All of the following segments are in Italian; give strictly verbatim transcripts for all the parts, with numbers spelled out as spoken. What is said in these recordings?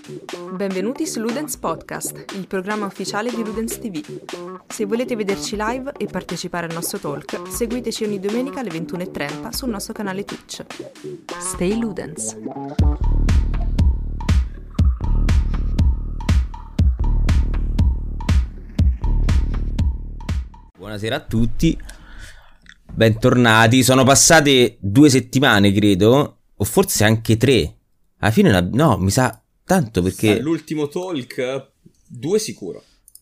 Benvenuti su Ludens Podcast, il programma ufficiale di Ludens ti vu. Se volete vederci live e partecipare al nostro talk, seguiteci ogni domenica alle ventuno e trenta sul nostro canale Twitch. Stay Ludens! Buonasera a tutti, bentornati. Sono passate due settimane, credo, o forse anche tre. Alla fine, la... no, mi sa tanto perché... L'ultimo talk, due sicuro.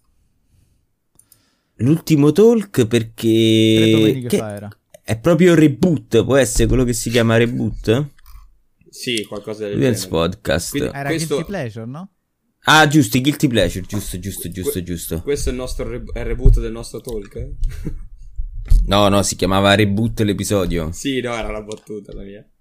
L'ultimo talk perché... Tre domeniche che fa era. È proprio reboot, può essere quello che si chiama reboot? Sì, qualcosa del Ludens genere. Podcast. Quindi Era questo... Guilty Pleasure, no? Ah, giusto, i Guilty Pleasure, giusto, giusto, giusto, Que- giusto. Questo è il nostro re- è il reboot del nostro talk? eh? No, no, si chiamava reboot l'episodio. Sì, no, era una battuta la mia.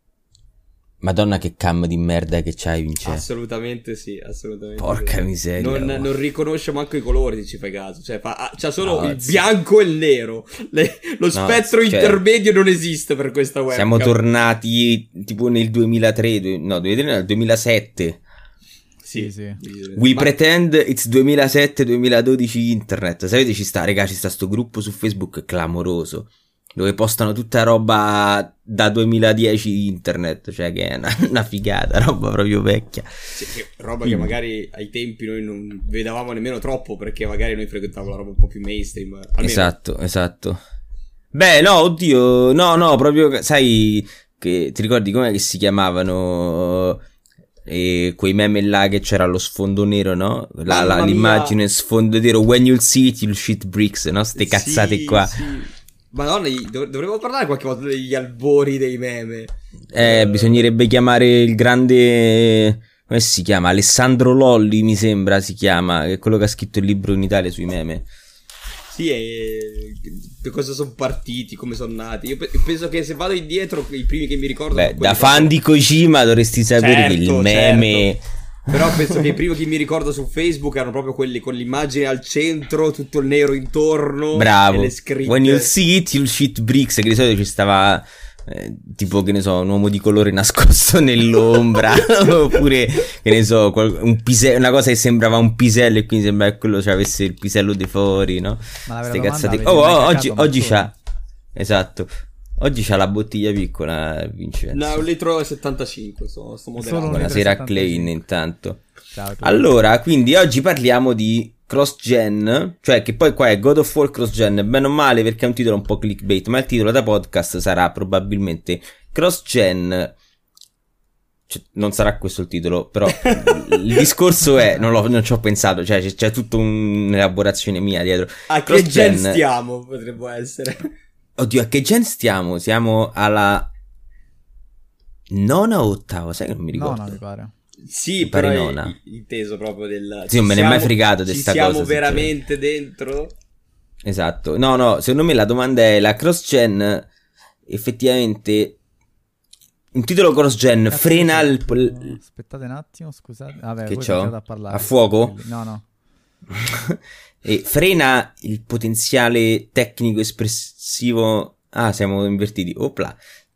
Madonna che cam di merda che c'hai, Vincenzo. Assolutamente sì, assolutamente. Porca sì. miseria. Non, oh. non riconosce manco i colori, se ci fai caso. Cioè, fa, ah, c'ha solo No, il sì. bianco e il nero. Le- lo spettro cioè, intermedio non esiste per questa webcam. Siamo tornati tipo nel duemilatré, du- no, duemilatré, no, nel duemilasette. Sì, Sì, We Ma- pretend it's duemilasette duemiladodici internet. Sapete, ci sta, raga, ci sta sto gruppo su Facebook clamoroso, dove postano tutta roba da duemiladieci internet, cioè che è una, una figata, roba proprio vecchia. Sì, che roba che magari ai tempi noi non vedevamo nemmeno troppo, perché magari noi frequentavamo la roba un po' più mainstream. Almeno. Esatto, esatto. Beh, no, oddio, no, no, proprio, sai, che ti ricordi com'è che si chiamavano... E quei meme là che c'era lo sfondo nero, no? La, la, Mamma l'immagine mia. sfondo nero, when you'll see it, you'll shit bricks, no? Ste cazzate Sì, qua. sì. Madonna, gli- dov- dovremmo parlare qualche volta degli albori dei meme. Eh, bisognerebbe chiamare il grande... Come si chiama? Alessandro Lolli, mi sembra si chiama, che è quello che ha scritto il libro in Italia sui meme. Sì, e che cosa sono partiti, come sono nati. Io pe- penso che se vado indietro, i primi che mi ricordo Beh, sono quelli da fan proprio- di Kojima dovresti sapere Certo, che il meme... certo. Però penso che i primi che mi ricordo su Facebook erano proprio quelli con l'immagine al centro, tutto il nero intorno. Bravo. E le scritte. When you'll see it, you'll shit bricks. Che di solito ci stava eh, tipo, che ne so, un uomo di colore nascosto nell'ombra. Oppure, che ne so, qual- un pise- una cosa che sembrava un pisello e quindi sembra che quello cioè, avesse il pisello di fuori, no? Ma la vera Ste domanda, cazzate. avete Oh, mai oh, cacato oggi, mattoni? oggi c'ha. Esatto. Oggi c'ha la bottiglia piccola, Vincenzo. No, un litro e settantacinque, sto, sto moderando. Solo un Buonasera a litro e Klein settantacinque. intanto. Ciao, tu. Allora, quindi oggi parliamo di cross-gen, cioè che poi qua è God of War cross-gen, bene o male perché è un titolo un po' clickbait, ma il titolo da podcast sarà probabilmente cross-gen, cioè, non sarà questo il titolo, però il discorso è, non, l'ho, non ci ho pensato, cioè c'è, c'è tutta un'elaborazione mia dietro. A che gen stiamo, potrebbe essere. Oddio, a che gen stiamo? Siamo alla nona o ottava, sai che non mi No, ricordo. no, mi pare. Sì, Mi pare però è nona. inteso proprio del... Sì, non me ne è mai fregato di Ci sta siamo cosa, veramente dentro? Esatto, no no, secondo me la domanda è la cross-gen effettivamente, un titolo cross-gen Cazzo, frena il... no, il- Aspettate un attimo, scusate. Vabbè, Che voi c'ho? iniziate a parlare. A fuoco? No, no. e frena il potenziale tecnico espressivo, ah siamo invertiti, opla,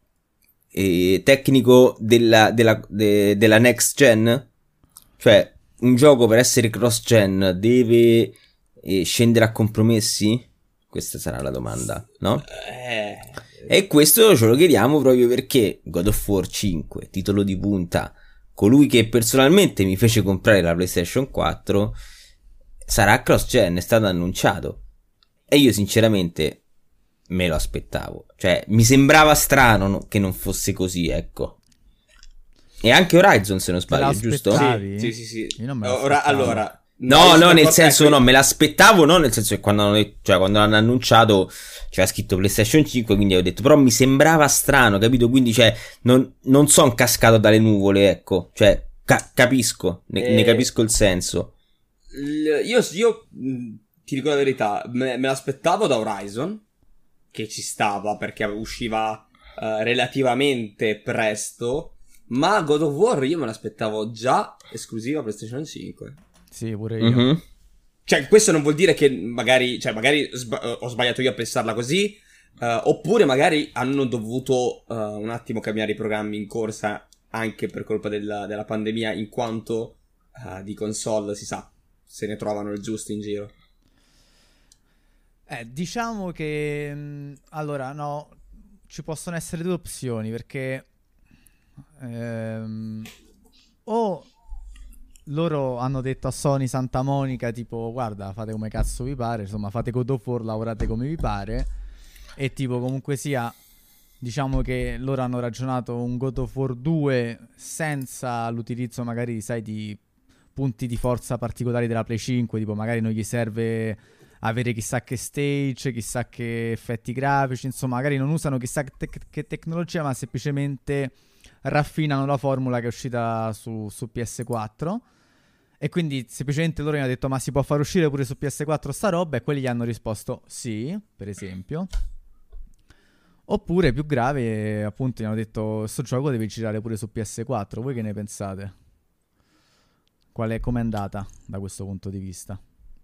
e tecnico della, della, de- della next gen, cioè un gioco per essere cross-gen deve eh, scendere a compromessi? Questa sarà la domanda, no? Eh... E questo ce lo chiediamo proprio perché God of War cinque, titolo di punta, colui che personalmente mi fece comprare la PlayStation quattro, sarà cross-gen, è stato annunciato. E io sinceramente me lo aspettavo. Cioè, mi sembrava strano no- che non fosse così, ecco. E anche Horizon, se non Te sbaglio, giusto? l'aspettavi? Sì, sì, sì. Io non me Ora, l'aspettavo. allora... No, no, nel senso ecco, no, me l'aspettavo, no, nel senso che quando hanno, detto- cioè, quando hanno annunciato c'era scritto PlayStation cinque, quindi ho detto, però mi sembrava strano, capito? Quindi, cioè, non, non sono cascato dalle nuvole, ecco, cioè, ca- capisco, ne, Eh. ne capisco il senso. L- Io, io mh, ti dico la verità, me, me l'aspettavo da Horizon, che ci stava perché usciva eh, relativamente presto, ma God of War io me l'aspettavo già esclusiva PlayStation cinque. Sì, pure io. Mhm. Cioè, questo non vuol dire che magari, cioè, magari sba- ho sbagliato io a pensarla così, eh, oppure magari hanno dovuto eh, un attimo cambiare i programmi in corsa anche per colpa della, della pandemia, in quanto uh, di console, si sa, se ne trovano il giusto in giro. Eh, diciamo che mh, allora no, ci possono essere due opzioni, perché ehm, o loro hanno detto a Sony Santa Monica tipo guarda, fate come cazzo vi pare, insomma fate God of War, lavorate come vi pare, e tipo comunque sia, diciamo che loro hanno ragionato un God of War due senza l'utilizzo magari, sai, di punti di forza particolari della Play cinque, tipo magari non gli serve avere chissà che stage, chissà che effetti grafici, insomma magari non usano chissà che, te- che tecnologia, ma semplicemente raffinano la formula che è uscita su, su P S quattro, e quindi semplicemente loro gli hanno detto ma si può far uscire pure su P S quattro sta roba, e quelli gli hanno risposto sì, per esempio. Oppure più grave, appunto gli hanno detto sto gioco deve girare pure su P S quattro. Voi che ne pensate? Qual è, com'è andata da questo punto di vista?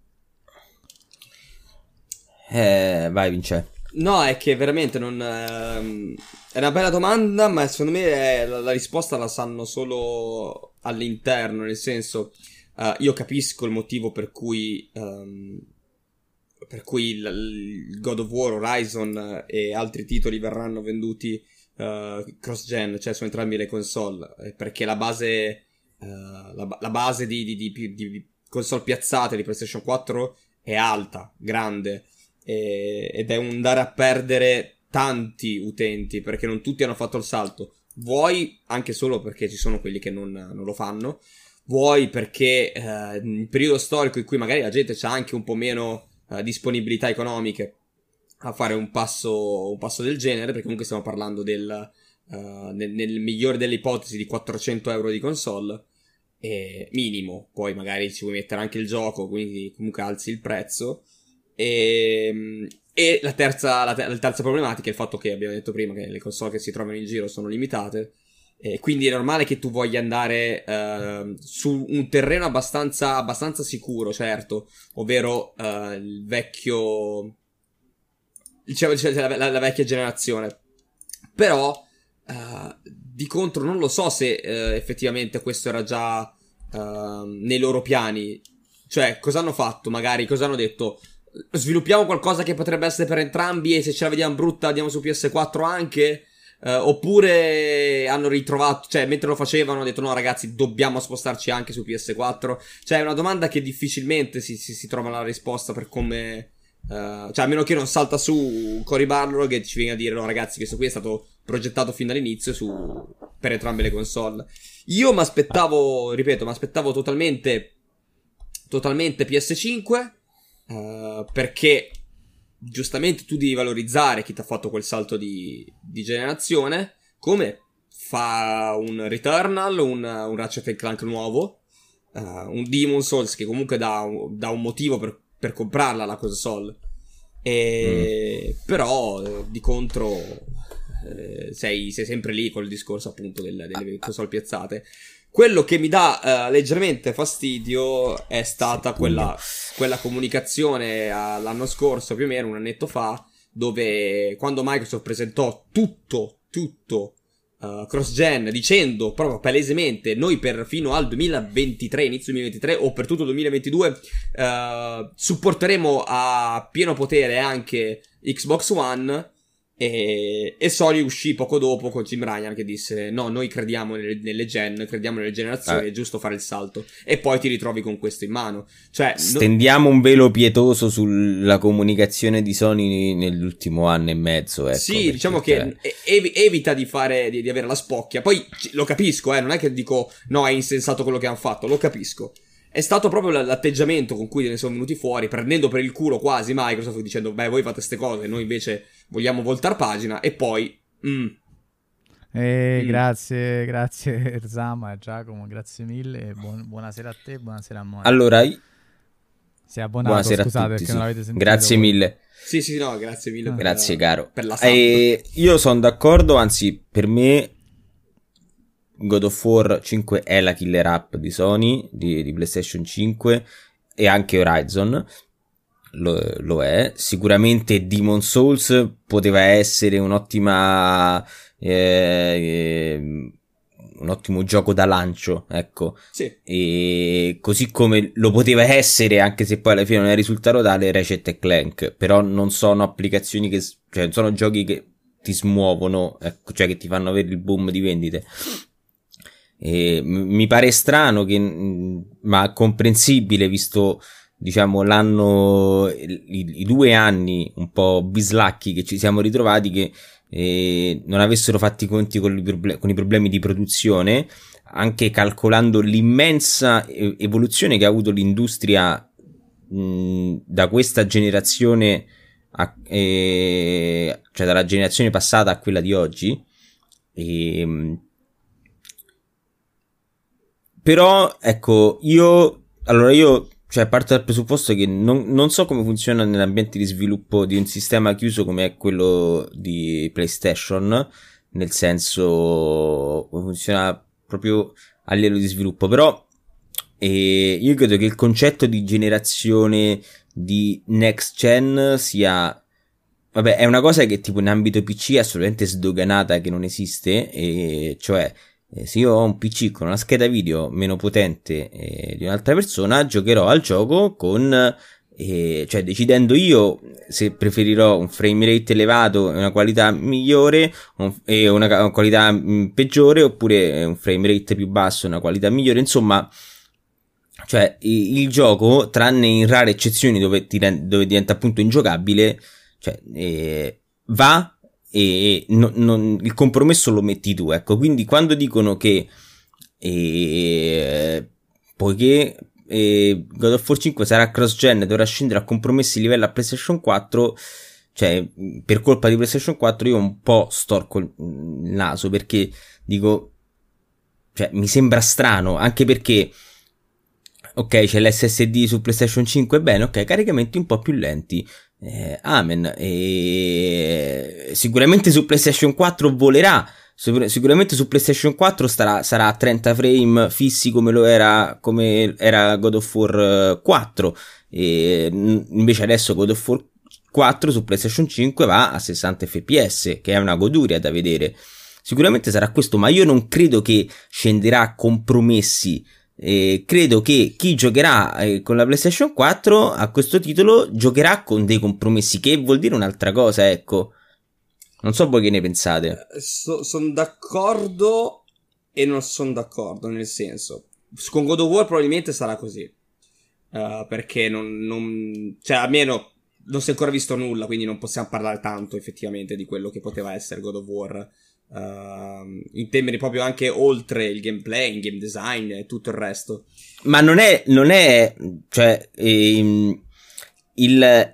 Eh, vai Vince. No, è che veramente non ehm, è una bella domanda, ma secondo me è- la, la risposta la sanno solo all'interno, nel senso, eh, io capisco il motivo per cui ehm, per cui il, il God of War, Horizon e altri titoli verranno venduti eh, cross-gen, cioè su entrambi le console, eh, perché la base eh, la, la base di, di, di, di console piazzate di PlayStation quattro è alta, grande, e- ed è un dare a perdere tanti utenti, perché non tutti hanno fatto il salto, vuoi anche solo perché ci sono quelli che non, non lo fanno, vuoi perché eh, in un periodo storico in cui magari la gente ha anche un po' meno eh, disponibilità economiche a fare un passo, un passo del genere, perché comunque stiamo parlando del eh, nel, nel migliore delle ipotesi di quattrocento euro di console, eh, minimo, poi magari ci vuoi mettere anche il gioco, quindi comunque alzi il prezzo. E, e la terza, la, te- la terza problematica è il fatto che abbiamo detto prima che le console che si trovano in giro sono limitate, e quindi è normale che tu voglia andare eh, su un terreno abbastanza, abbastanza sicuro, certo, ovvero eh, il vecchio, diciamo, cioè, la, la- la vecchia generazione. Però eh, di contro non lo so se eh, effettivamente questo era già eh, nei loro piani. Cioè, cosa hanno fatto? Magari cosa hanno detto? Sviluppiamo qualcosa che potrebbe essere per entrambi, e se ce la vediamo brutta andiamo su P S quattro anche? Eh, oppure hanno ritrovato, cioè mentre lo facevano hanno detto no ragazzi, dobbiamo spostarci anche su P S quattro? Cioè è una domanda che difficilmente si, si, si trova la risposta, per come eh, cioè a meno che non salta su Cory Barlog e ci viene a dire no ragazzi, questo qui è stato progettato fin dall'inizio su, per entrambe le console. Io mi aspettavo, ripeto, mi aspettavo totalmente totalmente P S cinque, Uh, perché giustamente tu devi valorizzare chi ti ha fatto quel salto di, di generazione, come fa un Returnal, un, un Ratchet and Clank nuovo, uh, un Demon Souls che comunque dà un, dà un motivo per, per comprarla la console, e mm. però eh, di contro eh, sei, sei sempre lì col discorso appunto del, delle console piazzate. Quello che mi dà uh, leggermente fastidio è stata quella, quella comunicazione uh, l'anno scorso, più o meno un annetto fa, dove quando Microsoft presentò tutto, tutto uh, cross-gen, dicendo proprio palesemente noi per fino al duemilaventitré, inizio duemilaventitré o per tutto il duemilaventidue uh, supporteremo a pieno potere anche Xbox One. E, e Sony uscì poco dopo con Jim Ryan che disse no, noi crediamo nelle, nelle gen, crediamo nelle generazioni, eh. è giusto fare il salto, e poi ti ritrovi con questo in mano. Cioè stendiamo no... un velo pietoso sulla comunicazione di Sony nell'ultimo anno e mezzo, ecco, sì, diciamo che ev- evita di fare di, di avere la spocchia. Poi lo capisco, eh, non è che dico no, è insensato quello che hanno fatto, lo capisco. È stato proprio l'atteggiamento con cui ne sono venuti fuori, prendendo per il culo quasi Microsoft, dicendo beh voi fate ste cose, noi invece vogliamo voltar pagina, e poi mm. Eh, Mm. grazie, grazie Erzama e Giacomo, grazie mille, e buon- buonasera a te, buonasera a Monica. Allora, si è abbonato, buonasera scusate a tutti, perché sì. non l'avete sentito. Grazie voi. mille. Sì, sì, no, grazie mille. Ah. Per Grazie la, caro. Per la sub. E io sono d'accordo, anzi per me God of War cinque è la killer app di Sony, di, di PlayStation cinque, e anche Horizon lo, lo è. Sicuramente Demon Souls poteva essere un'ottima eh, eh, un ottimo gioco da lancio, ecco. Sì. E così come lo poteva essere, anche se poi alla fine non è risultato tale, Ratchet e Clank, però non sono applicazioni che, cioè non sono giochi che ti smuovono, ecco, cioè che ti fanno avere il boom di vendite. E mi pare strano che, ma comprensibile, visto, diciamo, l'anno, i, i due anni un po' bislacchi che ci siamo ritrovati, che eh, non avessero fatti i conti con i, proble- con i problemi di produzione, anche calcolando l'immensa evoluzione che ha avuto l'industria mh, da questa generazione a, eh, cioè dalla generazione passata a quella di oggi. E, però ecco, io allora io cioè parto dal presupposto che non, non so come funziona nell'ambiente di sviluppo di un sistema chiuso come è quello di PlayStation, nel senso come funziona proprio a livello di sviluppo, però eh, io credo che il concetto di generazione di next gen sia, vabbè, è una cosa che tipo in ambito P C è assolutamente sdoganata, che non esiste, e cioè Eh, se io ho un P C con una scheda video meno potente eh, di un'altra persona, giocherò al gioco con eh, cioè decidendo io se preferirò un frame rate elevato e una qualità migliore un, e una, una qualità mh, peggiore, oppure un frame rate più basso e una qualità migliore. Insomma, cioè il, il gioco, tranne in rare eccezioni dove, ti rend, dove diventa appunto ingiocabile, cioè eh, va e non, non, il compromesso lo metti tu, ecco. Quindi quando dicono che eh, poiché eh, God of War cinque sarà cross gen, dovrà scendere a compromessi livello a PlayStation quattro, cioè per colpa di PlayStation quattro io un po' storco il naso, perché dico, cioè mi sembra strano, anche perché ok, c'è l'S S D su PlayStation cinque, bene, ok, caricamenti un po' più lenti, eh, amen, e sicuramente su PlayStation quattro volerà, sicuramente su PlayStation quattro starà, sarà a trenta frame fissi come lo era, come era God of War quattro, e invece adesso God of War quattro su PlayStation cinque va a sessanta F P S, che è una goduria da vedere. Sicuramente sarà questo, ma io non credo che scenderà a compromessi. Eh, credo che chi giocherà eh, con la PlayStation quattro a questo titolo giocherà con dei compromessi, che vuol dire un'altra cosa, ecco. Non so voi che ne pensate. So, sono d'accordo e non sono d'accordo, nel senso, con God of War probabilmente sarà così, uh, perché non, non cioè almeno non si è ancora visto nulla, quindi non possiamo parlare tanto effettivamente di quello che poteva essere God of War. Uh, in termini proprio anche oltre il gameplay, il game design e tutto il resto. Ma non è, non è, cioè, ehm, il,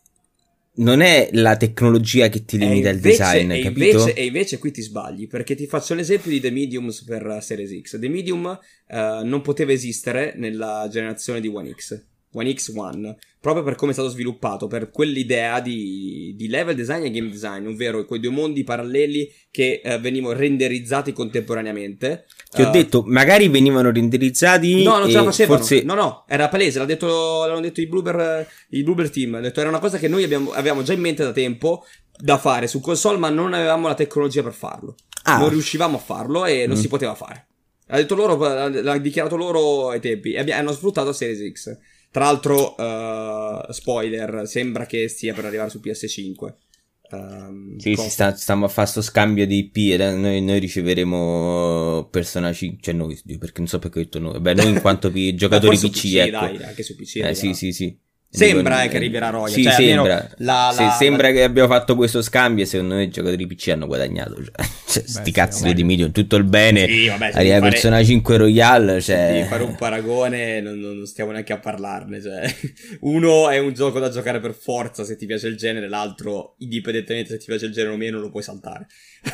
non è la tecnologia che ti limita il design, e capito? Invece, e invece qui ti sbagli, perché ti faccio l'esempio di The Medium per Series X. The Medium uh, non poteva esistere nella generazione di One X, One X One, proprio per come è stato sviluppato, per quell'idea di, di level design e game design, ovvero quei due mondi paralleli che uh, venivano renderizzati contemporaneamente. Ti ho uh, detto, magari venivano renderizzati. No, non ce la facevano. Forse... No, no, era palese, l'ha detto, l'hanno detto i Bloober, i Bloober Team. Hanno detto, era una cosa che noi abbiamo, avevamo già in mente da tempo da fare su console, ma non avevamo la tecnologia per farlo. Ah. Non riuscivamo a farlo e non mm. si poteva fare. Ha detto loro, l'ha dichiarato loro ai tempi, e hanno sfruttato Series X. Tra l'altro, uh, spoiler, sembra che stia per arrivare su P S cinque. Um, sì, si sta, stiamo a fare sto scambio di I P e noi, noi riceveremo Persona cinque, cioè noi, perché non so perché ho detto noi, beh, noi in quanto P- giocatori P C, P C, ecco. Dai, anche su P C. Eh, sì, sì, sì. Sembra eh, che arriverà Roya. Sì, cioè, sembra. La, sì, la, sembra la... che abbiamo fatto questo scambio e secondo me i giocatori P C hanno guadagnato. Cioè, cioè, beh, sti sì, cazzi di Medium, tutto il bene. Sì, vabbè, arriva fare... Persona cinque Royale. Cioè... Devi fare un paragone, non, non stiamo neanche a parlarne. Cioè. Uno è un gioco da giocare per forza se ti piace il genere, l'altro, indipendentemente se ti piace il genere o meno, lo puoi saltare.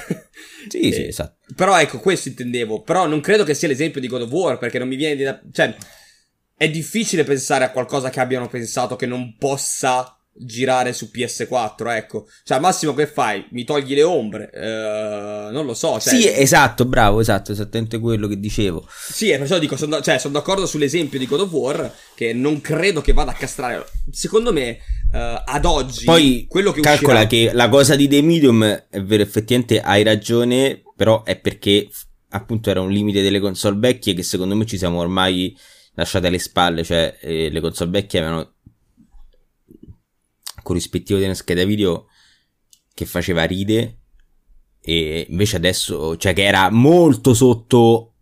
Sì, e... sì, esatto. Però ecco, questo intendevo. Però non credo che sia l'esempio di God of War, perché non mi viene di... Cioè... È difficile pensare a qualcosa che abbiano pensato che non possa girare su P S quattro, ecco. Cioè, al massimo che fai? Mi togli le ombre? Eh, non lo so. Cioè... Sì, esatto, bravo, esatto, esattamente quello che dicevo. Sì, perciò dico, sono, cioè, sono d'accordo sull'esempio di God of War, che non credo che vada a castrare. Secondo me, eh, ad oggi, poi quello che calcola uscirà... che la cosa di The Medium, è vero, effettivamente hai ragione, però è perché appunto era un limite delle console vecchie che secondo me ci siamo ormai lasciate alle spalle, cioè eh, le console vecchie avevano corrispettivo di una scheda video che faceva ride, e invece adesso, cioè che era molto sotto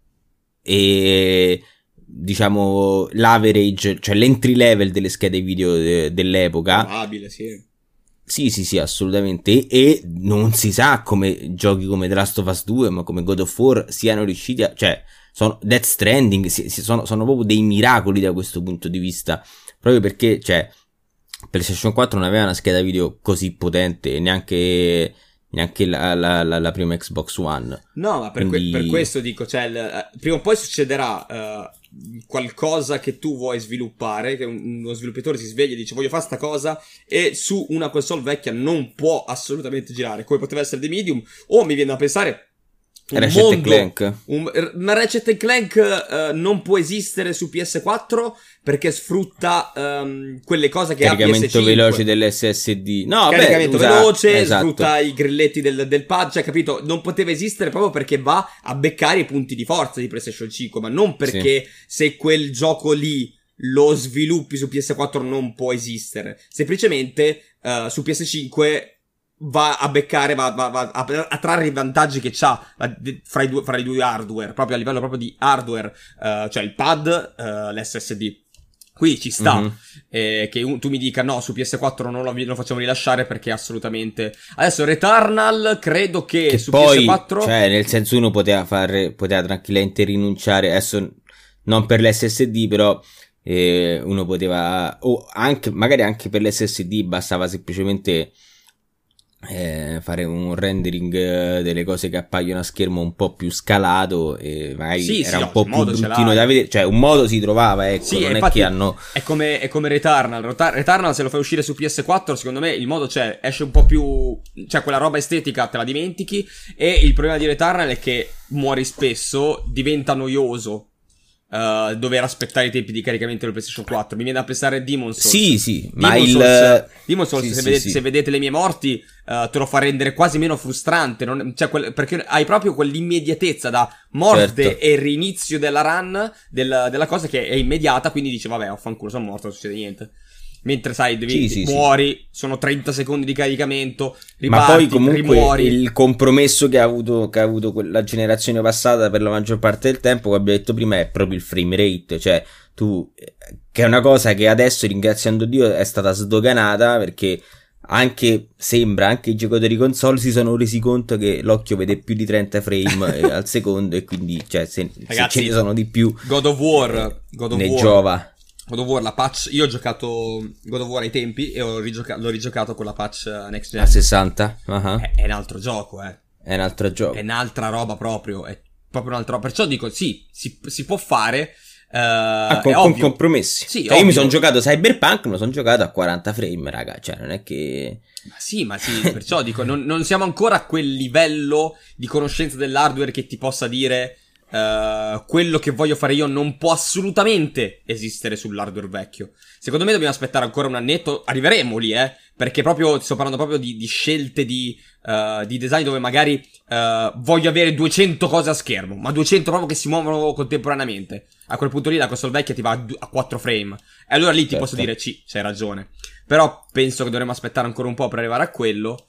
e diciamo l'average, cioè l'entry level delle schede video de- dell'epoca. Probabile, sì. Sì, sì, sì, assolutamente. E non si sa come giochi come The Last of Us due, ma come God of War siano riusciti a, cioè, sono Death Stranding, si, si, sono, sono proprio dei miracoli da questo punto di vista. Proprio perché, cioè, PlayStation quattro non aveva una scheda video così potente, e neanche, neanche la, la, la, la prima Xbox One. No, ma per, Quindi... que- per questo dico, cioè, il, prima o poi succederà uh, qualcosa che tu vuoi sviluppare, che un, uno sviluppatore si sveglia e dice voglio fare sta cosa, e su una console vecchia non può assolutamente girare, come poteva essere The Medium, o mi viene da pensare un Ratchet mondo, and Clank. Un, ma Ratchet and Clank uh, non può esistere su P S quattro perché sfrutta um, quelle cose che ha P S cinque. Caricamento veloce dell'S S D. No, Caricamento beh, usa... veloce, esatto. sfrutta i grilletti del, del pad, cioè, capito? Non poteva esistere proprio perché va a beccare i punti di forza di PlayStation cinque, ma non perché sì. Se quel gioco lì lo sviluppi su P S quattro non può esistere. Semplicemente uh, su P S cinque va a beccare, va, va, va a, a trarre i vantaggi che c'ha fra i due, fra i due hardware, proprio a livello proprio di hardware, uh, cioè il pad, uh, l'S S D. Qui ci sta, mm-hmm. eh, che un, tu mi dica no, su P S quattro non lo, non lo facciamo rilasciare perché assolutamente... Adesso Returnal credo che, che su poi, P S quattro... cioè nel senso uno poteva fare, poteva tranquillamente rinunciare, adesso non per l'S S D però eh, uno poteva, o anche, magari anche per l'S S D bastava semplicemente... Eh, fare un rendering eh, delle cose che appaiono a schermo un po' più scalato e magari sì, era sì, un po' più bruttino da da vedere, cioè un modo si trovava, ecco, sì, non è che hanno è come, è come Returnal. Returnal se lo fai uscire su P S quattro secondo me il modo c'è, esce un po' più, cioè quella roba estetica te la dimentichi, e il problema di Returnal è che muori spesso, diventa noioso Uh, dover aspettare i tempi di caricamento del PlayStation quattro. Mi viene da pensare Demon's Souls. Sì, sì, Demon ma il Souls, Demon's Souls sì, se, sì, vedete, sì. se vedete le mie morti uh, te lo fa rendere quasi meno frustrante, non, cioè quel, perché hai proprio quell'immediatezza da morte certo. e rinizio della run del, della cosa che è immediata, quindi dice vabbè, affanculo, sono morto, non succede niente. Mentre sai, devi, sì, sì, muori, sì. sono trenta secondi di caricamento, riparti, ma poi comunque rimuori. Il compromesso che ha avuto che ha avuto la generazione passata per la maggior parte del tempo, come abbiamo detto prima, è proprio il frame rate, cioè tu, che è una cosa che adesso, ringraziando Dio, è stata sdoganata, perché anche sembra anche i giocatori console si sono resi conto che l'occhio vede più di trenta frame al secondo, e quindi cioè se, Ragazzi, se ce ne sono di più God of War God of ne War. giova. God of War, la patch, io ho giocato God of War ai tempi e ho rigioca- l'ho rigiocato con la patch Next Gen. A sessanta? Uh-huh. È, è un altro gioco, eh. È un altro gioco. È un'altra roba proprio, è proprio un'altra roba. Perciò dico, sì, si, si può fare, uh, ah, con, è con ovvio. compromessi. Sì, cioè, io mi ovvio. sono giocato Cyberpunk, me lo sono giocato a quaranta frame, raga, cioè non è che... Ma sì, ma sì, perciò dico, non, non siamo ancora a quel livello di conoscenza dell'hardware che ti possa dire... Uh, quello che voglio fare io non può assolutamente esistere sull'hardware vecchio. Secondo me dobbiamo aspettare ancora un annetto. Arriveremo lì, eh. Perché proprio sto parlando proprio di, di scelte di, uh, di design dove magari uh, voglio avere duecento cose a schermo, ma duecento proprio che si muovono contemporaneamente. A quel punto lì la console vecchia ti va a, a quattro frame. E allora lì ti certo. posso dire sì, c'hai ragione. Però penso che dovremo aspettare ancora un po' per arrivare a quello.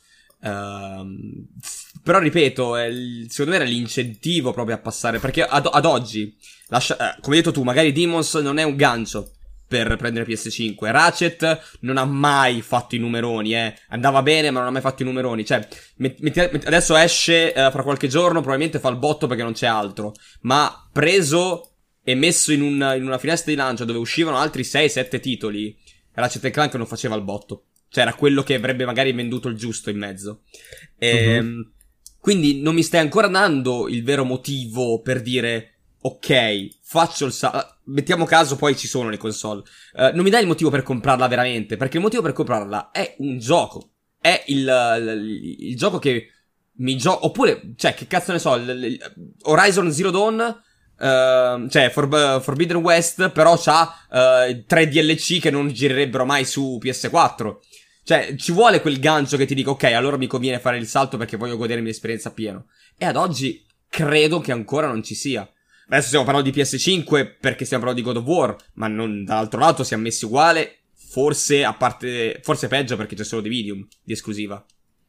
Uh, però ripeto, è il, secondo me era l'incentivo proprio a passare, perché ad, ad oggi lascia, eh, come hai detto tu, magari Demons non è un gancio per prendere P S cinque, Ratchet non ha mai fatto i numeroni, eh. Andava bene ma non ha mai fatto i numeroni, cioè met, met, met, adesso esce eh, fra qualche giorno, probabilmente fa il botto perché non c'è altro, ma preso e messo in, un, in una finestra di lancio dove uscivano altri sei sette titoli, Ratchet and Clank non faceva il botto. Cioè era quello che avrebbe magari venduto il giusto in mezzo. E, uh-huh. Quindi non mi stai ancora dando il vero motivo per dire ok, faccio il salto. Mettiamo caso poi ci sono le console. Uh, non mi dai il motivo per comprarla veramente, perché il motivo per comprarla è un gioco. È il, il, il gioco che mi gioco. Oppure, cioè, che cazzo ne so, il, il Horizon Zero Dawn. Uh, cioè For, Forbidden West però c'ha uh, tre D L C che non girerebbero mai su P S quattro. Cioè ci vuole quel gancio che ti dica ok, allora mi conviene fare il salto perché voglio godermi l'esperienza appieno. E ad oggi credo che ancora non ci sia. Adesso stiamo parlando di P S cinque perché stiamo parlando di God of War, ma non, dall'altro lato siamo messi uguale, forse a parte, forse peggio perché c'è solo Dividium di esclusiva.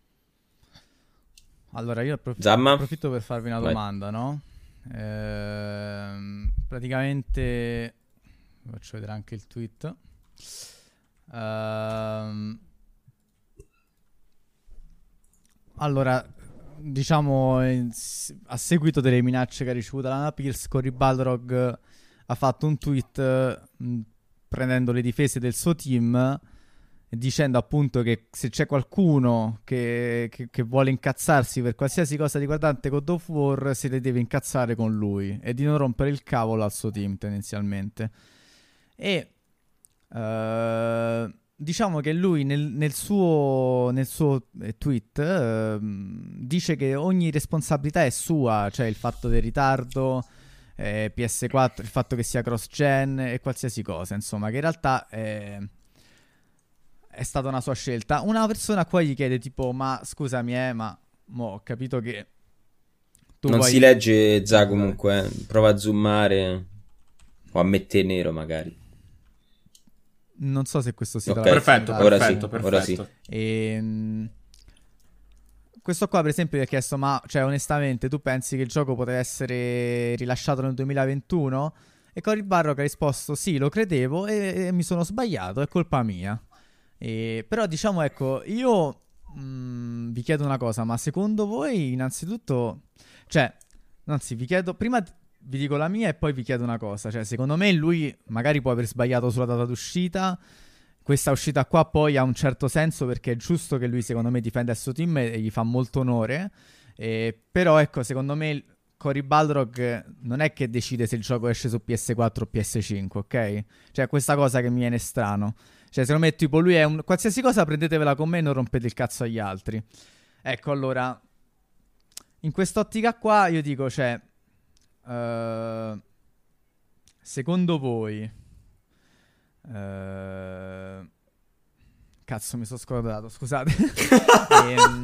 Allora io approf- Zamma? approfitto per farvi una Vai. domanda, no? Ehm, praticamente vi faccio vedere anche il tweet. Ehm, allora, diciamo, in- s- a seguito delle minacce che ha ricevuto Lana Pierce, Cory Balrog ha fatto un tweet mh, prendendo le difese del suo team, dicendo appunto che se c'è qualcuno che, che, che vuole incazzarsi per qualsiasi cosa riguardante God of War, se le deve incazzare con lui e di non rompere il cavolo al suo team tendenzialmente. E eh, diciamo che lui nel, nel suo, nel suo eh, tweet eh, dice che ogni responsabilità è sua, cioè il fatto del ritardo, eh, P S quattro, il fatto che sia cross-gen e qualsiasi cosa, insomma, che in realtà è, è stata una sua scelta. Una persona qua gli chiede tipo, ma scusami, eh, ma mo ho capito che tu Non vuoi... si legge Za comunque, eh. Prova a zoomare o a mettere nero magari. Non so se questo sia Ok, Perfetto, ora perfetto, sì, ora sì. perfetto. E, questo qua per esempio gli ha chiesto, ma cioè onestamente tu pensi che il gioco poteva essere rilasciato nel duemilaventuno? E Cory Barrock ha risposto sì, lo credevo e, e mi sono sbagliato, è colpa mia. E, però diciamo, ecco, io mh, vi chiedo una cosa, ma secondo voi innanzitutto, cioè, anzi vi chiedo, prima vi dico la mia e poi vi chiedo una cosa, cioè secondo me lui magari può aver sbagliato sulla data d'uscita. Questa uscita qua poi ha un certo senso perché è giusto che lui secondo me difenda il suo team e gli fa molto onore, eh, però ecco, secondo me Cory Balrog non è che decide se il gioco esce su P S quattro o P S cinque, ok? Cioè questa cosa che mi viene strano, cioè secondo me tipo lui è un... qualsiasi cosa prendetevela con me e non rompete il cazzo agli altri. Ecco, allora in quest'ottica qua io dico, cioè uh, secondo voi Uh... cazzo mi sono scordato, scusate. ehm...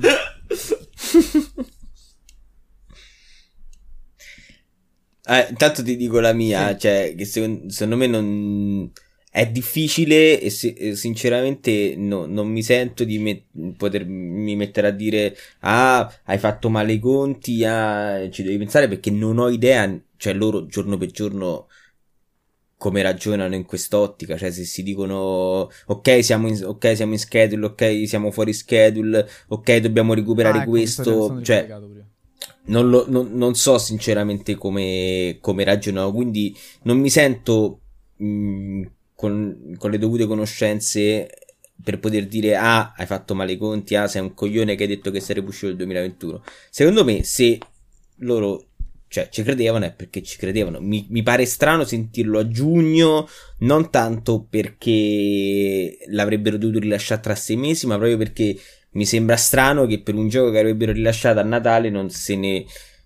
Eh, intanto ti dico la mia, Sì. cioè che secondo, secondo me non è difficile e, se, e sinceramente no, non mi sento di met- potermi mettere a dire ah, hai fatto male i conti, ah, ci devi pensare, perché non ho idea, cioè loro giorno per giorno come ragionano in quest'ottica, cioè se si dicono ok siamo in, ok siamo in schedule, ok siamo fuori schedule, ok dobbiamo recuperare ah, ecco, mi sono- questo, sono cioè ricollegato prima. non, lo, non, non so sinceramente come, come ragionano, quindi non mi sento mh, con, con le dovute conoscenze per poter dire ah hai fatto male i conti, ah sei un coglione che hai detto che sarebbe uscito nel duemilaventuno. Secondo me se loro cioè ci credevano è perché ci credevano. Mi, mi pare strano sentirlo a giugno, non tanto perché l'avrebbero dovuto rilasciare tra sei mesi, ma proprio perché mi sembra strano che per un gioco che avrebbero rilasciato a Natale non se ne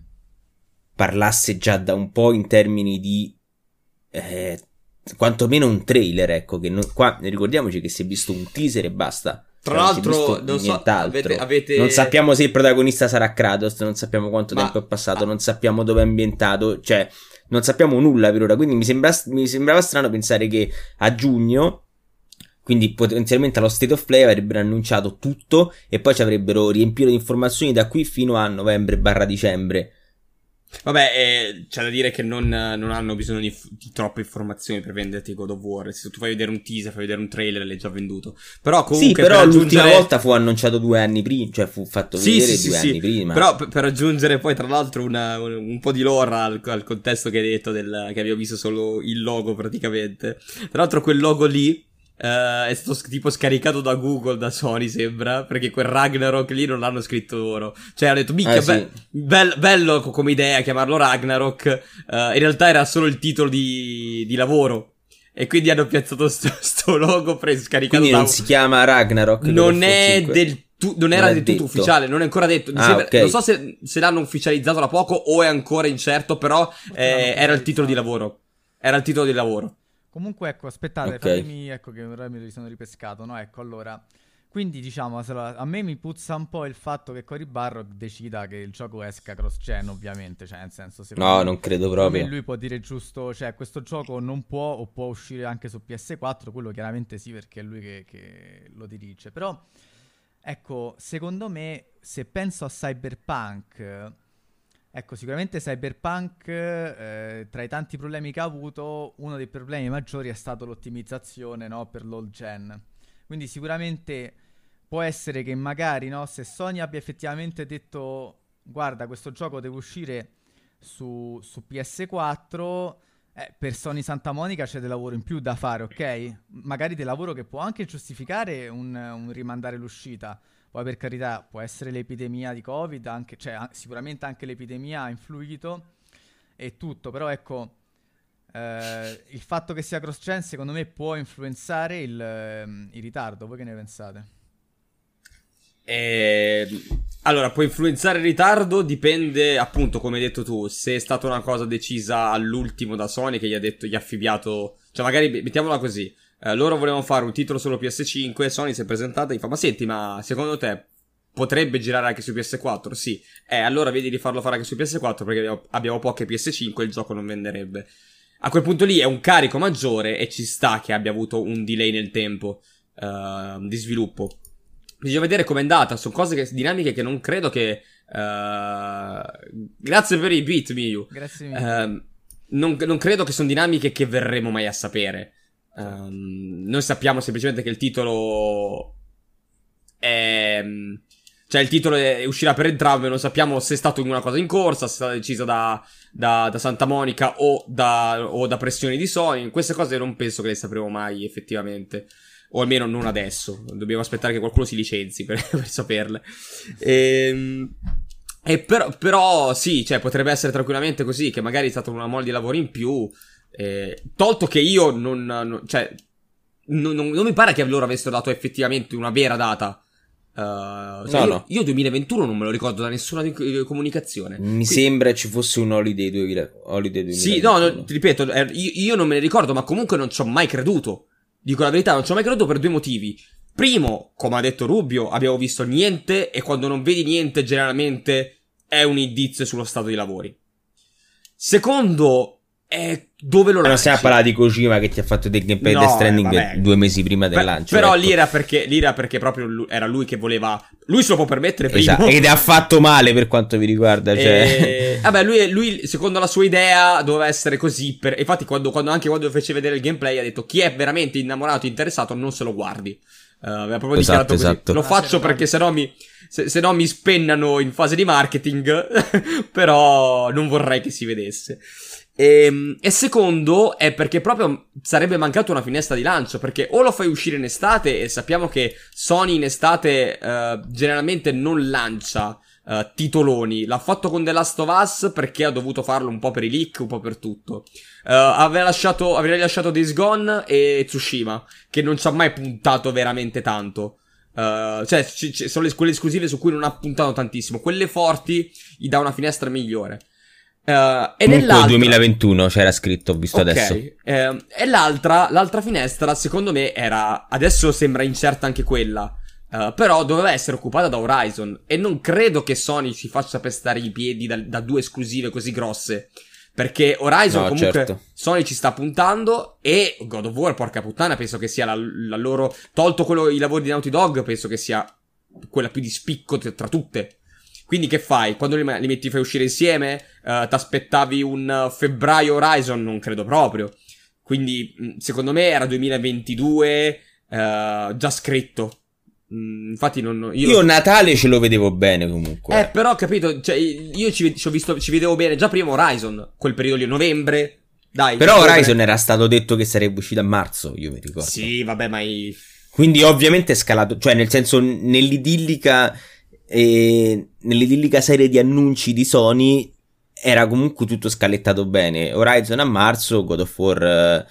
parlasse già da un po' in termini di eh, quantomeno un trailer, ecco, che non, qua ricordiamoci che si è visto un teaser e basta. Tra Cioè, non si è l'altro, visto non so, nient'altro. avete, avete... Non sappiamo se il protagonista sarà Kratos, non sappiamo quanto Ma- tempo è passato, ah. non sappiamo dove è ambientato, cioè non sappiamo nulla per ora, quindi mi, sembra, mi sembrava strano pensare che a giugno, quindi potenzialmente allo State of Play, avrebbero annunciato tutto e poi ci avrebbero riempito di informazioni da qui fino a novembre barra dicembre. Vabbè, eh, c'è da dire che non, non hanno bisogno di, di troppe informazioni per venderti God of War. Se tu fai vedere un teaser, fai vedere un trailer, l'hai già venduto. Però comunque Sì, però per l'ultima aggiungere... volta fu annunciato due anni prima, cioè fu fatto Sì, vedere sì, due sì, anni sì. prima. Però per, per aggiungere poi tra l'altro una, un, un po' di lore al, al contesto che hai detto del, che abbiamo visto solo il logo praticamente. Tra l'altro quel logo lì eh, è stato tipo scaricato da Google, da Sony sembra, perché quel Ragnarok lì non l'hanno scritto loro. Cioè hanno detto minchia Ah, sì. be- bel- bello co- come idea chiamarlo Ragnarok, eh, in realtà era solo il titolo di, di lavoro. E quindi hanno piazzato sto, sto logo pre- scaricato Quindi da... non si chiama Ragnarok. Non God of War è cinque. del tu- non era Non è del tutto detto. ufficiale, non è ancora detto. Mi Ah, sembra- ok. Non so se, se l'hanno ufficializzato da poco o è ancora incerto, però eh, l'hanno era il titolo di ufficializzato. lavoro. Era il titolo di lavoro. Comunque ecco, aspettate, Ok. fatemi, ecco che ora mi sono ripescato, no? Ecco, allora, Quindi diciamo, se la- a me mi puzza un po' il fatto che Cory Barlog decida che il gioco esca cross-gen, ovviamente, cioè nel senso, secondo No, me, non credo secondo me proprio. lui può dire giusto, cioè questo gioco non può o può uscire anche su P S quattro, quello chiaramente sì perché è lui che, che lo dirige, però ecco, secondo me se penso a Cyberpunk, ecco, sicuramente Cyberpunk, eh, tra i tanti problemi che ha avuto, uno dei problemi maggiori è stato l'ottimizzazione, no, per l'old gen. Quindi sicuramente può essere che magari, no, se Sony abbia effettivamente detto guarda, questo gioco deve uscire su, su P S quattro, eh, per Sony Santa Monica c'è del lavoro in più da fare, ok? Magari del lavoro che può anche giustificare un, un rimandare l'uscita. Poi per carità può essere l'epidemia di Covid, anche, cioè a- sicuramente anche l'epidemia ha influito e tutto, però ecco, eh, il fatto che sia cross-gen secondo me può influenzare il, ehm, il ritardo. Voi che ne pensate? Eh, allora, può influenzare il ritardo, dipende appunto, come hai detto tu, se è stata una cosa decisa all'ultimo da Sony che gli ha detto, gli ha affibbiato, cioè magari mettiamola così, eh, loro volevano fare un titolo solo P S cinque, Sony si è presentata e gli fa, ma senti, ma secondo te potrebbe girare anche su P S quattro? Sì, eh, allora vedi di farlo fare anche su P S quattro perché abbiamo, abbiamo poche P S cinque e il gioco non venderebbe. A quel punto lì è un carico maggiore e ci sta che abbia avuto un delay nel tempo eh, di sviluppo. Bisogna vedere com'è andata, sono cose che, dinamiche che non credo che... Uh, grazie per i beat, Miyu. Grazie mille. Uh, non, non credo che sono dinamiche che verremo mai a sapere. Um, noi sappiamo semplicemente che il titolo è... Cioè il titolo è, uscirà per entrambe, non sappiamo se è stato una cosa in corsa, se è stata decisa da, da, da Santa Monica o da, o da pressioni di Sony. Queste cose non penso che le sapremo mai effettivamente. O almeno non adesso. Dobbiamo aspettare che qualcuno si licenzi per, per saperle. E, e però, però sì, cioè potrebbe essere tranquillamente così, che magari è stata una mole di lavoro in più. Eh, tolto che io non... non cioè, non, non, non mi pare che loro avessero dato effettivamente una vera data. Uh, cioè No, io, no. io duemilaventuno non me lo ricordo da nessuna di- di comunicazione. Mi Quindi- sembra ci fosse un Holiday duemila, Holiday Sì, no, duemilaventuno. no, ti ripeto, eh, io, io non me ne ricordo, ma comunque non ci ho mai creduto. Dico la verità, non ci ho mai creduto per due motivi. Primo, come ha detto Rubio, abbiamo visto niente e quando non vedi niente generalmente è un indizio sullo stato dei lavori. Secondo, è dove lo Ma non lanci. stiamo a parlare di Kojima che ti ha fatto del gameplay No, Death Stranding eh, vabbè. due mesi prima del Per- lancio. Però ecco. lì era perché, lì era perché proprio lui- era lui che voleva. Lui se lo può permettere primo. Esatto, ed ha fatto male per quanto mi riguarda. Cioè... E... Vabbè, lui, lui, secondo la sua idea, doveva essere così. Per... Infatti, quando, quando anche quando fece vedere il gameplay, ha detto: chi è veramente innamorato, interessato, non se lo guardi. Uh, aveva proprio Esatto, dichiarato così. esatto. Lo Ah, faccio sì, perché sennò mi. Se, se no mi spennano in fase di marketing. Però non vorrei che si vedesse. E, e secondo è perché proprio sarebbe mancata una finestra di lancio, perché o lo fai uscire in estate e sappiamo che Sony in estate uh, generalmente non lancia uh, titoloni. L'ha fatto con The Last of Us perché ha dovuto farlo un po' per i leak, un po' per tutto. Uh, aveva lasciato, aveva rilasciato Days Gone e Tsushima, che non ci ha mai puntato veramente tanto. Uh, cioè c- c- sono le, quelle esclusive su cui non ha puntato tantissimo. Quelle forti gli dà una finestra migliore. Uh, e Comunque nell'altra duemilaventuno c'era scritto, ho visto Ok, adesso. ehm, e l'altra, l'altra finestra, secondo me, era. Adesso sembra incerta anche quella. eh, però doveva essere occupata da Horizon. E non credo che Sony si faccia pestare i piedi da, da due esclusive così grosse. Perché Horizon No, comunque certo. Sony ci sta puntando. E God of War, porca puttana, penso che sia la, la loro. Tolto quello, i lavori di Naughty Dog, penso che sia quella più di spicco t- tra tutte. Quindi che fai? Quando li, li metti fai uscire insieme? Uh, T'aspettavi un uh, febbraio Horizon? Non credo proprio. Quindi mh, secondo me era duemilaventidue uh, già scritto. Mm, infatti non... Io, Io Natale ce lo vedevo bene comunque. Eh però capito, cioè, io ci, ci ho visto, ci vedevo bene già prima Horizon. Quel periodo lì, novembre. Dai. Però ottobre. Horizon era stato detto che sarebbe uscito a marzo, io mi ricordo. Sì, vabbè, ma... I... Quindi ovviamente è scalato, cioè nel senso nell'idillica... E nell'idillica serie di annunci di Sony era comunque tutto scalettato bene. Horizon a marzo, God of War eh,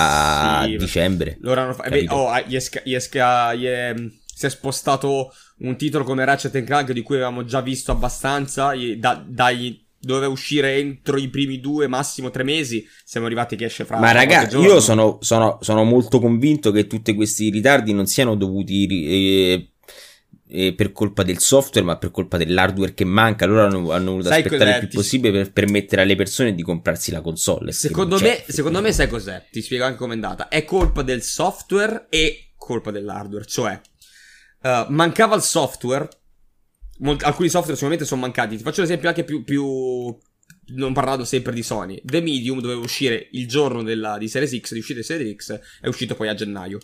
a Sì, dicembre. Loro hanno fa- eh, beh, Capito? oh, ah, gli è sca- gli è sca- gli è- si è spostato un titolo come Ratchet and Clank di cui avevamo già visto abbastanza. gli- Da, dai, doveva uscire entro i primi due, massimo tre mesi. Siamo arrivati che esce fra. Ma fra raga, qualche giorno. io sono, sono, sono molto convinto che tutti questi ritardi non siano dovuti eh, eh, per colpa del software, ma per colpa dell'hardware che manca. Loro hanno, hanno voluto Sai aspettare cos'è? il più Ti- possibile per permettere alle persone di comprarsi la console. Secondo Che non me, c'è, secondo me sai cos'è? Ti spiego anche com'è andata. È colpa del software e colpa dell'hardware. Cioè, uh, mancava il software. Molti, alcuni software sicuramente sono mancati. Ti faccio l'esempio anche più, più... non parlando sempre di Sony. The Medium doveva uscire il giorno della, di Series X, di uscita di Series X, è uscito poi a gennaio.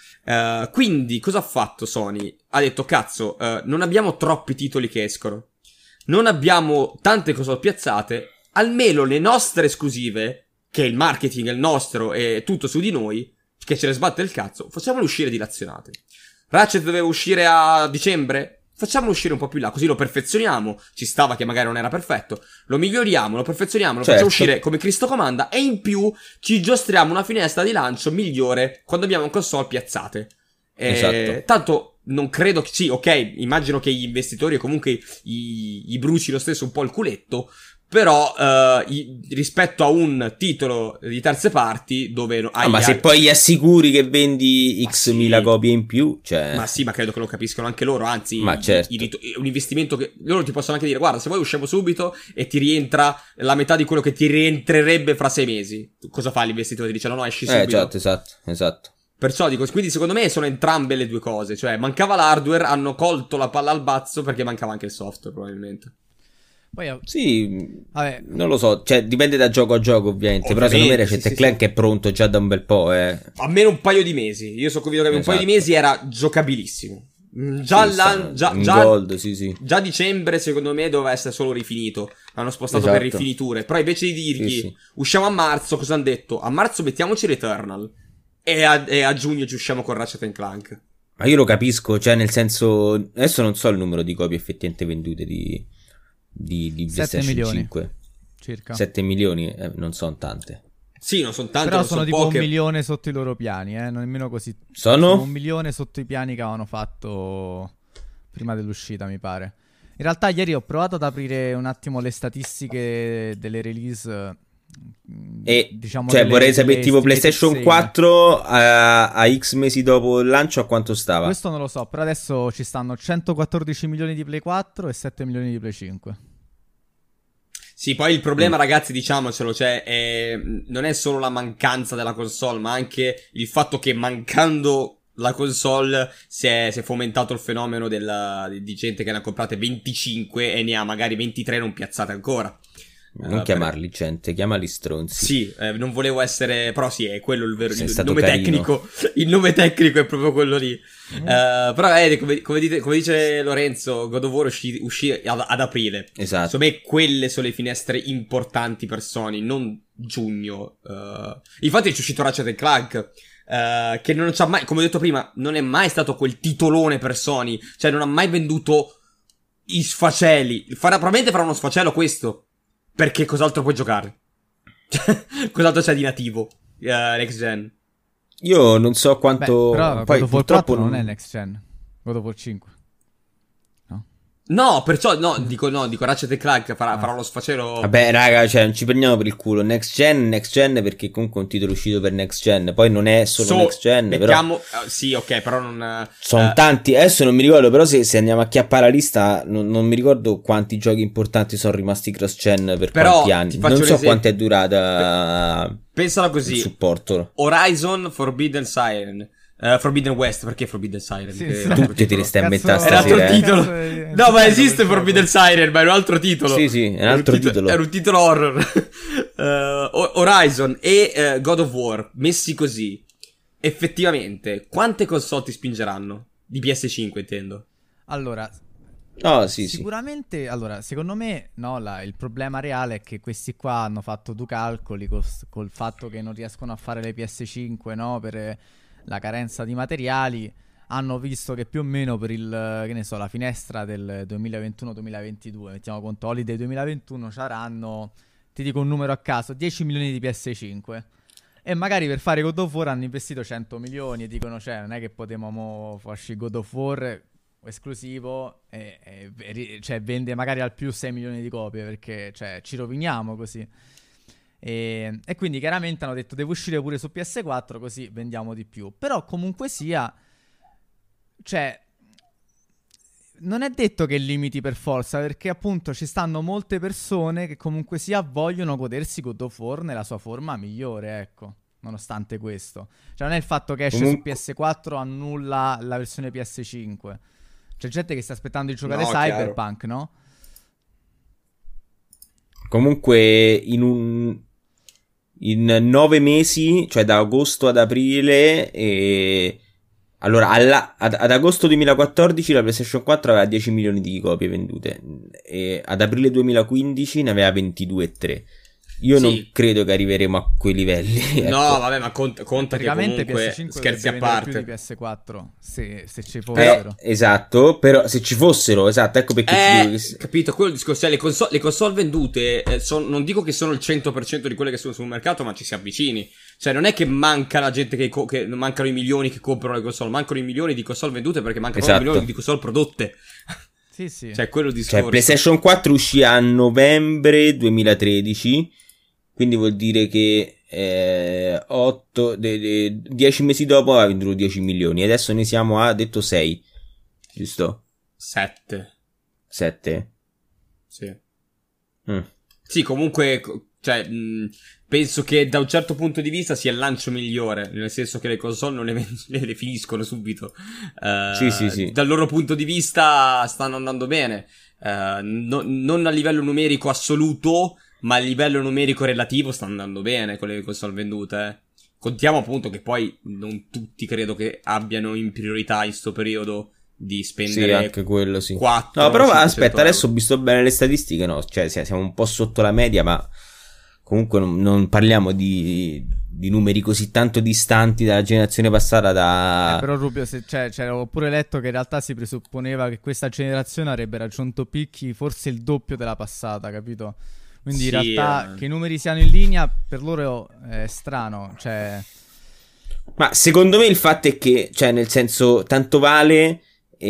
Uh, quindi cosa ha fatto Sony? Ha detto cazzo, uh, non abbiamo troppi titoli che escono, non abbiamo tante console piazzate, almeno le nostre esclusive, che il marketing è il nostro e tutto su di noi, che ce ne sbatte il cazzo, facciamole uscire dilazionate. Ratchet doveva uscire a dicembre, facciamolo uscire un po' più là, così lo perfezioniamo. Ci stava che magari non era perfetto, lo miglioriamo, lo perfezioniamo, lo Certo. facciamo uscire come Cristo comanda, e in più ci giostriamo una finestra di lancio migliore quando abbiamo console piazzate. Eh, Esatto. Tanto non credo che... Sì, ok, immagino che gli investitori comunque gli, gli bruci lo stesso un po' il culetto, però eh, i- rispetto a un titolo di terze parti dove no- Ah, hai- ma se hai- poi gli assicuri che vendi Ma X sì. mila copie in più, cioè... Ma sì, ma credo che lo capiscono anche loro, anzi, Ma certo. i- i rit- è un investimento che loro ti possono anche dire, guarda, se vuoi usciamo subito e ti rientra la metà di quello che ti rientrerebbe fra sei mesi. Cosa fa l'investitore? Dice, no, no, esci Eh, subito. esatto, esatto, esatto. Perciò dico, quindi secondo me sono entrambe le due cose, cioè mancava l'hardware, hanno colto la palla al bazzo perché mancava anche il software, probabilmente. Poi, eh, Sì, vabbè, non lo so, cioè dipende da gioco a gioco ovviamente, però secondo me Ovviamente, Ratchet sì, sì, Clank sì. è pronto già da un bel po', eh. Almeno un paio di mesi, io sono convinto che un paio di Esatto. mesi era giocabilissimo. Mm, Già, Sì, l'an- stanno già, in già- gold, sì, sì. già dicembre secondo me doveva essere solo rifinito. L'hanno spostato Esatto. per rifiniture. Però invece di dirgli Sì, sì. usciamo a marzo, cosa hanno detto? A marzo mettiamoci Returnal e a, e a giugno ci usciamo con Ratchet and Clank. Ma io lo capisco, cioè nel senso, adesso non so il numero di copie effettivamente vendute di, di, di sette PlayStation milioni cinque. circa. sette milioni, eh, non sono tante. Sì, non sono tante, Però non sono sono tipo poche. un milione sotto i loro piani, eh, non nemmeno così. Sono? un milione sotto i piani che avevano fatto prima dell'uscita, mi pare. In realtà ieri ho provato ad aprire un attimo le statistiche delle release. mh, E diciamo cioè delle- vorrei sapere delle tipo estimated PlayStation sale. quattro a, a X mesi dopo il lancio a quanto stava? Questo non lo so, però adesso ci stanno centoquattordici milioni di Play quattro e sette milioni di Play cinque. Sì, poi il problema, Mm. ragazzi, diciamocelo, cioè, è- non è solo la mancanza della console, ma anche il fatto che mancando la console si è, si è fomentato il fenomeno della- di gente che ne ha comprate venticinque e ne ha magari ventitré non piazzate ancora. Non Eh, chiamarli gente, chiamali stronzi. Sì, eh, non volevo essere... Però sì, è quello il vero Sei il stato nome carino. tecnico. Il nome tecnico è proprio quello lì. Mm. Eh, però, eh, come, come dite- come dice Lorenzo, God of War uscì, uscì ad, ad aprile. Esatto. Secondo me quelle sono le finestre importanti per Sony, non giugno. Eh, infatti è uscito Ratchet and Clank, eh, che non c'ha mai, come ho detto prima, non è mai stato quel titolone per Sony. Cioè non ha mai venduto i sfaceli. Farà, probabilmente farà uno sfacelo questo. Perché cos'altro puoi giocare? Cos'altro c'è di nativo? eh, next gen. Io non so Beh, quanto... però poi God of War purtroppo quattro non è next gen. God of War cinque. No, perciò, no, dico no, dico Ratchet and Clank farà, Ah. farà lo sfacelo. Vabbè, raga, cioè, non ci prendiamo per il culo. Next gen, next gen, perché comunque è un titolo uscito per next gen. Poi non è solo So- next gen, però mettiamo, eh, sì, ok, però non... sono eh, tanti. Adesso non mi ricordo, però se, se andiamo a chiappare la lista, non, non mi ricordo quanti giochi importanti sono rimasti cross gen per Però, quanti ti anni. faccio Non un so esempio. quanto è durata Pensala il così. supporto. Horizon Forbidden Siren. eh, Forbidden West, perché Forbidden Siren? Sì, Che sì. era un altro Tutte te titolo. le stai Cazzo, inventando Era altro stasera, eh. titolo. Cazzo, è- è No, ma stupendo esiste quel Forbidden gioco. Siren, ma è un altro titolo. Sì, sì, è un Era altro titolo- titolo. Era un titolo horror. Eh, Horizon e eh, God of War, messi così, effettivamente, quante console ti spingeranno? Di P S cinque, intendo. Allora, Oh, sì, sì. sicuramente, allora, secondo me, no, la- il problema reale è che questi qua hanno fatto due calcoli cos- col fatto che non riescono a fare le P S cinque, no, per eh, la carenza di materiali. Hanno visto che più o meno per il, eh, che ne so, la finestra del duemilaventuno duemilaventidue, mettiamo conto Holiday duemilaventuno, saranno, ti dico un numero a caso, dieci milioni di P S cinque. E magari per fare God of War hanno investito cento milioni e dicono, cioè, non è che potevamo farci God of War esclusivo e, e- e- cioè, vende magari al più sei milioni di copie, perché, cioè, ci roviniamo così. E, e quindi chiaramente hanno detto deve uscire pure su P S quattro così vendiamo di più. Però comunque sia, cioè, non è detto che limiti per forza, perché appunto ci stanno molte persone che comunque sia vogliono godersi God of War nella sua forma migliore, ecco, nonostante questo. Cioè non è il fatto che esce Comunque... su P S quattro annulla la versione P S cinque. C'è gente che sta aspettando di giocare No, Cyberpunk, chiaro. no? Comunque in un... in nove mesi, cioè da agosto ad aprile, e... allora alla... ad, ad agosto duemilaquattordici la PlayStation quattro aveva dieci milioni di copie vendute e ad aprile duemilaquindici ne aveva ventidue virgola tre. Io Sì. non credo che arriveremo a quei livelli. Ecco. No, vabbè, ma conta, conta che Praticamente comunque P S cinque scherzi a dovrebbe vendere parte. più di P S quattro, se, se ci Però, fossero. esatto, però se ci fossero, esatto, ecco perché ti dico Eh, che... capito, quello è il discorso, cioè, le, console, le console vendute, eh, son- non dico che sono il cento per cento di quelle che sono sul mercato, ma ci si avvicini. Cioè, non è che manca la gente che, co- che mancano i milioni che comprano le console, mancano i milioni di console vendute perché mancano Esatto. i milioni di console prodotte. Sì, sì. Cioè, quello è il discorso. Cioè, PlayStation quattro uscì a novembre duemilatredici, quindi vuol dire che eh, otto, de, de, dieci mesi dopo aveva venduto dieci milioni. Adesso ne siamo a, detto, sei, giusto? Sette. sette? Sì. Mm. Sì, comunque, co- cioè, mh, penso che da un certo punto di vista sia il lancio migliore, nel senso che le console non le, ven- le, le finiscono subito. Eh, Sì, sì, sì. Dal loro punto di vista stanno andando bene. Eh, no- non a livello numerico assoluto, ma a livello numerico relativo stanno andando bene con le console vendute. eh. Contiamo appunto che poi non tutti credo che abbiano in priorità in sto periodo di Sì, spendere anche quello sì. quattro No, però cinquecento aspetta, euro. adesso ho visto bene le statistiche, no, cioè si- siamo un po' sotto la media, ma comunque non, non parliamo di, di numeri così tanto distanti dalla generazione passata da... Eh, però Rubio, se, cioè, cioè, ho pure letto che in realtà si presupponeva che questa generazione avrebbe raggiunto picchi forse il doppio della passata, capito? Quindi in Sì, realtà eh. che i numeri siano in linea per loro è strano, cioè... Ma secondo me il fatto è che, cioè, nel senso, tanto vale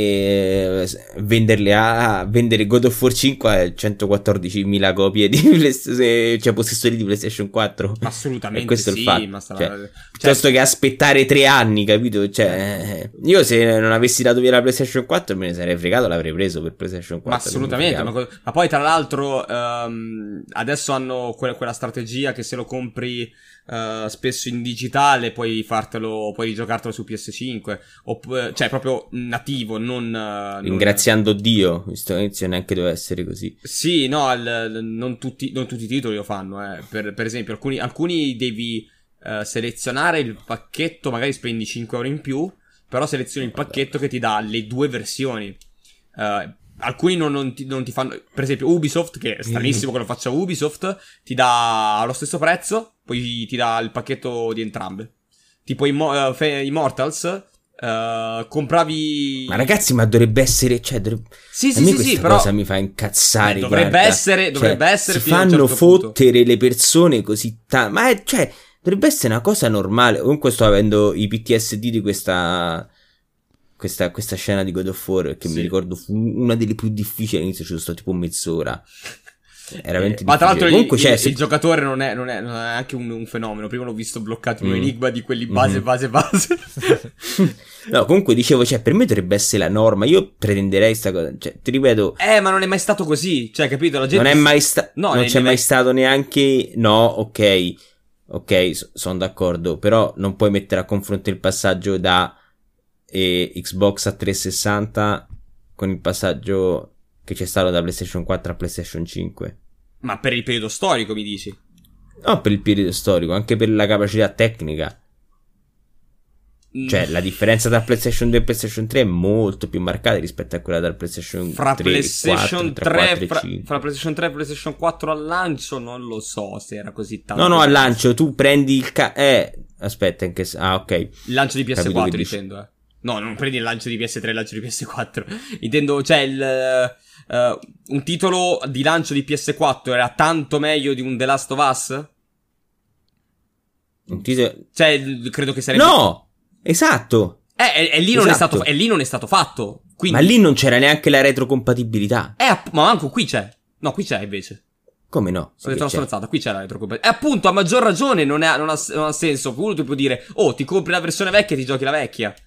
eh, venderle a vendere God of War cinque a centoquattordicimila copie di PlayStation, cioè possessori di PlayStation quattro. Assolutamente E questo sì, è il fatto. ma sarà... Cioè, cioè, piuttosto che aspettare tre anni, capito? Cioè, io se non avessi dato via la PlayStation quattro me ne sarei fregato, l'avrei preso per PlayStation quattro. Ma assolutamente, ma, co- ma poi tra l'altro ehm, adesso hanno que- quella strategia che se lo compri eh, spesso in digitale puoi fartelo, puoi giocartelo su P S cinque, opp- cioè proprio nativo, non... eh, non- Ringraziando Dio, visto che all'inizio neanche doveva essere così. Sì, no, il- non, tutti, non tutti i titoli lo fanno, eh. Per, per esempio alcuni, alcuni devi eh, selezionare il pacchetto, magari spendi cinque euro in più, però selezioni il pacchetto che ti dà le due versioni. Eh, alcuni non, non, ti, non ti fanno, per esempio Ubisoft, che è stranissimo che lo faccia Ubisoft, ti dà allo stesso prezzo, poi ti dà il pacchetto di entrambe. Tipo Immo- uh, Fe- Immortals, uh, compravi... Ma ragazzi, ma dovrebbe essere, cioè, dovrebbe... Sì, a sì, me sì, questa sì, però... cosa mi fa incazzare. Eh, dovrebbe guarda. essere- dovrebbe Cioè, essere si fino a un fanno certo punto. fottere le persone così tanto. Ma è, cioè, dovrebbe essere una cosa normale. Comunque sto avendo i P T S D di questa questa, questa scena di God of War, che Sì. mi ricordo fu una delle più difficili. All'inizio ci sono stato tipo mezz'ora. Era veramente Eh, ma tra l'altro difficile. il, Comunque, il- cioè, il se- giocatore non è, non è, non è anche un, un fenomeno. Prima l'ho visto bloccato in un Mm. enigma di quelli base, Mhm. base, base. No, comunque dicevo, cioè, per me dovrebbe essere la norma. Io pretenderei sta cosa. Cioè, ti ripeto, Eh, ma non è mai stato così. Cioè, capito? La gente... non è mai stato. No, non nei- c'è nei- mai stato neanche. No, ok. Ok, sono d'accordo. Però non puoi mettere a confronto il passaggio da eh, Xbox a trecentosessanta con il passaggio che c'è stato da PlayStation quattro a PlayStation cinque. Ma per il periodo storico, mi dici? No, per il periodo storico, anche per la capacità tecnica. Mm. Cioè, la differenza tra PlayStation due e PlayStation tre è molto più marcata rispetto a quella tra PlayStation Fra tre, PlayStation quattro, tra tre, quattro e fra, cinque. fra PlayStation tre e PlayStation quattro al lancio, non lo so se era così tanto. No, no, al lancio tu prendi il ca- eh, aspetta, anche se... ah, ok. Il lancio di P S Capito quattro che dici. intendo, eh. No, non prendi il lancio di P S tre e il lancio di P S quattro. Intendo, cioè, il, eh, un titolo di lancio di P S quattro era tanto meglio di un The Last of Us? Un titolo... Cioè, il- credo che sarebbe... No! Esatto! Eh, e, e lì non è Esatto. stato, e lì non è stato fatto. Quindi... Ma lì non c'era neanche la retrocompatibilità. Eh, app- ma manco qui c'è. No, qui c'è invece. Come no? Ho Sì detto che una c'è. stronzata, qui c'è la retrocompatibilità. E appunto, a maggior ragione non, è- non ha, non ha senso. Uno ti può dire, oh, ti compri la versione vecchia e ti giochi la vecchia.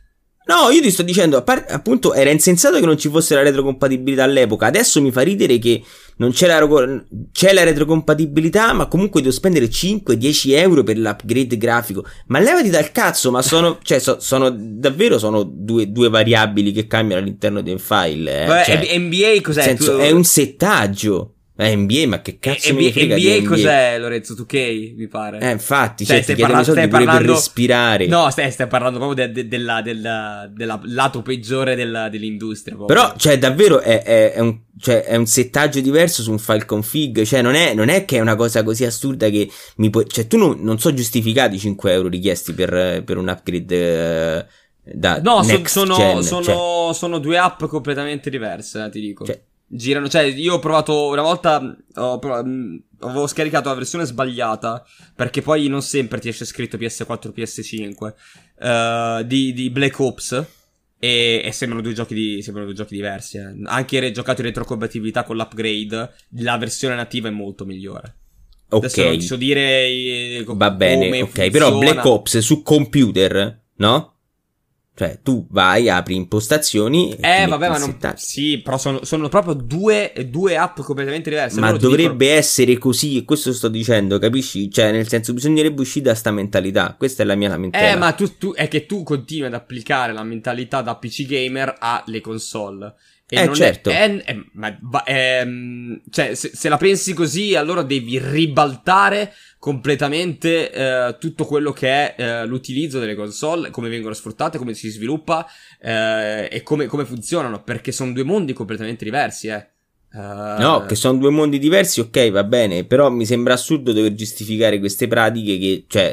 No, io ti sto dicendo, a par- appunto, era insensato che non ci fosse la retrocompatibilità all'epoca. Adesso mi fa ridere che non c'è la, ro- c'è la retrocompatibilità, ma comunque devo spendere cinque dieci euro per l'upgrade grafico. Ma levati dal cazzo, ma sono, cioè, so- sono davvero sono due, due variabili che cambiano all'interno di un file. Eh? Beh, Cioè, N B A cos'è? nel senso, Tu- è un settaggio. Eh, N B A, ma che cazzo E- me ne frega N B A di N B A? cos'è, Lorenzo? due K, mi pare. Eh, infatti, Cioè, cioè, ti stai chiedono i parla- soldi stai pure per parlando- respirare. No, stai, stai parlando proprio de- de- della, della, della lato peggiore della- dell'industria. proprio. Però, cioè, davvero è, è, è, un, cioè, è un settaggio diverso su un file config. Cioè, non è, non è che è una cosa così assurda che mi puoi. Cioè, tu non, non so giustificati i cinque euro richiesti per, per un upgrade. Eh, da No, so- next sono, gen, sono, cioè, sono due app completamente diverse, eh, ti dico. Cioè- Girano, cioè, io ho provato una volta, ho prov- mh, avevo scaricato la versione sbagliata, perché poi non sempre ti esce scritto P S quattro P S cinque, eh, di, di Black Ops, e, e sembrano due giochi di, sembrano due giochi diversi, eh. Anche re- giocato in retrocompatibilità con l'upgrade, la versione nativa è molto migliore. Adesso non ti so ok, dire eh, co- va bene, come ok. Però funziona. Black Ops su computer, no? Cioè, tu vai, apri impostazioni. E ti Eh, metti vabbè, il ma non. settaggio. Sì, però sono, sono proprio due, due app completamente diverse. Ma Loro ti dovrebbe dicono- essere così, e questo sto dicendo, capisci? Cioè, nel senso, bisognerebbe uscire da sta mentalità. Questa è la mia lamentela. Eh, ma tu, tu- è che tu continui ad applicare la mentalità da P C gamer alle console. E Eh, non certo. È, è- è- ma, va- ehm, cioè, se, se la pensi così, allora devi ribaltare completamente eh, tutto quello che è eh, l'utilizzo delle console, come vengono sfruttate, come si sviluppa eh, e come, come funzionano, perché sono due mondi completamente diversi, eh. Eh, No, che sono due mondi diversi, ok, va bene, però mi sembra assurdo dover giustificare queste pratiche che, cioè...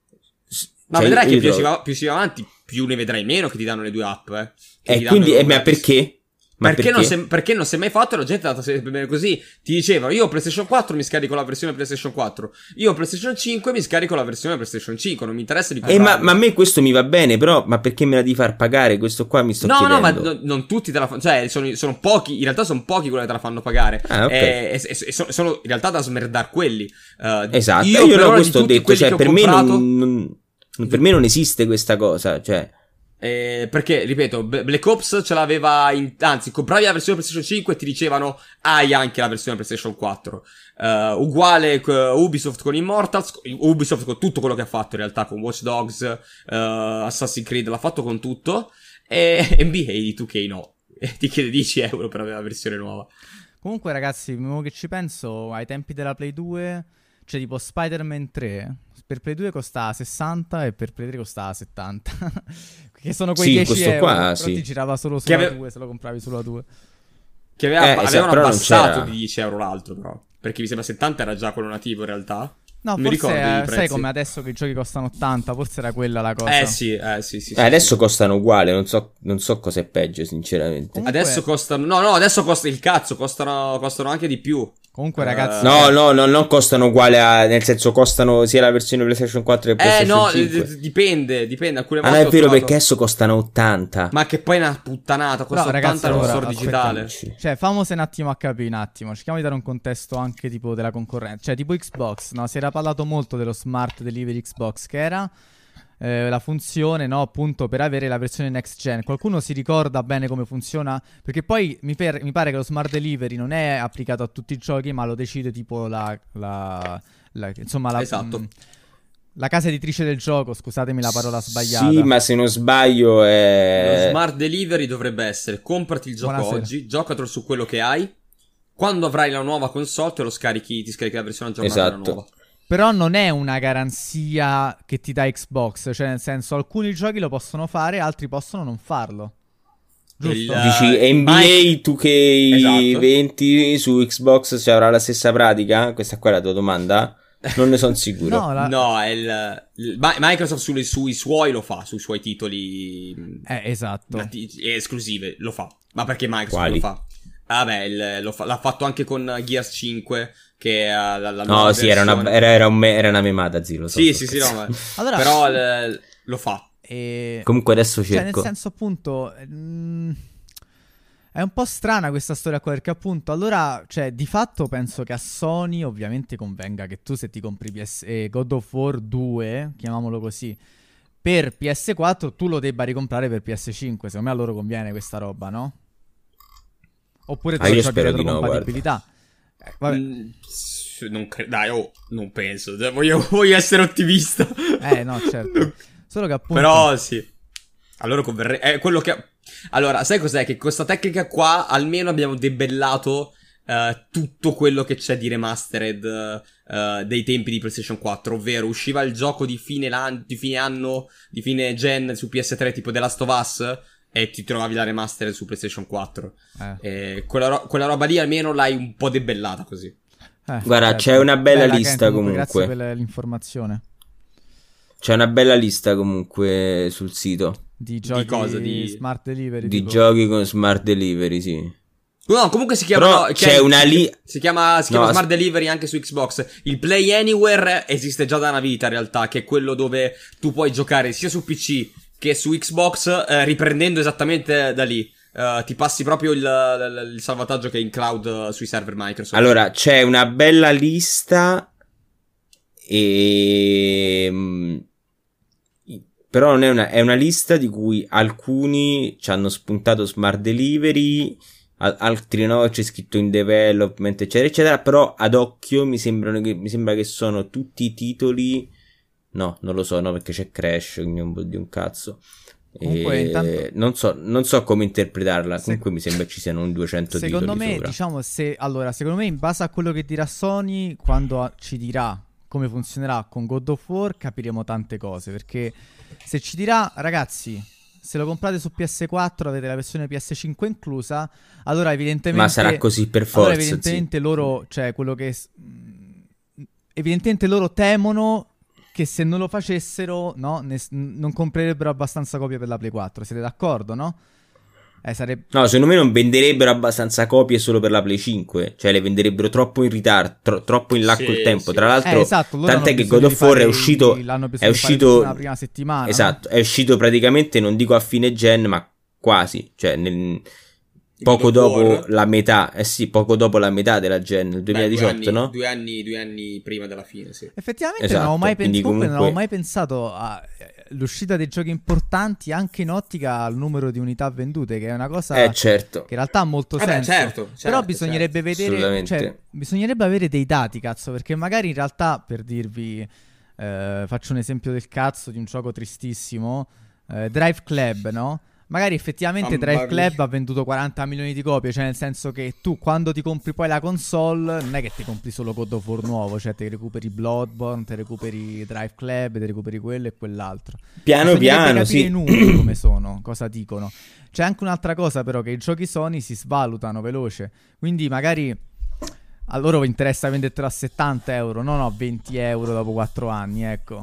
s- Ma cioè, vedrai io che più trovo- si, va, più si va avanti, più ne vedrai meno che ti danno le due app, eh. Che E ti quindi, danno eh, ma gratis. perché? Ma Perché, non si è, perché non si è mai fatto e la gente è andata sempre bene così. Ti dicevano, io ho PlayStation quattro mi scarico la versione PlayStation quattro. Io ho PlayStation cinque mi scarico la versione PlayStation cinque. Non mi interessa di Eh, comprarla. ma, ma a me questo mi va bene, però, ma perché me la devi far pagare? Questo qua mi sto No, no, chiedendo. ma no- non tutti te la fanno. Cioè, sono, sono pochi. In realtà sono pochi quelli che te la fanno pagare. Ah, ok. E, e- e- sono, sono in realtà da smerdar quelli. Eh, Esatto, io, io, per no, ora di questo ho tutti detto, quelli cioè, che ho per me comprato- non, non- per me non esiste questa cosa, cioè... Eh, perché, ripeto, B- Black Ops ce l'aveva in... Anzi, compravi la versione PlayStation cinque e ti dicevano hai anche la versione PlayStation quattro. Eh, uguale uh, Ubisoft con Immortals, Ubisoft con tutto quello che ha fatto in realtà, con Watch Dogs, uh, Assassin's Creed, l'ha fatto con tutto. E N B A di due K no. E ti chiede dieci euro per avere la versione nuova. Comunque, ragazzi, mo che ci penso, ai tempi della Play due, cioè tipo Spider-Man tre, per Play due costava sessanta e per Play tre costava settanta. Che sono quei Sì, dieci questo euro, qua, però sì. ti girava solo sulla Che ave- due se lo compravi sulla due. Che aveva, Eh, esatto, avevano però non abbassato c'era- di dieci euro l'altro però. Perché mi sembra settanta era già quello nativo in realtà. No, Non mi forse ricordo i eh, sai prezzi. come adesso che i giochi costano ottanta, forse era quella la cosa. Eh sì, eh sì, sì. Eh, sì, adesso sì. costano uguale, non so, non so cosa è peggio, sinceramente. Comunque- Adesso costano. No, no, adesso costa il cazzo. Costano, costano anche di più. Comunque, Eh, ragazzi, No, no, no, non costano uguale a... Nel senso, costano sia la versione PlayStation quattro che Eh PlayStation no, cinque. d- d- dipende, dipende. Alcune Ah, volte no, è ho vero, trovato- perché adesso costano ottanta. Ma che poi è una puttanata. Costa Però, ragazzi, ottanta il allora, store digitale. aspettiamoci. cioè, famose un attimo a capire un attimo. Cerchiamo di dare un contesto anche tipo della concorrenza. Cioè, tipo Xbox, no? Si era parlato molto dello Smart Delivery Xbox, che era eh, la funzione, no? Appunto, per avere la versione next gen. Qualcuno si ricorda bene come funziona? Perché poi mi, per- mi pare che lo Smart Delivery non è applicato a tutti i giochi, ma lo decide tipo la... la, la- insomma, la... Esatto. mh, la casa editrice del gioco, scusatemi la parola sbagliata. Sì, ma se non sbaglio Lo è... smart delivery dovrebbe essere: comprati il gioco Buonasera. oggi, giocatelo su quello che hai. Quando avrai la nuova console, te lo scarichi, ti scarichi la versione aggiornata della Esatto. nuova. Però non è una garanzia che ti dà Xbox, cioè nel senso alcuni giochi lo possono fare, altri possono non farlo. Giusto? Il- Dici N B A Mike- due K Esatto. venti su Xbox ci avrà la stessa pratica? Questa qua è la tua domanda? Non ne sono sicuro. No, la- No, è il, il- Ma- Microsoft sui, sui suoi lo fa, sui suoi titoli Eh, esatto. nati- esclusive lo fa. Ma perché Microsoft Quali? lo fa? Vabbè, il- lo fa- l'ha fatto anche con Gears cinque, che è la, la No, nuova sì, era una, versione. era, era un me- era una memata, zio, lo so, Sì, sto sì, sì, no, scherzando. ma... Allora, Però il- lo fa. e- Comunque adesso cioè nel cerco. senso appunto mm, è un po' strana questa storia qua, perché appunto allora, cioè di fatto penso che a Sony ovviamente convenga che tu se ti compri P S eh, God of War due, chiamiamolo così, per P S quattro tu lo debba ricomprare per P S cinque. Secondo me a loro conviene questa roba, no? Oppure te Ah, lo io giochi spero di no, retrocompatibilità. Eh, vabbè. Mm, s- non cre- dai, oh, non penso. Cioè, Voglio, voglio essere ottimista. Eh, no, certo. Solo che appunto... Però sì. Allora converrebbe. È quello che. Allora, sai cos'è? Che questa tecnica qua almeno abbiamo debellato eh, tutto quello che c'è di remastered eh, dei tempi di PlayStation quattro. Ovvero, usciva il gioco di fine, lan- di fine anno, di fine gen su P S tre, tipo The Last of Us, e ti trovavi la remastered su PlayStation quattro. Eh. E quella, ro- quella roba lì almeno l'hai un po' debellata così. Eh, Guarda, certo. c'è una bella Ken, lista comunque, comunque. Grazie per l'informazione. C'è una bella lista comunque sul sito Di giochi cosa? Di- smart delivery. di tipo. giochi con smart delivery, sì. No, comunque si chiama. Però no, c'è che- una si- lì- Si chiama, si chiama No, Smart Delivery anche su Xbox. Il Play Anywhere esiste già da una vita, in realtà, che è quello dove tu puoi giocare sia su P C che su Xbox, eh, riprendendo esattamente da lì. Eh, ti passi proprio il, il- il salvataggio che è in cloud eh, sui server Microsoft. Allora, c'è una bella lista e... mm, però non è una, è una lista di cui alcuni ci hanno spuntato smart delivery, al- altri no, c'è scritto in development, eccetera, eccetera, però ad occhio mi sembrano che, mi sembra che sono tutti i titoli, no, non lo so, no, perché c'è Crash, quindi non vuol dire un cazzo. Comunque, E intanto- non so, non so come interpretarla, Se- comunque mi sembra ci siano un duecento Secondo titoli me, sopra. diciamo, se allora, secondo me, in base a quello che dirà Sony, quando a- ci dirà come funzionerà con God of War, capiremo tante cose. Perché se ci dirà, ragazzi, se lo comprate su P S quattro, avete la versione P S cinque inclusa, allora evidentemente. Ma sarà così per Allora, forza, evidentemente loro, cioè quello che. mh, Evidentemente loro temono che se non lo facessero, no, ne- non comprerebbero abbastanza copie per la Play quattro. Siete d'accordo, no? Eh, sarebbe. No, secondo me non venderebbero abbastanza copie solo per la Play cinque. Cioè le venderebbero troppo in ritardo, tro- troppo in là Sì, col tempo. sì. Tra l'altro, Eh, esatto, loro tant'è hanno che bisogno God di of War fare è i- uscito. l'hanno È bisogno di fare uscito. la prima settimana, no? Esatto, è uscito praticamente, non dico a fine gen, ma quasi. Cioè, nel, poco God of dopo War? la metà. Eh sì, poco dopo la metà della gen, il Beh, duemiladiciotto, due anni, no? Due anni, due anni prima della fine, sì. Effettivamente Esatto, non avevo mai, pens- quindi comunque non avevo comunque- mai pensato all'uscita dei giochi importanti anche in ottica al numero di unità vendute, che è una cosa Eh, certo. che in realtà ha molto Eh beh, senso. certo, Però certo, bisognerebbe vedere, Assolutamente. cioè, bisognerebbe avere dei dati, cazzo, perché magari in realtà, per dirvi, eh, faccio un esempio del cazzo di un gioco tristissimo, eh, Drive Club, no? Magari effettivamente Mamma Drive mia. Club ha venduto quaranta milioni di copie, cioè nel senso che tu quando ti compri poi la console non è che ti compri solo God of War nuovo, cioè ti recuperi Bloodborne, ti recuperi Drive Club, ti recuperi quello e quell'altro. Piano Bisognerebbe piano, capire sì. i numeri come sono, cosa dicono. C'è anche un'altra cosa però, che i giochi Sony si svalutano veloce, quindi magari a loro interessa vendertelo a settanta euro, non a venti euro dopo quattro anni, ecco.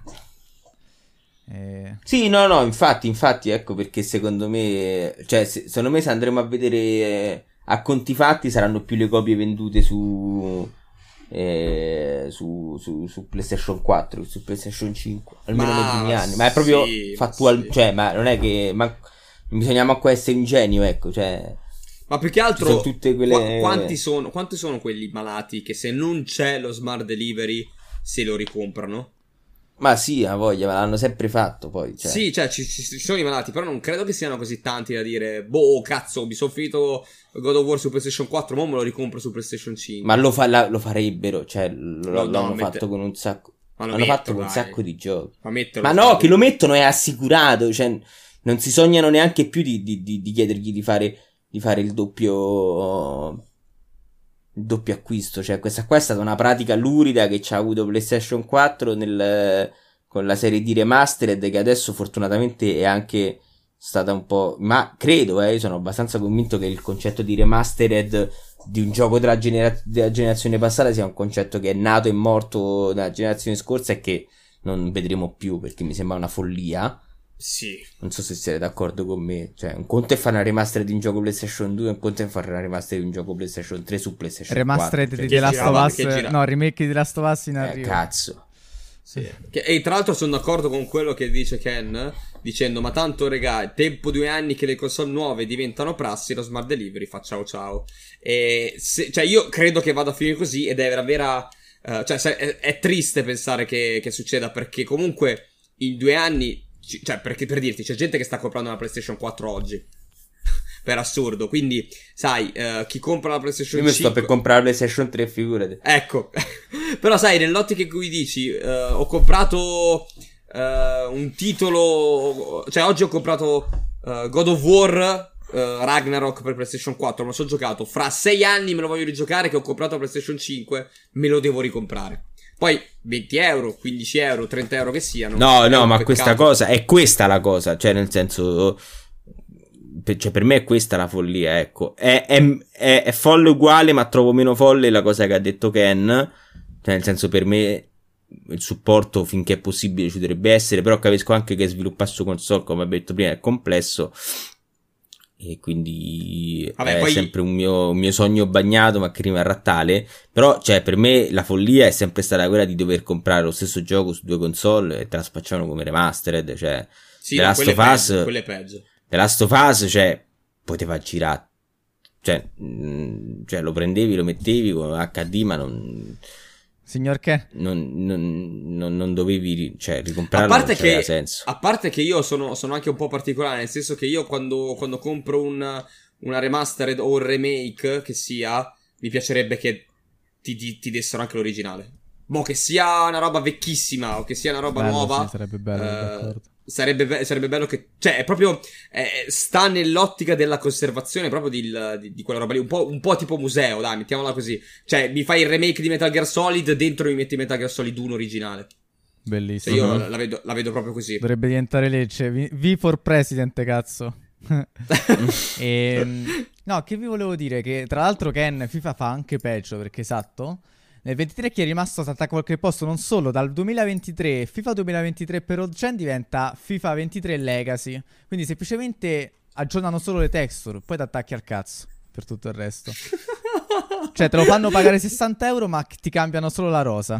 Eh, Sì, no, no, infatti, infatti, ecco perché secondo me, cioè, se- secondo me se andremo a vedere eh, a conti fatti saranno più le copie vendute su, eh, su, su, su PlayStation quattro che su PlayStation cinque, almeno Ma nei primi anni, ma è proprio sì, fattual, sì. cioè, ma non è che, ma non bisogna manco essere ingenio, ecco, cioè, Ma più che altro, Ci sono tutte quelle- qua- quanti, sono, quanti sono quelli malati che se non c'è lo smart delivery se lo ricomprano? ma sì, ha voglia, ma l'hanno sempre fatto poi, cioè. Sì, cioè ci, ci- ci sono i malati, però non credo che siano così tanti da dire, boh, cazzo, mi sono finito God of War su PlayStation quattro, mo me lo ricompro su PlayStation cinque. Ma lo, fa- la- lo farebbero, cioè, lo- No, no, l'hanno mette- fatto con un sacco, Ma lo l'hanno metto, fatto con un dai. sacco di giochi. Ma, metterlo Ma su- no, che lo mettono è assicurato, cioè non si sognano neanche più di, di- di- di chiedergli di fare, di fare il doppio il doppio acquisto, cioè questa qua è stata una pratica lurida che ci ha avuto PlayStation quattro nel, con la serie di Remastered, che adesso fortunatamente è anche stata un po', ma credo, eh, io sono abbastanza convinto che il concetto di Remastered di un gioco della, genera- della generazione passata sia un concetto che è nato e morto nella generazione scorsa e che non vedremo più, perché mi sembra una follia. Sì. Non so se siete d'accordo con me. Cioè, un conto è fare una remastered di un gioco PlayStation due, un conto è fare una remastered di un gioco PlayStation tre su PlayStation Remastered quattro. di Cioè, The Last girava- of Us, che gira- no, remake di The Last of Us in eh, arrivo. cazzo. Sì. Che- e tra l'altro sono d'accordo con quello che dice Ken, dicendo ma tanto regà, tempo due anni che le console nuove diventano prassi, lo smart delivery fa ciao ciao. E se- cioè io credo che vada a finire così ed è vera, eh, cioè se- è, è triste pensare che, che succeda, perché comunque in due anni cioè, perché per dirti, c'è gente che sta comprando una PlayStation quattro oggi. Per assurdo, quindi, sai, uh, chi compra la PlayStation Io mi cinque... sto per comprare la PlayStation tre, figurati. Ecco, però sai, nell'ottica in cui dici, uh, ho comprato uh, un titolo, cioè oggi ho comprato uh, God of War... Uh, Ragnarok per PlayStation quattro, me lo so giocato, fra sei anni me lo voglio rigiocare, che ho comprato la PlayStation cinque, me lo devo ricomprare. Poi venti euro, quindici euro, trenta euro che siano. No, no, ma peccato. questa cosa, è questa la cosa, cioè nel senso, per, cioè per me è questa la follia, ecco. È, è, è, è folle uguale, ma trovo meno folle la cosa che ha detto Ken, cioè nel senso, per me il supporto finché è possibile ci dovrebbe essere, però capisco anche che sviluppare su console, come ho detto prima, è complesso. E quindi Vabbè, è poi... sempre un mio, un mio sogno bagnato, ma che rimarrà tale. Però, cioè, per me la follia è sempre stata quella di dover comprare lo stesso gioco su due console e te la spacciavano come remastered. Cioè, sì, The no, Last of Us, quelle peggio. The Last of Us, cioè, poteva girare, cioè, mh, cioè, lo prendevi, lo mettevi con acca di, ma non. Signor che? Non, non, non, non dovevi, cioè, ricomprarlo, a parte non c'aveva che, senso. A parte che io sono, sono anche un po' particolare, nel senso che io quando, quando compro un, una remastered o un remake che sia, mi piacerebbe che ti, ti, ti dessero anche l'originale. Boh, che sia una roba vecchissima o che sia una roba bello, nuova. Sì, sarebbe bello, eh, d'accordo. Sarebbe, be- sarebbe bello che... Cioè, è proprio... Eh, sta nell'ottica della conservazione proprio di, di, di quella roba lì. Un po', un po' tipo museo, dai, mettiamola così. Cioè, mi fai il remake di Metal Gear Solid, dentro mi metti Metal Gear Solid uno originale. Bellissimo. Cioè, io la, la, vedo, la vedo proprio così. Dovrebbe diventare legge. V, v for President, cazzo. e, no, che vi volevo dire? Che tra l'altro Ken FIFA fa anche peggio, perché esatto... Nel ventitré chi è rimasto salta qualche posto, non solo, dal duemilaventitré, FIFA duemilaventitré per old gen diventa FIFA ventitré Legacy. Quindi semplicemente aggiornano solo le texture, poi ti attacchi al cazzo per tutto il resto. Cioè te lo fanno pagare sessanta euro ma ti cambiano solo la rosa.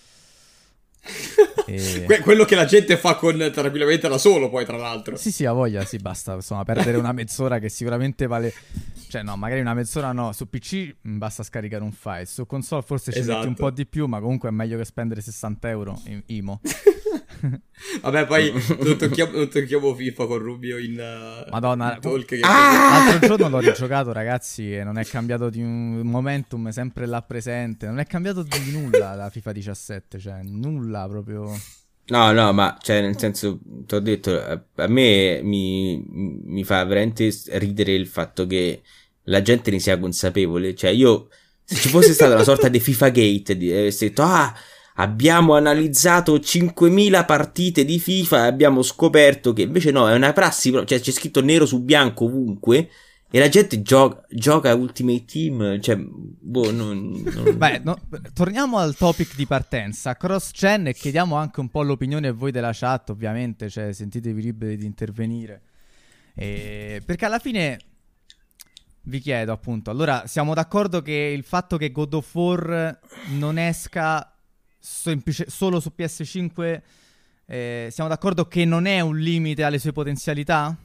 E... Que- quello che la gente fa con tranquillamente da solo, poi tra l'altro. Sì, sì, ha voglia, sì, basta, insomma, perdere una mezz'ora che sicuramente vale... Cioè no, magari una mezz'ora no, su P C mh, basta scaricare un file, su console forse ci Esatto. metti un po' di più, ma comunque è meglio che spendere sessanta euro in I M O. Vabbè, poi non tocchiamo, non tocchiamo FIFA con Rubio in, uh, Madonna, in talk che ah! L'altro giorno l'ho rigiocato, ragazzi, e non è cambiato di un momentum, sempre là presente, non è cambiato di nulla da FIFA diciassette, cioè nulla proprio... No, no, ma cioè nel senso, ti ho detto, a me mi, mi fa veramente ridere il fatto che la gente ne sia consapevole. Cioè io, se ci fosse stata una sorta di FIFA Gate, di avessi detto, ah, abbiamo analizzato cinquemila partite di FIFA e abbiamo scoperto che invece no, è una prassi, cioè c'è scritto nero su bianco ovunque e la gente gioca, gioca Ultimate Team, cioè, boh, non... non... Beh, no, torniamo al topic di partenza, cross-gen, e chiediamo anche un po' l'opinione a voi della chat, ovviamente, cioè sentitevi liberi di intervenire. E... Perché alla fine... Vi chiedo appunto, allora siamo d'accordo che il fatto che God of War non esca semplice, solo su P S cinque, eh, siamo d'accordo che non è un limite alle sue potenzialità?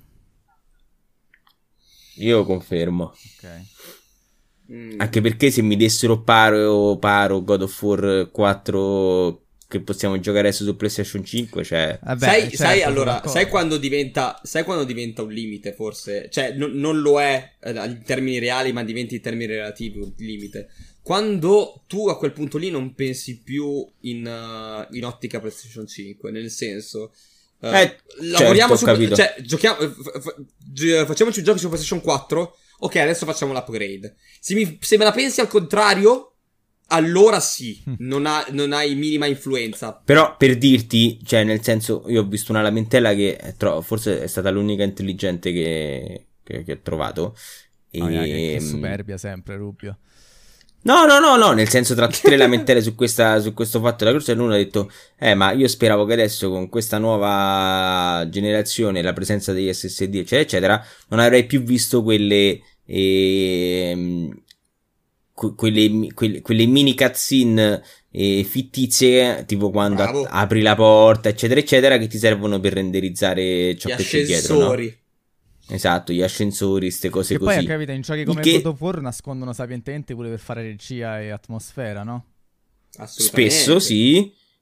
Io confermo. Ok. Mm. Anche perché se mi dessero paro, paro God of War quattro che possiamo giocare adesso su PlayStation cinque, cioè... Vabbè, sai, certo, sai sono allora, d'accordo. sai quando diventa, sai quando diventa un limite forse? Cioè, no- non lo è eh, in termini reali, ma diventa in termini relativi un limite. Quando tu a quel punto lì non pensi più in, uh, in ottica PlayStation cinque, nel senso... Uh, Eh, lavoriamo certo, ho su... capito. Cioè, giochiamo... F- f- gi- facciamoci un gioco su PlayStation quattro. Ok, adesso facciamo l'upgrade. Se, mi, se me la pensi al contrario... Allora sì, non, ha, non hai minima influenza. Però per dirti, cioè nel senso, io ho visto una lamentela che è tro- forse è stata l'unica intelligente che, che, che ho trovato. E... Oh, yeah, che, che superbia sempre, Rubio. No, no, no, no, nel senso tra tutte le lamentele su, questa, su questo fatto della corsa, uno ha detto, eh ma io speravo che adesso con questa nuova generazione, la presenza degli S S D eccetera eccetera, non avrei più visto quelle... Ehm, Quelle, quelle, quelle mini cutscene eh, fittizie, tipo quando a- apri la porta eccetera eccetera, che ti servono per renderizzare ciò Gli che c'è dietro, no? ascensori. Esatto, gli ascensori, ste cose Che così. poi, capito, in giochi come che... God of War nascondono sapientemente pure per fare regia e atmosfera, no? Assolutamente. Spesso sì,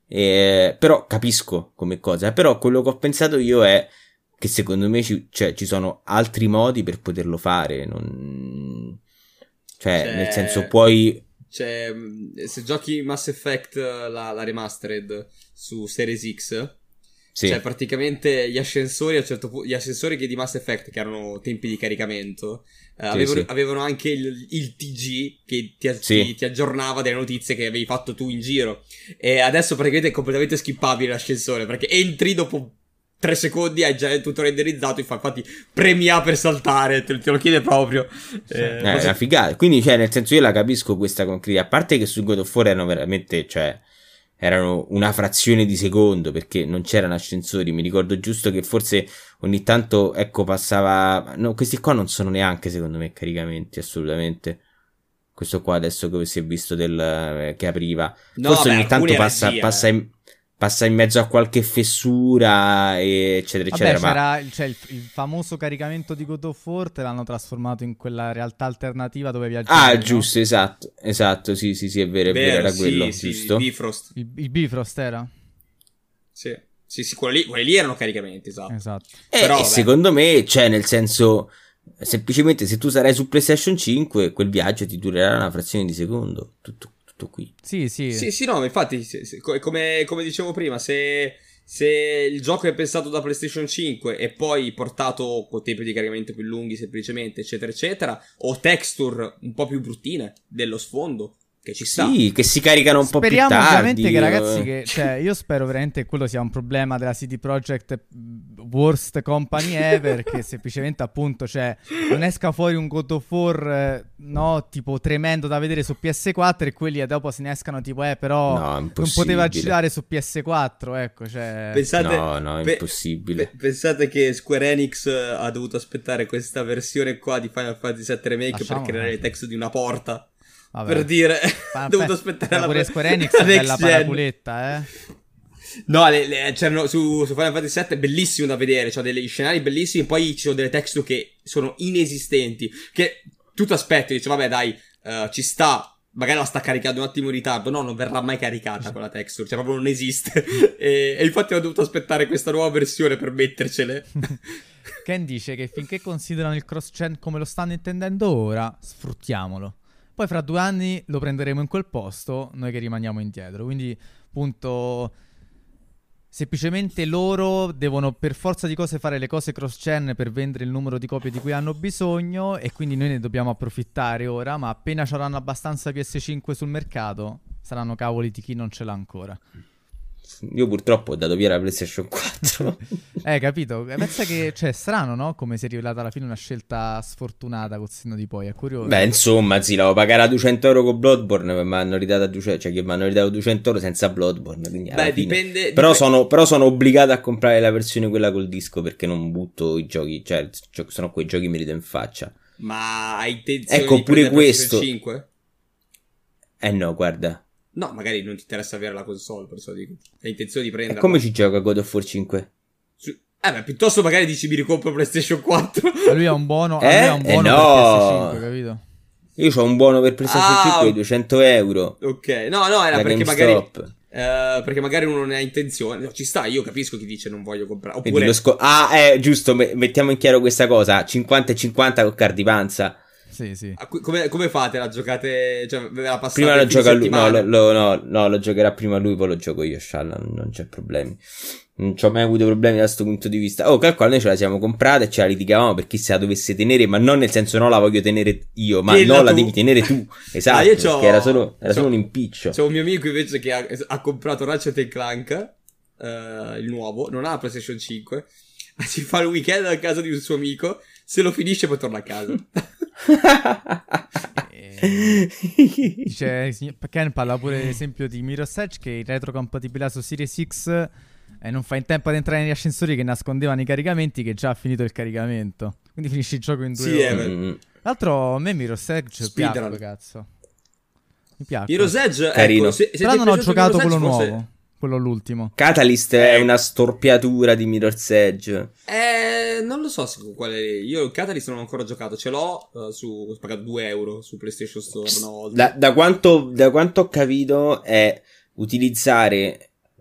Eh, però capisco come cosa. Però quello che ho pensato io è che secondo me ci, cioè, ci sono altri modi per poterlo fare. Non... Cioè, C'è... nel senso, puoi... Cioè, se giochi Mass Effect la, la remastered su Series X, sì. Cioè praticamente gli ascensori a un certo punto, gli ascensori che di Mass Effect, che erano tempi di caricamento, eh, sì, avevano, sì. avevano anche il, il T G che ti, sì. ti, ti aggiornava delle notizie che avevi fatto tu in giro. E adesso praticamente è completamente skippabile l'ascensore, perché entri dopo tre secondi, hai già tutto renderizzato, infatti premi A per saltare, te, te lo chiede proprio. Eh, è una figata. Quindi, cioè, nel senso, io la capisco questa concreta. A parte che su God of War erano veramente, cioè, erano una frazione di secondo, perché non c'erano ascensori. Mi ricordo giusto che forse ogni tanto, ecco, passava... No, questi qua non sono neanche, secondo me, caricamenti, assolutamente. Questo qua adesso che si è visto del eh, che apriva. No, forse beh, ogni tanto passa, regia, passa eh. in... passa in mezzo a qualche fessura, e eccetera, Vabbè, eccetera. c'era Ma... il, cioè, il, il famoso caricamento di God of War, te l'hanno trasformato in quella realtà alternativa dove viaggiavi. Ah, no? giusto, esatto, esatto, sì, sì, sì, è vero, è vero, Vero, era sì, quello, sì, giusto? Bifrost. Il, il Bifrost era? Sì, sì, sì, quelli lì, quelli lì erano caricamenti, esatto. Esatto. E, Però, e vabbè. secondo me, cioè, nel senso, semplicemente se tu sarai su PlayStation cinque, quel viaggio ti durerà una frazione di secondo, tutto, tutto qui. Sì, sì. Sì, sì, no, ma infatti, se- se- co- come, come dicevo prima, se, se il gioco è pensato da PlayStation cinque e poi portato con tempi di caricamento più lunghi, semplicemente, eccetera, eccetera, o texture un po' più bruttine dello sfondo, che ci sta. Sì, che si caricano un Speriamo po' più tardi. ovviamente che ragazzi eh. che, cioè, io spero veramente che quello sia un problema della C D Projekt worst company ever, che semplicemente appunto, cioè, non esca fuori un God of War eh, no, tipo tremendo da vedere su P S quattro e quelli dopo se ne escano tipo eh però No, è non impossibile. poteva girare su P S quattro, ecco, cioè Pensate, No, no, è pe- impossibile. pe- pensate che Square Enix eh, ha dovuto aspettare questa versione qua di Final Fantasy sette Remake Lasciamo per creare perdere. le texture di una porta. vabbè. Per dire, Ma- ha dovuto beh, aspettare la pure Square Enix la è bella next gen. paraculetta, eh. No, le, le- c'erano su, su Final Fantasy sette, bellissimo da vedere, c'ho degli scenari bellissimi, poi ci sono delle texture che sono inesistenti, che tu ti aspetti, dici vabbè dai, eh, ci sta, magari la sta caricando un attimo in ritardo, no, non verrà mai caricata quella texture, cioè proprio non esiste, e, e infatti ho dovuto aspettare questa nuova versione per mettercele. Ken dice che finché considerano il cross-gen come lo stanno intendendo ora, sfruttiamolo. Poi fra due anni lo prenderemo in quel posto, noi che rimaniamo indietro. Quindi, appunto, semplicemente loro devono per forza di cose fare le cose cross-gen per vendere il numero di copie di cui hanno bisogno, e quindi noi ne dobbiamo approfittare ora, ma appena ci avranno abbastanza P S cinque sul mercato, saranno cavoli di chi non ce l'ha ancora. Io purtroppo ho dato via la PlayStation quattro. Eh, capito? Pensa che, cioè, strano, no? Come si è rivelata alla fine una scelta sfortunata col senno di poi, è curioso. Beh, insomma, sì, l'avevo pagata a duecento euro con Bloodborne, ma mi hanno ridato a duecento, cioè che mi hanno ridato duecento euro senza Bloodborne, quindi alla Beh, fine. dipende... Però, dipende- sono, però sono obbligato a comprare la versione quella col disco, perché non butto i giochi, cioè, sono quei giochi che mi rido in faccia. Ma hai intenzione Ecco, di pure prendere questo. PlayStation cinque? Eh no, guarda. No, magari non ti interessa avere la console, perciò dico. Hai intenzione di E prenderla? come ci gioca God of War cinque? Su- Eh beh, piuttosto magari dici mi ricompro PlayStation quattro. A lui ha un buono, a Eh? lui ha un Eh buono no! per P S cinque, capito? Io ho un buono per PlayStation Ah, cinque di ok. duecento euro. Ok, no, no, era Da perché magari... GameStop. eh, perché magari uno non ha intenzione. No, ci sta, io capisco chi dice non voglio comprare. Quindi Oppure... lo sco- ah, eh, giusto, me- mettiamo in chiaro questa cosa. cinquanta e cinquanta con cardipanza. Sì, sì. Ah, qui- come, come fate? La giocate... Cioè, ve la passate Prima lo il fine gioca lui. No, settimana? lo, lo- no, no, lo giocherà prima lui, poi lo gioco io, Scialla, non, non c'è problemi. Non ci ho mai avuto problemi da questo punto di vista. Oh, calcola, noi ce la siamo comprata e ce la litigavamo per chi se la dovesse tenere, ma non nel senso no la voglio tenere io, ma Tella no la tu. devi tenere tu. Esatto, Ah, io c'ho- perché era solo, era c'ho- solo un impiccio. C'è un mio amico invece che ha, ha comprato Ratchet and Clank, eh, il nuovo, non ha la PlayStation cinque, si fa il weekend a casa di un suo amico, se lo finisce poi torna a casa. E... Dice, signor- Ken parla pure ad esempio di Mirror's Edge, che in retrocompatibilità su Series X e non fa in tempo ad entrare negli ascensori che nascondevano i caricamenti, che già ha finito il caricamento. Quindi finisce il gioco in due Sì, ore. eh, beh. Mm. Tra l'altro a me Mirror's Edge Speedrun. piace, cazzo. Mi piace. Mirror's Edge, Carino. ecco, se, se Però ti è non ho piaciuto giocato Mirror's quello Edge, forse- nuovo, quello l'ultimo. Catalyst è Eh. una storpiatura di Mirror's Edge. Eh, non lo so se con quale. Io il Catalyst non ho ancora giocato. Ce l'ho eh, su. Ho pagato due euro su PlayStation Store una volta. Da, da quanto, da quanto ho capito è utilizzare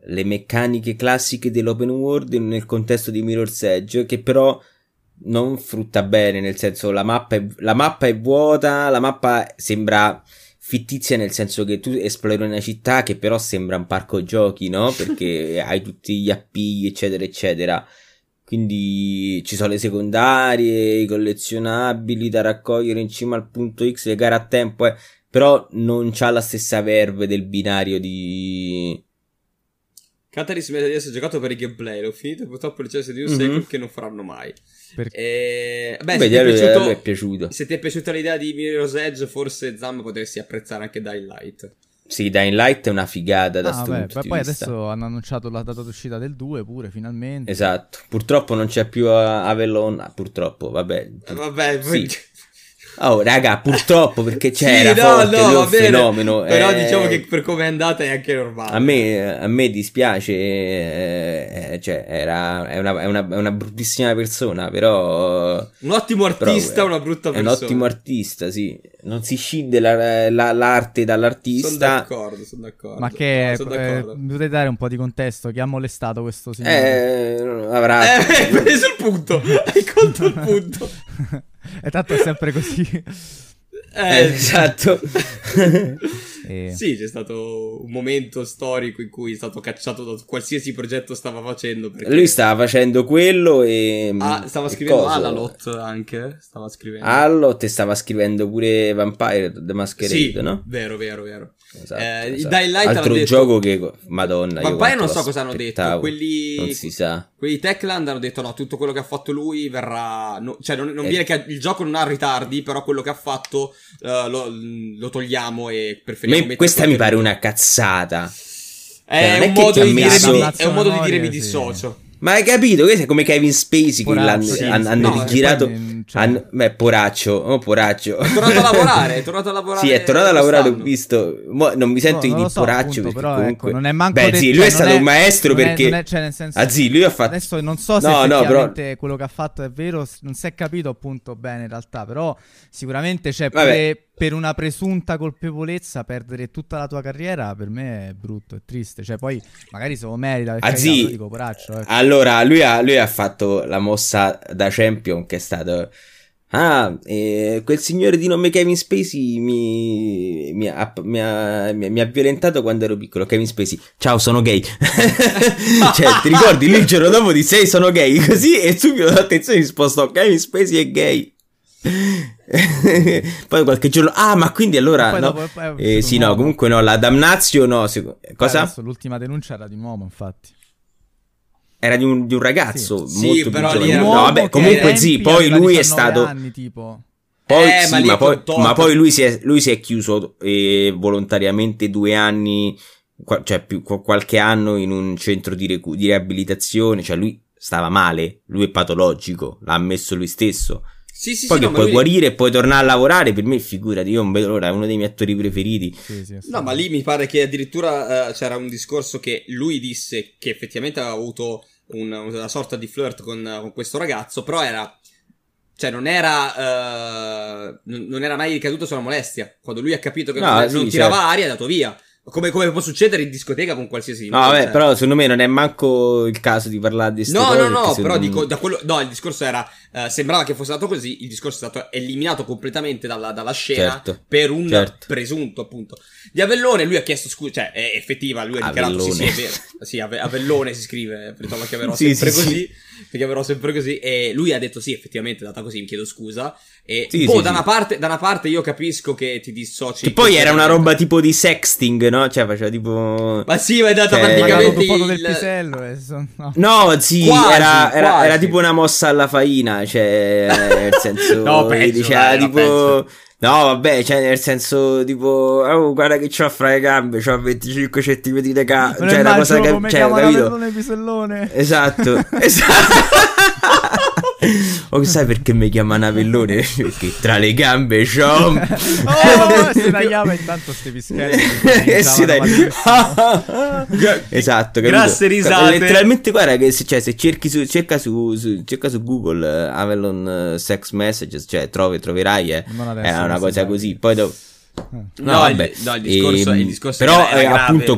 le meccaniche classiche dell'open world nel contesto di Mirror's Edge, che però non frutta bene, nel senso la mappa è, la mappa è vuota, la mappa sembra fittizia nel senso che tu esplori una città che però sembra un parco giochi, no? Perché hai tutti gli appigli eccetera eccetera, quindi ci sono le secondarie, i collezionabili da raccogliere in cima al punto X, le gare a tempo, eh, però non c'ha la stessa verve del binario di... Catalyst mi ha di essere giocato per i gameplay, l'ho finito e purtroppo il successo di un mm-hmm. sequel che non faranno mai. Per... E... Beh, Beh, se, ti è piaciuto, è piaciuto. se ti è piaciuta l'idea di Mirror's Edge, forse Zam potresti apprezzare anche Dying Light. Sì, Dying Light è una figata da ah, sto beh, punto di poi vista. adesso hanno annunciato la data d'uscita del due pure, finalmente. Esatto, purtroppo non c'è più Avalon, ah, purtroppo, vabbè. Eh, vabbè, sì. Oh, raga, purtroppo, perché c'era sì, no, forte, no, lui è va un bene, fenomeno. Però eh... diciamo che per come è andata è anche normale. A me, a me dispiace, eh, cioè, era, è, una, è, una, è una bruttissima persona, però... Un ottimo artista, però, una brutta persona. È un ottimo artista, sì. Non si scinde la, la, l'arte dall'artista. Sono d'accordo, sono d'accordo. Ma che, no, eh, mi potete dare un po' di contesto? Chi ha molestato questo signore? Eh, avrà... Eh, hai preso il punto, hai colto il punto. E tanto è sempre così. Eh, esatto. e... Sì, c'è stato un momento storico in cui è stato cacciato da qualsiasi progetto stava facendo. Perché... Lui stava facendo quello e... Ah, stava e scrivendo coso. Alalot anche. Stava scrivendo Alalot e stava scrivendo pure Vampire The Masquerade, sì, no? vero, vero, vero. Esatto, eh, esatto. Dying Light altro detto... gioco che... Madonna, Vampire io non so cosa hanno detto. Quelli... Non si sa. Quelli Techland hanno detto no, tutto quello che ha fatto lui verrà... No, cioè non, non eh. viene che il gioco non ha ritardi, però quello che ha fatto uh, lo, lo togliamo e preferiamo... Me, questa mi pare una cazzata. È, cioè, un, modo di messo... dire, è un modo di dire mi sì. dissocio. Ma hai capito? Questo è come Kevin Spacey Poraccio, che sì, hanno, sì, hanno no, rigirato. poi, cioè... hanno... Beh, poraccio, oh, poraccio. È tornato a lavorare, è tornato a lavorare. Sì, è tornato a lavorare, ho quest'anno. visto. Mo, non mi sento No, di non lo so, poraccio appunto, perché però, comunque... ecco, non è manco Beh, detto, sì, lui cioè, è stato non un maestro non è- perché... non è- cioè, nel senso, ah, sì, lui ha fatto... adesso non so se No, no, effettivamente però- quello che ha fatto è vero, non si è capito appunto bene in realtà, però sicuramente c'è Vabbè. pure per una presunta colpevolezza perdere tutta la tua carriera per me è brutto, è triste, cioè poi magari se lo merita, per Ah, carità, sì. però dico poraccio, ecco. Allora, lui ha, lui ha fatto la mossa da champion che è stato... Ah, eh, quel signore di nome Kevin Spacey mi, mi, ha, mi, ha, mi, ha, mi ha violentato quando ero piccolo. Kevin Spacey, ciao, sono gay. Cioè, ti ricordi? Lui il giorno dopo di sei sono gay. Così e subito l'attenzione risposto Kevin Spacey è gay. Poi qualche giorno, ah, ma quindi allora Poi no? dopo, poi è eh, uscito sì, un no, uomo. comunque no, la damnatio no. Seco- cosa? Adesso l'ultima denuncia era di un uomo, infatti. Era di un, di un ragazzo Sì. molto Sì, però più lì giovane. era No, un uomo vabbè, che comunque ai sì, tempi poi aveva lui è diciannove stato anni, tipo. Poi, Eh, sì, ma lì ma, è poi, contorto. ma poi lui si è, lui si è chiuso eh, volontariamente due anni, qua- cioè più, qu- qualche anno in un centro di, recu- di riabilitazione, cioè lui stava male, lui è patologico, l'ha ammesso lui stesso. Sì, sì, Poi sì, che no, ma puoi lui- guarire e puoi tornare a lavorare, per me figurati, io non vedo l'ora, è uno dei miei attori preferiti. Sì, sì, No, ma lì mi pare che addirittura eh, c'era un discorso che lui disse che effettivamente aveva avuto un- una sorta di flirt con, con questo ragazzo, però era... Cioè non era eh, non non era mai ricaduto sulla molestia. Quando lui ha capito che No, non, sì, non tirava certo. aria è andato via. Come, come può succedere in discoteca con qualsiasi... No, vabbè, cioè. però secondo me non è manco il caso di parlare di queste No, cose. no, no, perché però secondo dico, me- da quello, no, il discorso era, eh, sembrava che fosse stato così, il discorso è stato eliminato completamente dalla, dalla scena Certo, per un certo. presunto, appunto. Di Avellone lui ha chiesto scusa, cioè è effettiva, lui ha dichiarato sì, sì, Avellone. è vero, sì, Ave- Avellone si scrive, perché lo chiamerò Sì, sempre sì, così, sì. lo chiamerò sempre così, e lui ha detto sì, effettivamente è andata così, mi chiedo scusa, e Sì, boh, sì, da, sì. Una parte, da una parte io capisco che ti dissoci. Che poi era una completamente. roba tipo di sexting, no? Cioè faceva tipo... Ma sì, ma è data Cioè, Ha mandato praticamente foto del il... pisello e son- no. No, sì, Quasi, era, era, quasi. era tipo una mossa alla faina, cioè, nel senso... No, peggio, diceva dai, no, tipo... peggio. No, vabbè, cioè, nel senso, tipo... Oh, guarda che c'ho fra le gambe, c'ho venticinque centimetri di ca... Me lo Cioè, una cosa immagino che... come Cioè, chiamano capito? Avellone Pisellone. Esatto, esatto. O sai perché mi chiamano Avellone? Perché tra le gambe c'ho... Oh, si tagliava intanto ste pischelli. Eh sì, dai. Esatto, capito? Grasse risate. Letteralmente, guarda che se, cioè, se cerchi su, cerca su, su cerca su Google eh, Avalon eh, Sex Messages, cioè trovi, troverai, eh. Non adesso, È una non si cosa sa. così. Poi dopo... No, il- vabbè. no, il discorso- Ehm, il discorso però era- era eh, grave. appunto così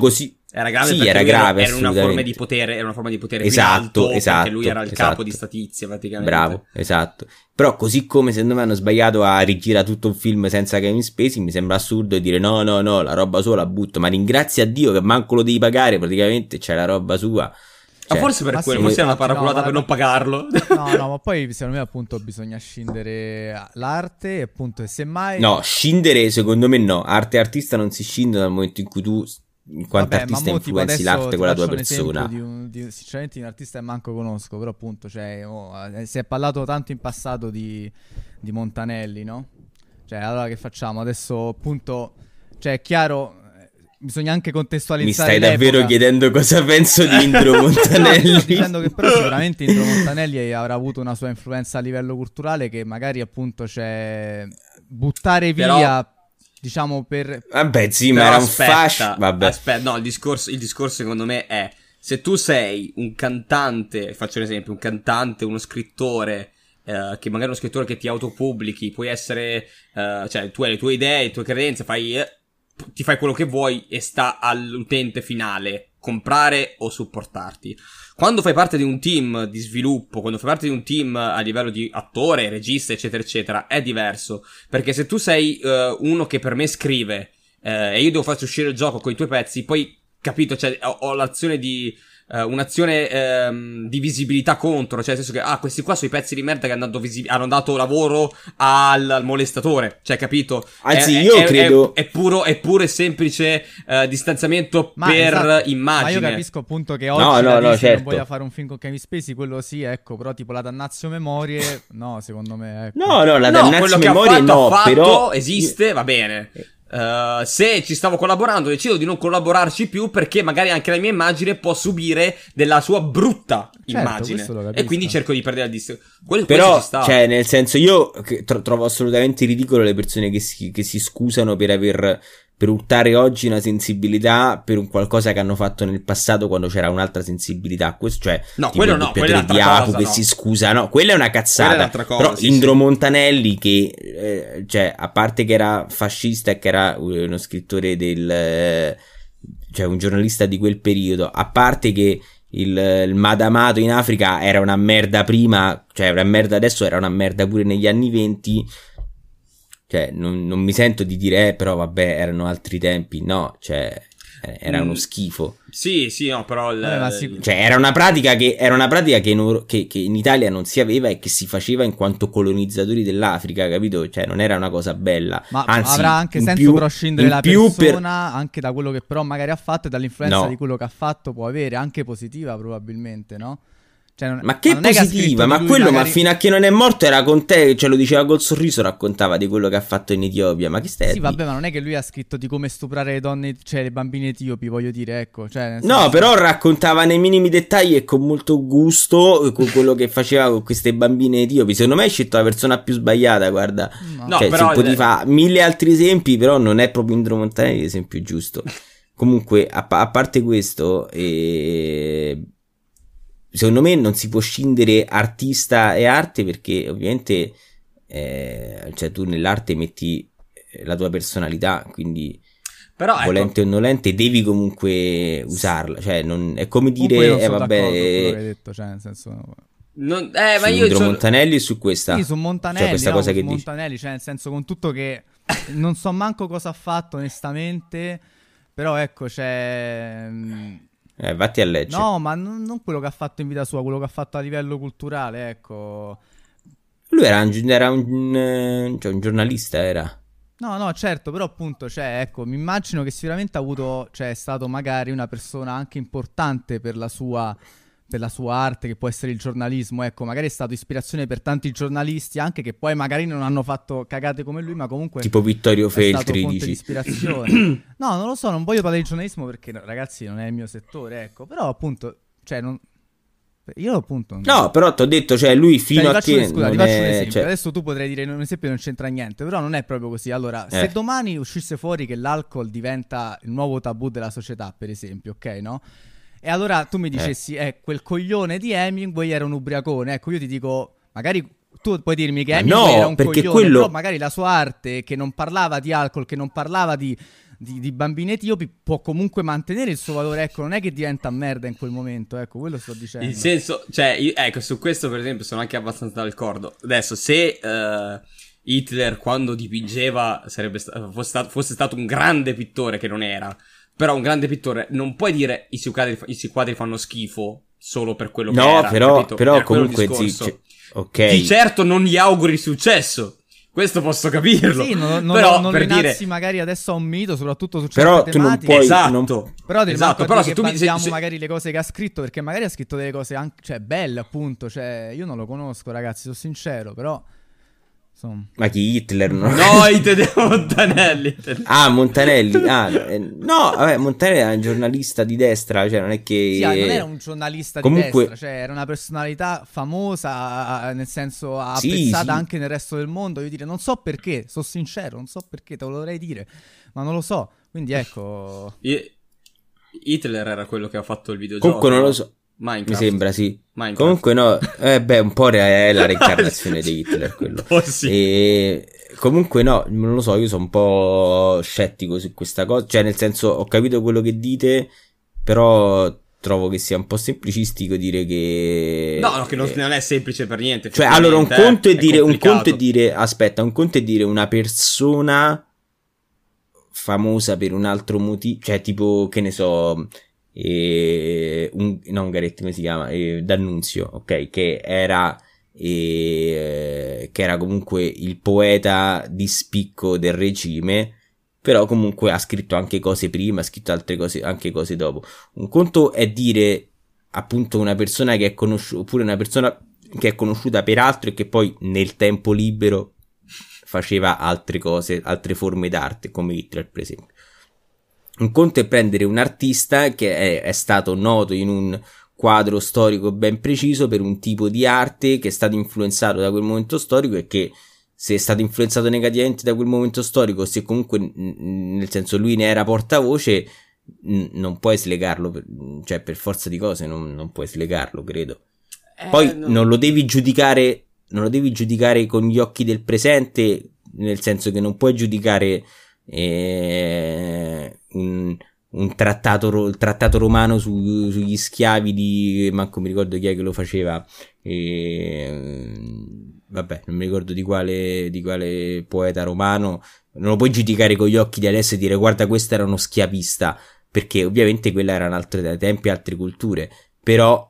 Era grave Sì, perché era lui grave, era, era una forma assolutamente. di potere, era una forma di potere Esatto, più alto, esatto, perché lui era il esatto. capo di sta tizia praticamente. Bravo, esatto. Però così come secondo me hanno sbagliato a rigirare tutto un film senza Kevin Spacey, mi sembra assurdo dire no, no, no, la roba sua la butto, ma ringrazia Dio che manco lo devi pagare, praticamente c'è la roba sua. Cioè, ma forse per ma quello, sì, forse è una infatti, paraculata no, per ma- non pagarlo. No, no, ma poi secondo me appunto bisogna scindere l'arte e appunto e semmai... No, scindere secondo me no, arte e artista non si scindono dal momento in cui tu in quanto Vabbè, artista ma mo, tipo, influenzi adesso l'arte ti con la tua faccio un esempio persona. Di un, di, sinceramente di un artista che manco conosco, però appunto cioè, oh, eh, si è parlato tanto in passato di, di Montanelli, no? Cioè allora che facciamo? Adesso appunto, cioè è chiaro, eh, bisogna anche Mi contestualizzare stai davvero l'epoca. chiedendo cosa penso di Indro Montanelli? No, sto dicendo che però sicuramente Indro Montanelli avrà avuto una sua influenza a livello culturale che magari appunto c'è buttare Però- via, diciamo per... Vabbè, sì, Però ma era un aspetta, fascio. Vabbè. aspetta, no, il discorso, il discorso secondo me è, se tu sei un cantante, faccio un esempio, un cantante, uno scrittore, eh, che magari è uno scrittore che ti autopubblichi, puoi essere, eh, cioè tu hai le tue idee, le tue credenze, fai, eh, ti fai quello che vuoi e sta all'utente finale comprare o supportarti. Quando fai parte di un team di sviluppo, quando fai parte di un team a livello di attore, regista, eccetera, eccetera, è diverso. Perché se tu sei uh, uno che per me scrive uh, e io devo farci uscire il gioco con i tuoi pezzi, poi, capito, cioè ho, ho l'azione di... Uh, un'azione um, di visibilità contro, cioè nel senso che ah questi qua sono i pezzi di merda che hanno dato, visi- hanno dato lavoro al, al molestatore, cioè capito? Anzi, È- io è, credo- è, è puro è puro e semplice uh, distanziamento Ma per esatto, immagine. Ma io capisco appunto che oggi No, la no, no, Disney certo. non voglia fare un film con Kevin Spacey, quello sì, ecco, però tipo la Dannazio Memorie, no, secondo me, ecco. No, no, la No, Dannazio quello che Memorie ha fatto, no, ha fatto, però esiste, va bene. Uh, se ci stavo collaborando, decido di non collaborarci più perché magari anche la mia immagine può subire della sua brutta Certo, immagine. questo lo E capisco. quindi cerco di perdere la distanza. Quello, Però, questo ci sta. cioè, nel senso, io che tro- trovo assolutamente ridicolo le persone che si, che si scusano per aver, per urtare oggi una sensibilità per un qualcosa che hanno fatto nel passato quando c'era un'altra sensibilità. Questo, cioè, No, tipo quello il no, quella è doppiatore di un'altra Apu cosa, che no. si scusa, no, quella è una cazzata. Quella è un'altra cosa, Però sì, Indro sì. Montanelli che, eh, cioè, a parte che era fascista e che era uno scrittore del, eh, cioè, un giornalista di quel periodo, a parte che il, il Madamato in Africa era una merda prima, cioè era una merda adesso, era una merda pure negli anni venti. Cioè, non, non mi sento di dire, eh, però vabbè, erano altri tempi. No, cioè, era uno Mm. schifo. Sì, sì, no, però il, Vabbè, ma sì- Cioè, era una pratica che, era una pratica che, in, Euro- che, che in Italia non si aveva e che si faceva in quanto colonizzatori dell'Africa, capito? Cioè, non era una cosa bella. Ma Anzi, avrà anche in senso più- però scindere in la più per- persona anche da quello che però magari ha fatto e dall'influenza No. di quello che ha fatto può avere, anche positiva probabilmente, no? Cioè, non- Ma che non è che ha positiva, scritto ma di lui quello, magari- ma fino a che non è morto era con te, ce lo diceva col sorriso, raccontava di quello che ha fatto in Etiopia, ma che stai a Sì, dire? vabbè, ma non è che lui ha scritto di come stuprare le donne, cioè le bambine etiopi, voglio dire, ecco, cioè nel No, senso- però raccontava nei minimi dettagli e con molto gusto con quello che faceva con queste bambine etiopi. Secondo me hai scelto la persona più sbagliata, guarda. No. No, Cioè, però se potevi il- fare mille altri esempi, però non è proprio Indro Montanelli l'esempio giusto. Comunque, a, pa- a parte questo, eh, secondo me non si può scindere artista e arte perché ovviamente eh, cioè tu nell'arte metti la tua personalità, quindi Però ecco, volente o nolente devi comunque usarla, cioè non, è come Comunque io non dire eh, sono vabbè d'accordo con quello che eh, hai detto, cioè nel senso... non, eh, ma su io Indro c'ho- Montanelli e su questa Sì, su Montanelli, cioè questa no, cosa su che dici. Montanelli, cioè nel senso con tutto che non so manco cosa ha fatto onestamente, però ecco c'è... mm, Eh, vatti a leggere. No, ma non, non quello che ha fatto in vita sua, quello che ha fatto a livello culturale, ecco. Lui era un, era un, eh, cioè un giornalista, era. No, no, certo, però appunto, cioè, ecco, mi immagino che sicuramente ha avuto, cioè, è stato magari una persona anche importante per la sua, per la sua arte, che può essere il giornalismo, ecco, magari è stato ispirazione per tanti giornalisti anche che poi magari non hanno fatto cagate come lui, ma comunque Tipo Vittorio è stato Feltri, fonte di dici. ispirazione. No, non lo so, non voglio parlare di giornalismo perché, no, ragazzi, non è il mio settore, ecco, però appunto, cioè, non... Io appunto... non- No, però ti ho detto, cioè lui Cioè, fino ti a faccio, che un- scusa, non ti faccio un è, esempio. cioè, Adesso tu potrei dire un esempio non c'entra niente, però non è proprio così. Allora, Eh. se domani uscisse fuori che l'alcol diventa il nuovo tabù della società, per esempio, ok, no? E allora tu mi dicessi, eh, quel coglione di Hemingway era un ubriacone. Ecco, io ti dico, magari tu puoi dirmi che Ma Hemingway no, era un perché coglione, quello- però magari la sua arte, che non parlava di alcol, che non parlava di, di, di bambini etiopi, può comunque mantenere il suo valore. Ecco, non è che diventa merda in quel momento, ecco, quello sto dicendo. Il senso, cioè, io- ecco, su questo per esempio sono anche abbastanza d'accordo. Adesso, se eh, Hitler quando dipingeva sarebbe sta- fosse, stato, fosse stato un grande pittore, che non era, però un grande pittore, non puoi dire i suoi quadri, i suoi quadri fanno schifo solo per quello che No, era, però, capito? però Era quello il comunque sì, discorso. cioè, ok. Di certo non gli auguri successo. Questo posso capirlo. Sì, non, non, però non per lo innalzi dire magari adesso a un mito, soprattutto su certe Però tu non tematiche. puoi- esatto. non- Però devi esatto, però se tu mi se, vediamo se- magari le cose che ha scritto, perché magari ha scritto delle cose anche, cioè, belle, appunto, cioè, io non lo conosco, ragazzi, sono sincero, però insomma. Ma chi Hitler? No, no, i Tedeo Montanelli. Ah, Montanelli. Ah, eh, no, vabbè, Montanelli era un giornalista di destra, cioè non è che... Sì, ah, non era un giornalista comunque- di destra, cioè era una personalità famosa, nel senso Sì, apprezzata sì. anche nel resto del mondo. Io dire, non so perché, sono sincero, non so perché, te lo dovrei dire, ma non lo so. Quindi ecco, I- Hitler era quello che ha fatto il videogioco. Comunque non lo so. Mi Minecraft. sembra, sì. Minecraft. Comunque no, eh, beh, un po' è la reincarnazione di Hitler quello. Oh, sì. E comunque no, non lo so, io sono un po' scettico su questa cosa, cioè nel senso ho capito quello che dite, però trovo che sia un po' semplicistico dire che No, no, che non, eh, non è semplice per niente. cioè allora un conto è effettivamente, eh, dire un complicato. conto è dire aspetta, un conto è dire una persona famosa per un altro motivo, cioè tipo che ne so, eh, un, non Garetti, come si chiama, eh, D'Annunzio, ok, che era eh, che era comunque il poeta di spicco del regime, però comunque ha scritto anche cose prima, ha scritto altre cose, anche cose dopo. Un conto è dire appunto una persona che è conosciuta, oppure una persona che è conosciuta per altro e che poi nel tempo libero faceva altre cose, altre forme d'arte, come Hitler per esempio. Un conto è prendere un artista che è, è stato noto in un quadro storico ben preciso per un tipo di arte che è stato influenzato da quel momento storico e che se è stato influenzato negativamente da quel momento storico, se comunque n- nel senso lui ne era portavoce, n- non puoi slegarlo, per, cioè per forza di cose non, non puoi slegarlo, credo. Eh, Poi no. non lo devi giudicare, non lo devi giudicare con gli occhi del presente, nel senso che non puoi giudicare eh, un, un trattato, ro- il trattato romano su, sugli schiavi di, manco mi ricordo chi è che lo faceva, eh, vabbè, non mi ricordo di quale, di quale poeta romano, non lo puoi giudicare con gli occhi di adesso e dire guarda questo era uno schiavista, perché ovviamente quella erano altri tempi, altre culture, però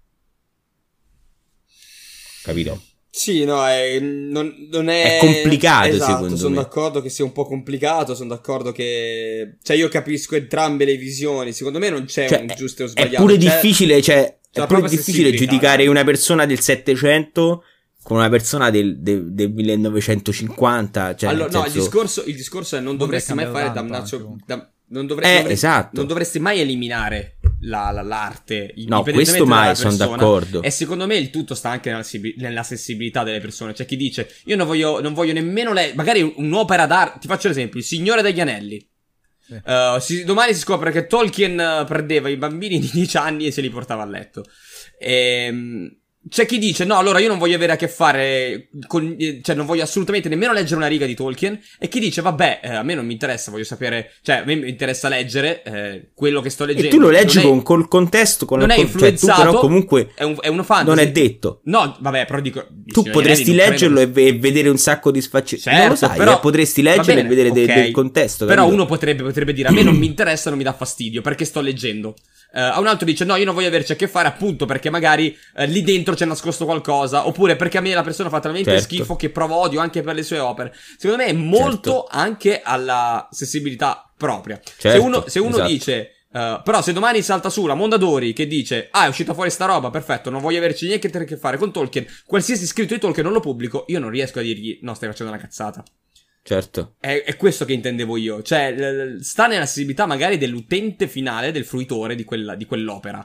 capito? Sì, no, è, non, non è... È complicato, esatto, secondo sono me. d'accordo che sia un po' complicato, sono d'accordo che... Cioè, io capisco entrambe le visioni, secondo me non c'è Cioè, un giusto o è sbagliato. pure c'è- difficile, cioè, c'è è pure proprio difficile sensibilità, giudicare eh. una persona del Settecento con una persona del, del, del millenovecentocinquanta, cioè, allora, nel no, senso- il discorso, il discorso è non Comunque dovresti mai è fare cambiato damnazio... tanto anche, dam- non, dovre- Eh, non dovresti, esatto. non dovresti mai eliminare la, la- l'arte. No, indipendentemente questo mai, dalla sono persona. d'accordo. E secondo me il tutto sta anche nella, sensibi- nella sensibilità delle persone. C'è chi dice, io non voglio, non voglio nemmeno lei, magari un'opera d'arte, ti faccio l'esempio, Il Signore degli Anelli. Sì. Uh, si- domani si scopre che Tolkien uh, prendeva i bambini di dieci anni e se li portava a letto. Ehm... C'è chi dice no, allora io non voglio avere a che fare con, eh, cioè non voglio assolutamente nemmeno leggere una riga di Tolkien, e chi dice vabbè, eh, a me non mi interessa, voglio sapere, cioè a me mi interessa leggere eh, quello che sto leggendo. E tu lo leggi Non è- con, col contesto, con non la, è con- cioè tu influenzato, però comunque è un, è uno fantasy. non è detto. No, vabbè, però dico Tu potresti leggerlo e, ve- e vedere un sacco di sfaccettature. non lo Certo, sai, però- eh, potresti va leggere bene, e vedere de- ok. del contesto. Però capito? uno potrebbe, potrebbe dire a me non mi interessa, non mi dà fastidio perché sto leggendo. Uh, a un altro dice no, io non voglio averci a che fare appunto perché magari uh, lì dentro c'è nascosto qualcosa, oppure perché a me la persona fa talmente Certo. schifo che provo odio anche per le sue opere. Secondo me è molto Certo. anche alla sensibilità propria. Certo, se uno, se uno esatto. dice uh, però se domani salta su la Mondadori che dice ah è uscita fuori sta roba, perfetto, non voglio averci niente a che fare con Tolkien, qualsiasi scritto di Tolkien non lo pubblico, io non riesco a dirgli no, stai facendo una cazzata. Certo. È, è questo che intendevo io. Cioè, l- l- sta nella sensibilità magari dell'utente finale, del fruitore di, quella, di quell'opera.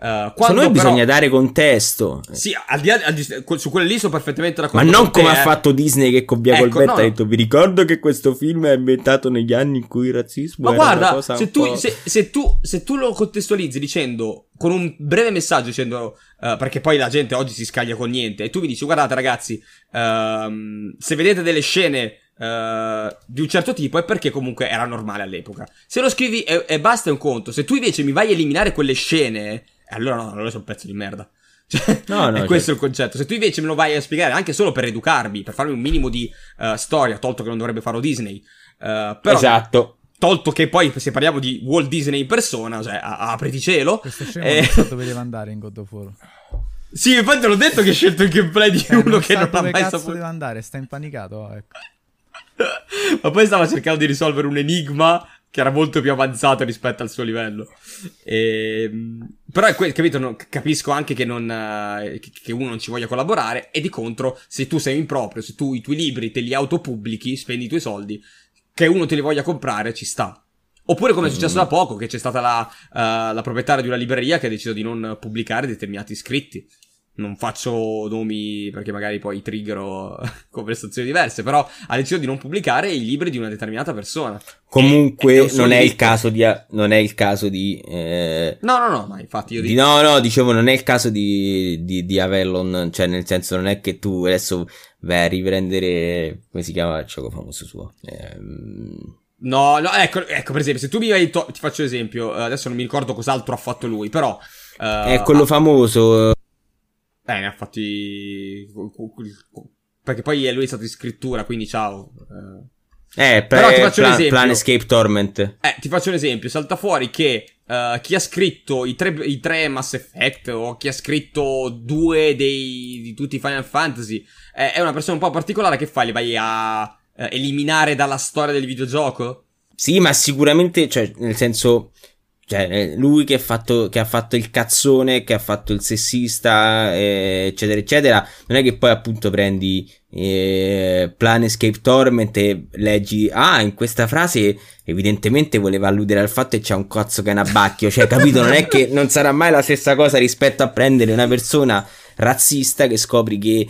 Uh, Secondo me però... bisogna dare contesto. Sì, al di là, al di... su quelle lì sono perfettamente d'accordo. Ma non con come te, ha eh. fatto Disney, che con Via Ecco, Colbert no, ha no. detto: vi ricordo che questo film è ambientato negli anni in cui il razzismo Ma era guarda, una cosa se un tu, po'... se, se, tu, se tu lo contestualizzi dicendo, con un breve messaggio dicendo, uh, perché poi la gente oggi si scaglia con niente, e tu mi dici, guardate ragazzi, uh, se vedete delle scene uh, di un certo tipo è perché comunque era normale all'epoca. Se lo scrivi e, e basta è un conto, se tu invece mi vai a eliminare quelle scene, allora no, allora sono un pezzo di merda. Cioè, No, no, è questo certo. il concetto. Se tu invece me lo vai a spiegare anche solo per educarmi, per farmi un minimo di uh, storia, tolto che non dovrebbe farlo Disney, uh, però Esatto. tolto che poi se parliamo di Walt Disney in persona, cioè a- apriti cielo. Questo scemo eh, non sa dove deve andare in God of War. Sì, infatti te l'ho detto che hai scelto il gameplay di Cioè, uno non che sa non ha dove mai cazzo saputo. deve andare, sta impanicato. Oh, ecco. Ma poi stava cercando di risolvere un enigma che era molto più avanzato rispetto al suo livello. E... Però è que- capito, no, capisco anche che, non, uh, che uno non ci voglia collaborare, e di contro, se tu sei improprio, se tu i tuoi libri te li autopubblichi, spendi i tuoi soldi, che uno te li voglia comprare, ci sta. Oppure come è successo da poco, che c'è stata la, uh, la proprietaria di una libreria che ha deciso di non pubblicare determinati scritti. Non faccio nomi perché magari poi triggero conversazioni diverse, però ha deciso di non pubblicare i libri di una determinata persona. Comunque E- è un suo non è il diritto. caso di non è il caso di eh, No, no, no, ma infatti io di dico... no, no, dicevo non è il caso di, di, di Avalon, cioè nel senso non è che tu adesso vai a riprendere, come si chiama il gioco famoso suo? Ehm... No, no, ecco, ecco, per esempio, se tu mi vai... To- ti faccio esempio, eh, adesso non mi ricordo cos'altro ha fatto lui, però... eh, È quello ha- famoso. Eh, ne ha fatti... Perché poi lui è stato in scrittura, quindi ciao. Eh. Eh, Però ti pre- faccio un Plan- esempio. Planescape Torment. Eh, ti faccio un esempio, salta fuori che uh, chi ha scritto i tre, i tre Mass Effect o chi ha scritto due dei, di tutti i Final Fantasy eh, è una persona un po' particolare. Che fai? Li vai a uh, eliminare dalla storia del videogioco? Sì, ma sicuramente, cioè, nel senso, cioè, lui che ha fatto, che ha fatto il cazzone, che ha fatto il sessista, eh, eccetera, eccetera, non è che poi appunto prendi eh, Planescape Torment e leggi, ah, in questa frase evidentemente voleva alludere al fatto che c'è un cazzo che è un abbacchio, cioè, capito? Non è che non sarà mai la stessa cosa rispetto a prendere una persona razzista che scopri che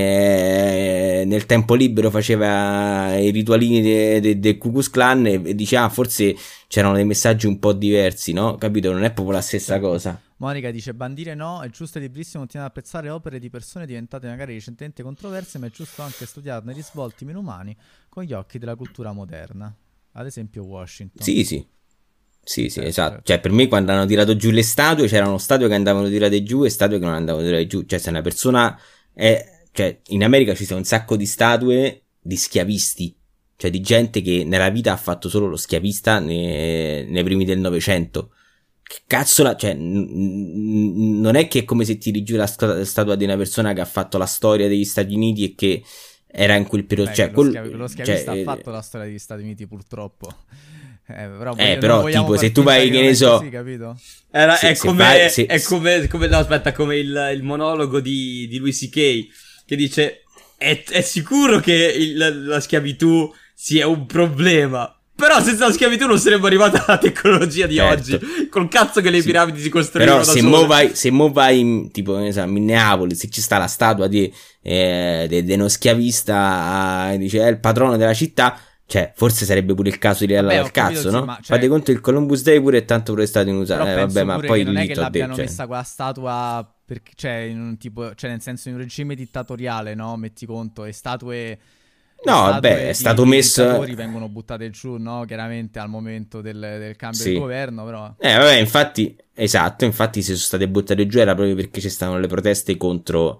eh, nel tempo libero faceva i ritualini del de, de Ku Klux Klan e, e dice, ah, forse c'erano dei messaggi un po' diversi, no? Capito? Non è proprio la stessa cosa. Monica dice: bandire no, è giusto e librissimo continuare ad apprezzare opere di persone diventate magari recentemente controverse, ma è giusto anche studiarne i risvolti meno umani con gli occhi della cultura moderna. Ad esempio Washington. Sì, sì. Sì, sì, Certo, esatto. certo. Cioè, per me quando hanno tirato giù le statue, c'erano statue che andavano tirate giù e statue che non andavano tirate giù. Cioè, se una persona è... Cioè, in America ci sono un sacco di statue di schiavisti. Cioè, di gente che nella vita ha fatto solo lo schiavista nei, nei primi del Novecento. Che cazzo la... Cioè, n- n- non è che è come se tiri giù la st- statua di una persona che ha fatto la storia degli Stati Uniti e che era in quel periodo... Beh, cioè, lo, quel- schiavi- lo schiavista cioè, ha fatto la storia degli Stati Uniti, purtroppo. Eh, però, Eh, voglio- però, non vogliamo tipo, far se tu finta vai, che non ne è so- così, capito? Era, Se- è, se come, fai- se- è come, come, no, aspetta, come il, il monologo di, di Louis C K che dice: è, è sicuro che il- la, la schiavitù sia un problema, però senza la schiavitù non saremmo arrivati alla tecnologia di Certo. oggi. Col cazzo che le Sì. piramidi si costruivano Però da se sole. mo vai, se mo vai in, tipo, ne so, a Minneapolis, se ci sta la statua di eh, de, de uno schiavista, eh, dice è il patrono della città, cioè forse sarebbe pure il caso di tirarla Vabbè, dal ho capito, cazzo, sì, no? ma, cioè- Fate conto il Columbus Day pure è tanto pure stato in usato, Però eh, penso vabbè, ma pure poi che non è che lì t'ho l'abbiano detto, cioè. messa quella statua perché, cioè, in un tipo, cioè nel senso in un regime dittatoriale, no? Metti conto, e statue No, statue vabbè, è di- stato di messo- dittatori vengono buttate giù, no? Chiaramente al momento del, del cambio Sì. del governo, però Eh, vabbè, infatti, esatto, infatti se sono state buttate giù era proprio perché ci stavano le proteste contro,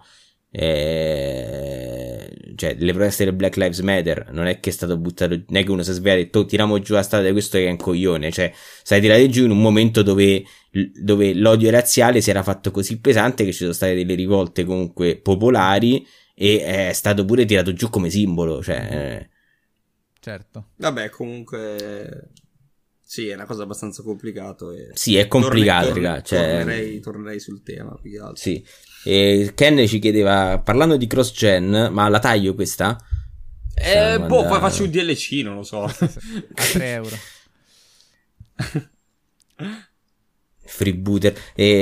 eh, cioè, le proteste del Black Lives Matter, non è che è stato buttato, non è che uno si è svegliato e ha detto, "Oh, tiriamo giù la statua di questo che è un coglione", cioè, stai tirate giù in un momento dove, dove l'odio razziale si era fatto così pesante che ci sono state delle rivolte comunque popolari e è stato pure tirato giù come simbolo, cioè... eh, certo. Vabbè, comunque sì, è una cosa abbastanza complicata. E... Sì, è complicato, Torne- raga, cioè- tornerei, tornerei sul tema più che altro. Sì. E Ken ci chiedeva, parlando di cross gen, ma la taglio questa? Eh, Stiamo boh, poi andando- faccio un D L C, non lo so. A tre euro. freebooter.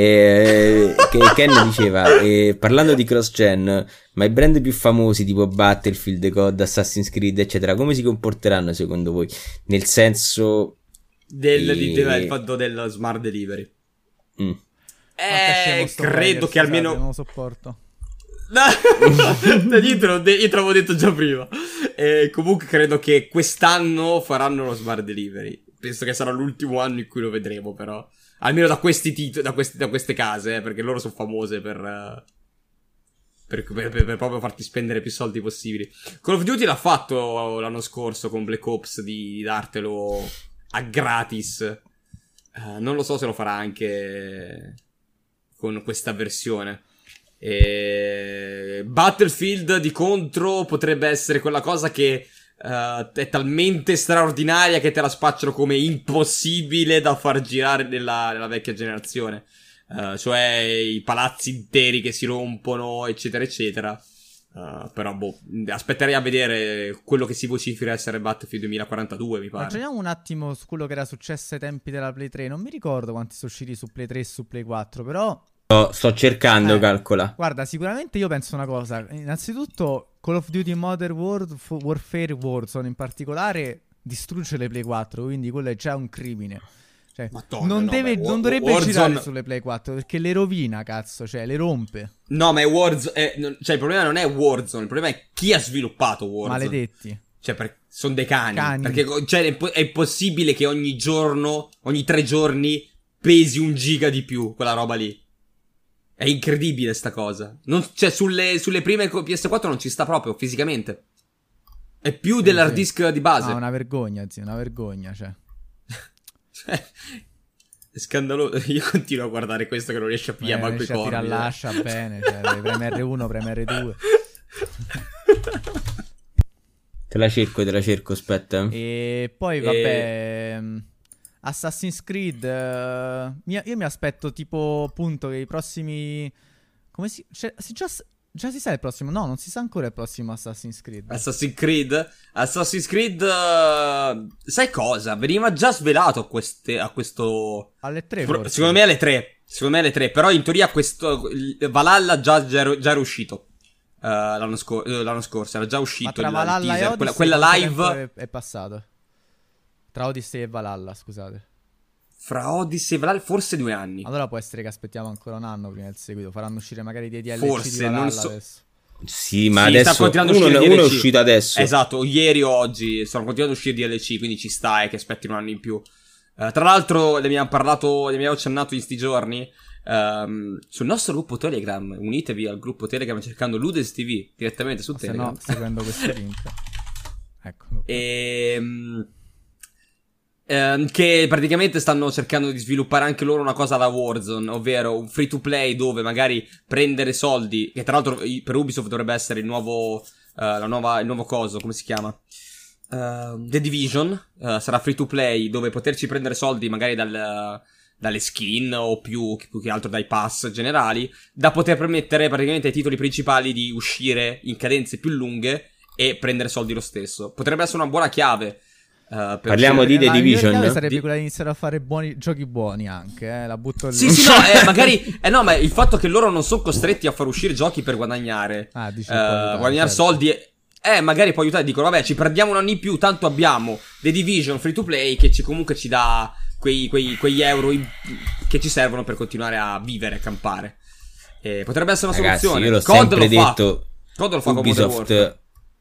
E che Ken diceva, e, parlando di cross-gen, ma i brand più famosi tipo Battlefield, C O D, Assassin's Creed, eccetera, come si comporteranno secondo voi? Nel senso... Del, e... di, del fatto del smart delivery. Mm. Eh, credo che almeno... Non lo sopporto. No, io te l'avevo detto già prima. Eh, comunque credo che quest'anno faranno lo smart delivery. Penso che sarà l'ultimo anno in cui lo vedremo, però. Almeno da questi titoli, da, questi, da queste case, eh, perché loro sono famose per, uh, per, per, per, per proprio farti spendere più soldi possibili. Call of Duty l'ha fatto l'anno scorso con Black Ops di dartelo a gratis. Uh, non lo so se lo farà anche con questa versione. E... Battlefield di contro potrebbe essere quella cosa che uh, è talmente straordinaria che te la spacciano come impossibile da far girare nella, nella vecchia generazione, uh, cioè i palazzi interi che si rompono eccetera eccetera. Uh, però boh, aspetterei a vedere quello che si vocifera essere Battlefield duemilaquarantadue, mi pare. Ragioniamo un attimo su quello che era successo ai tempi della Play tre. Non mi ricordo quanti sono usciti su Play tre e su Play quattro, però Sto, sto cercando, eh, calcola. Guarda, sicuramente io penso una cosa. Innanzitutto Call of Duty Modern World, Warfare Warzone in particolare distrugge le Play quattro, quindi quello è già un crimine. Cioè, Madonna, non, no, deve, beh, non dovrebbe Warzone... girare sulle Play quattro perché le rovina, cazzo, cioè le rompe. No, ma è Warzone, è, non, cioè il problema non è Warzone, il problema è chi ha sviluppato Warzone. Maledetti. Cioè, per, sono dei cani, cani. Perché cioè, è, è possibile che ogni giorno, ogni tre giorni, pesi un giga di più quella roba lì. È incredibile sta cosa. Non, cioè, sulle, sulle prime P S quattro non ci sta proprio, fisicamente. È più sì, dell'hard disk sì. di base. No, una vergogna, zio, una vergogna, cioè. Cioè, è scandaloso. Io continuo a guardare questo che non riesce a pigliare manco i corni. Non riesce a tirare l'ascia bene, cioè, preme erre uno, preme erre due. Te la cerco, te la cerco, aspetta. E poi, vabbè... E... Assassin's Creed, uh, io mi aspetto tipo appunto che i prossimi... Come si... Cioè, si già, già si sa il prossimo? No, non si sa ancora il prossimo Assassin's Creed. Assassin's Creed? Assassin's Creed... Uh, sai cosa? Veniva già svelato a, queste, a questo... Alle tre forse. Secondo me alle tre. Secondo me alle tre. Però in teoria questo... Valhalla già, già, già era uscito. Uh, l'anno, scor- l'anno scorso era già uscito il, il teaser. Quella, quella live... È, è passato. Tra Odyssey e Valhalla, scusate. Fra Odyssey e Valhalla forse due anni. Allora può essere che aspettiamo ancora un anno prima del seguito. Faranno uscire magari dei D L C forse, di Valhalla non so. adesso. Sì, ma sì, adesso uno, uno è uscito adesso. Esatto, ieri o oggi stanno continuando a uscire D L C, quindi ci sta e che aspetti un anno in più. Uh, tra l'altro ne abbiamo parlato, ne abbiamo accennato in sti giorni. Um, sul nostro gruppo Telegram, unitevi al gruppo Telegram cercando Ludens T V direttamente su o Telegram. Se no, seguendo questo link. Ecco. E... Um, Ehm, che praticamente stanno cercando di sviluppare anche loro una cosa da Warzone, ovvero un free to play dove magari prendere soldi, che tra l'altro per Ubisoft dovrebbe essere il nuovo, uh, la nuova, il nuovo coso, come si chiama? Uh, The Division, uh, sarà free to play dove poterci prendere soldi magari dal, dalle skin o più, più che altro dai pass generali, da poter permettere praticamente ai titoli principali di uscire in cadenze più lunghe e prendere soldi lo stesso. Potrebbe essere una buona chiave. Uh, Parliamo di The Division. La sarebbe di... quella di iniziare a fare buoni giochi buoni anche, eh? La butto lì. Sì, sì, no, eh, magari eh no, ma il fatto che loro non sono costretti a far uscire giochi per guadagnare ah, dici, uh, aiutare, guadagnare certo. soldi eh, magari può aiutare, dicono vabbè, ci prendiamo un anno in più, tanto abbiamo The Division free to play che ci, comunque ci dà quei, quei, quegli euro in... che ci servono per continuare a vivere, a campare. Eh, potrebbe essere una Ragazzi, soluzione. Io l'ho C O D sempre lo detto, fa. C O D lo fa Ubisoft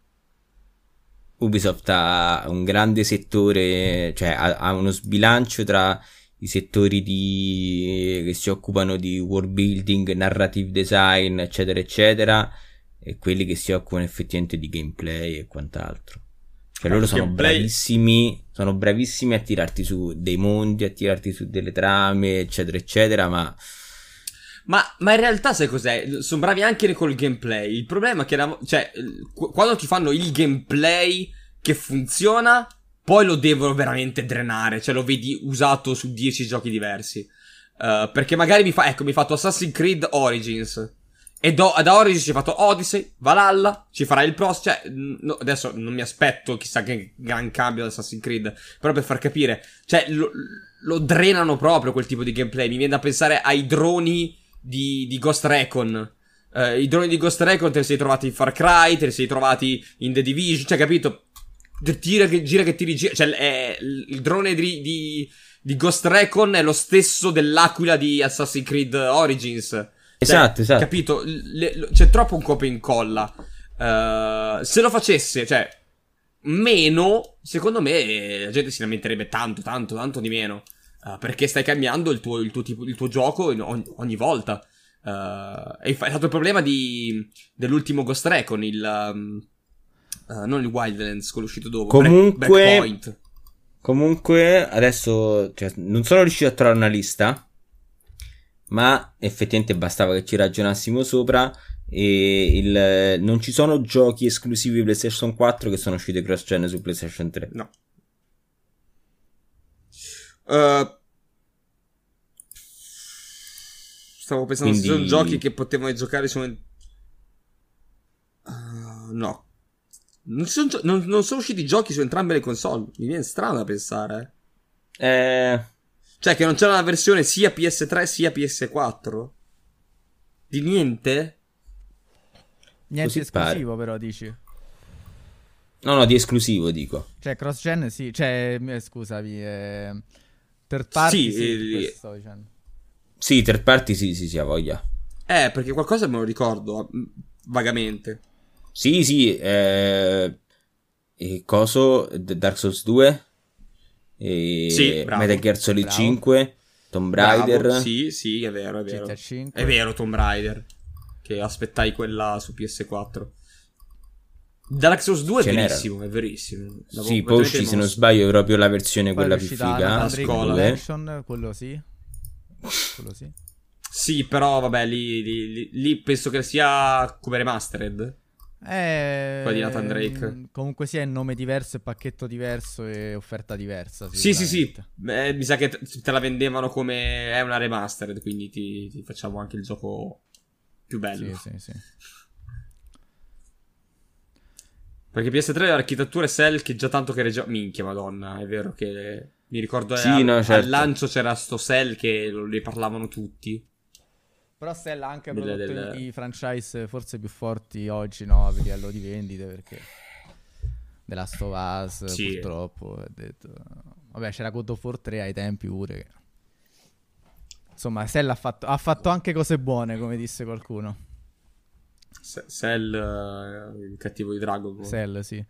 Ubisoft ha un grande settore, cioè ha, ha uno sbilancio tra i settori di, che si occupano di world building, narrative design, eccetera, eccetera, e quelli che si occupano effettivamente di gameplay e quant'altro. Cioè loro sono gameplay... bravissimi, sono bravissimi a tirarti su dei mondi, a tirarti su delle trame, eccetera, eccetera, ma... Ma, ma in realtà sai cos'è? Sono bravi anche col gameplay. Il problema è che la, cioè, quando ti fanno il gameplay che funziona, poi lo devono veramente drenare. Cioè lo vedi usato su dieci giochi diversi. Uh, perché magari mi fa, ecco, mi ha fatto Assassin's Creed Origins. E do, da Origins ci ha fatto Odyssey, Valhalla, ci farà il prossimo. Cioè, no, adesso non mi aspetto chissà che gran cambio da Assassin's Creed. Però per far capire, cioè, lo, lo drenano proprio quel tipo di gameplay. Mi viene da pensare ai droni di, di Ghost Recon. Uh, I droni di Ghost Recon te li sei trovati in Far Cry, te li sei trovati in The Division. Cioè, capito? Tira che gira che tiri gira. Cioè, è, il drone di, di, di Ghost Recon è lo stesso dell'Aquila di Assassin's Creed Origins. Esatto, cioè, esatto. Capito? Le, le, c'è troppo un copia e incolla. Uh, se lo facesse, cioè, meno, secondo me la gente si lamenterebbe tanto, tanto, tanto di meno. Uh, perché stai cambiando il tuo, il tuo, tipo, il tuo gioco ogni, ogni volta. Uh, è stato il problema di, dell'ultimo Ghost Recon, il, um, uh, non il Wildlands, quello uscito dopo. Comunque, Breakpoint. Comunque, adesso cioè, non sono riuscito a trovare una lista. Ma effettivamente bastava che ci ragionassimo sopra. E il, non ci sono giochi esclusivi PlayStation quattro che sono usciti cross-gen su PlayStation tre. No. Uh, stavo pensando Quindi... se sono giochi che potevano giocare su. Uh, no. Non sono, gio- non, non sono usciti giochi su entrambe le console. Mi viene strano da pensare. Eh. Cioè che non c'era una versione sia P S tre sia P S quattro? Di niente? Niente Così esclusivo pare. Però dici. No, no, di esclusivo dico. Cioè cross-gen sì. Cioè, eh, scusami, eh, third party Sì, sì, eh, questo sto dicendo. Sì, third party sì, sì, sì, ha voglia. Eh, perché qualcosa me lo ricordo, vagamente. Sì, sì, eh... E coso, Dark Souls due... E Sì, bravo, Metal Gear Solid bravo. cinque, Tomb Raider. Bravo, sì, sì, è vero, è vero. G T A cinque. È vero, Tomb Raider. Che aspettai quella su P S quattro. Dark Souls due è Ce n'era. verissimo, è verissimo. L'avevo Sì, poi uscì, se non sbaglio, proprio la versione Poi quella è più uscita figa. Nathan Drake scuola. Collection, quello sì. Quello sì. Sì, però vabbè, lì, lì, lì, lì penso che sia come remastered. Eh, Quella di Nathan Drake. Comunque sia, è nome diverso, e pacchetto diverso e offerta diversa. Sì, sì, sì. sicuramente. Eh, mi sa che te te la vendevano come è una remastered, quindi ti, ti facciamo anche il gioco più bello. Sì, sì, sì. Perché P S tre l'architettura è Cell che già tanto che regge... Minchia, madonna, è vero che... Mi ricordo Sì, al, no, certo. al lancio c'era sto Cell che lo- ne parlavano tutti. Però Stella ha anche Delle- prodotto del- i franchise forse più forti oggi, no? A livello di vendite, perché The Last of Us, Sì. purtroppo, ha detto... Vabbè, c'era God of War tre ai tempi pure. Insomma, Stella ha fatto, ha fatto anche cose buone, come disse qualcuno. Se- Cell, eh, il cattivo di Dragon Ball. Cell, sì.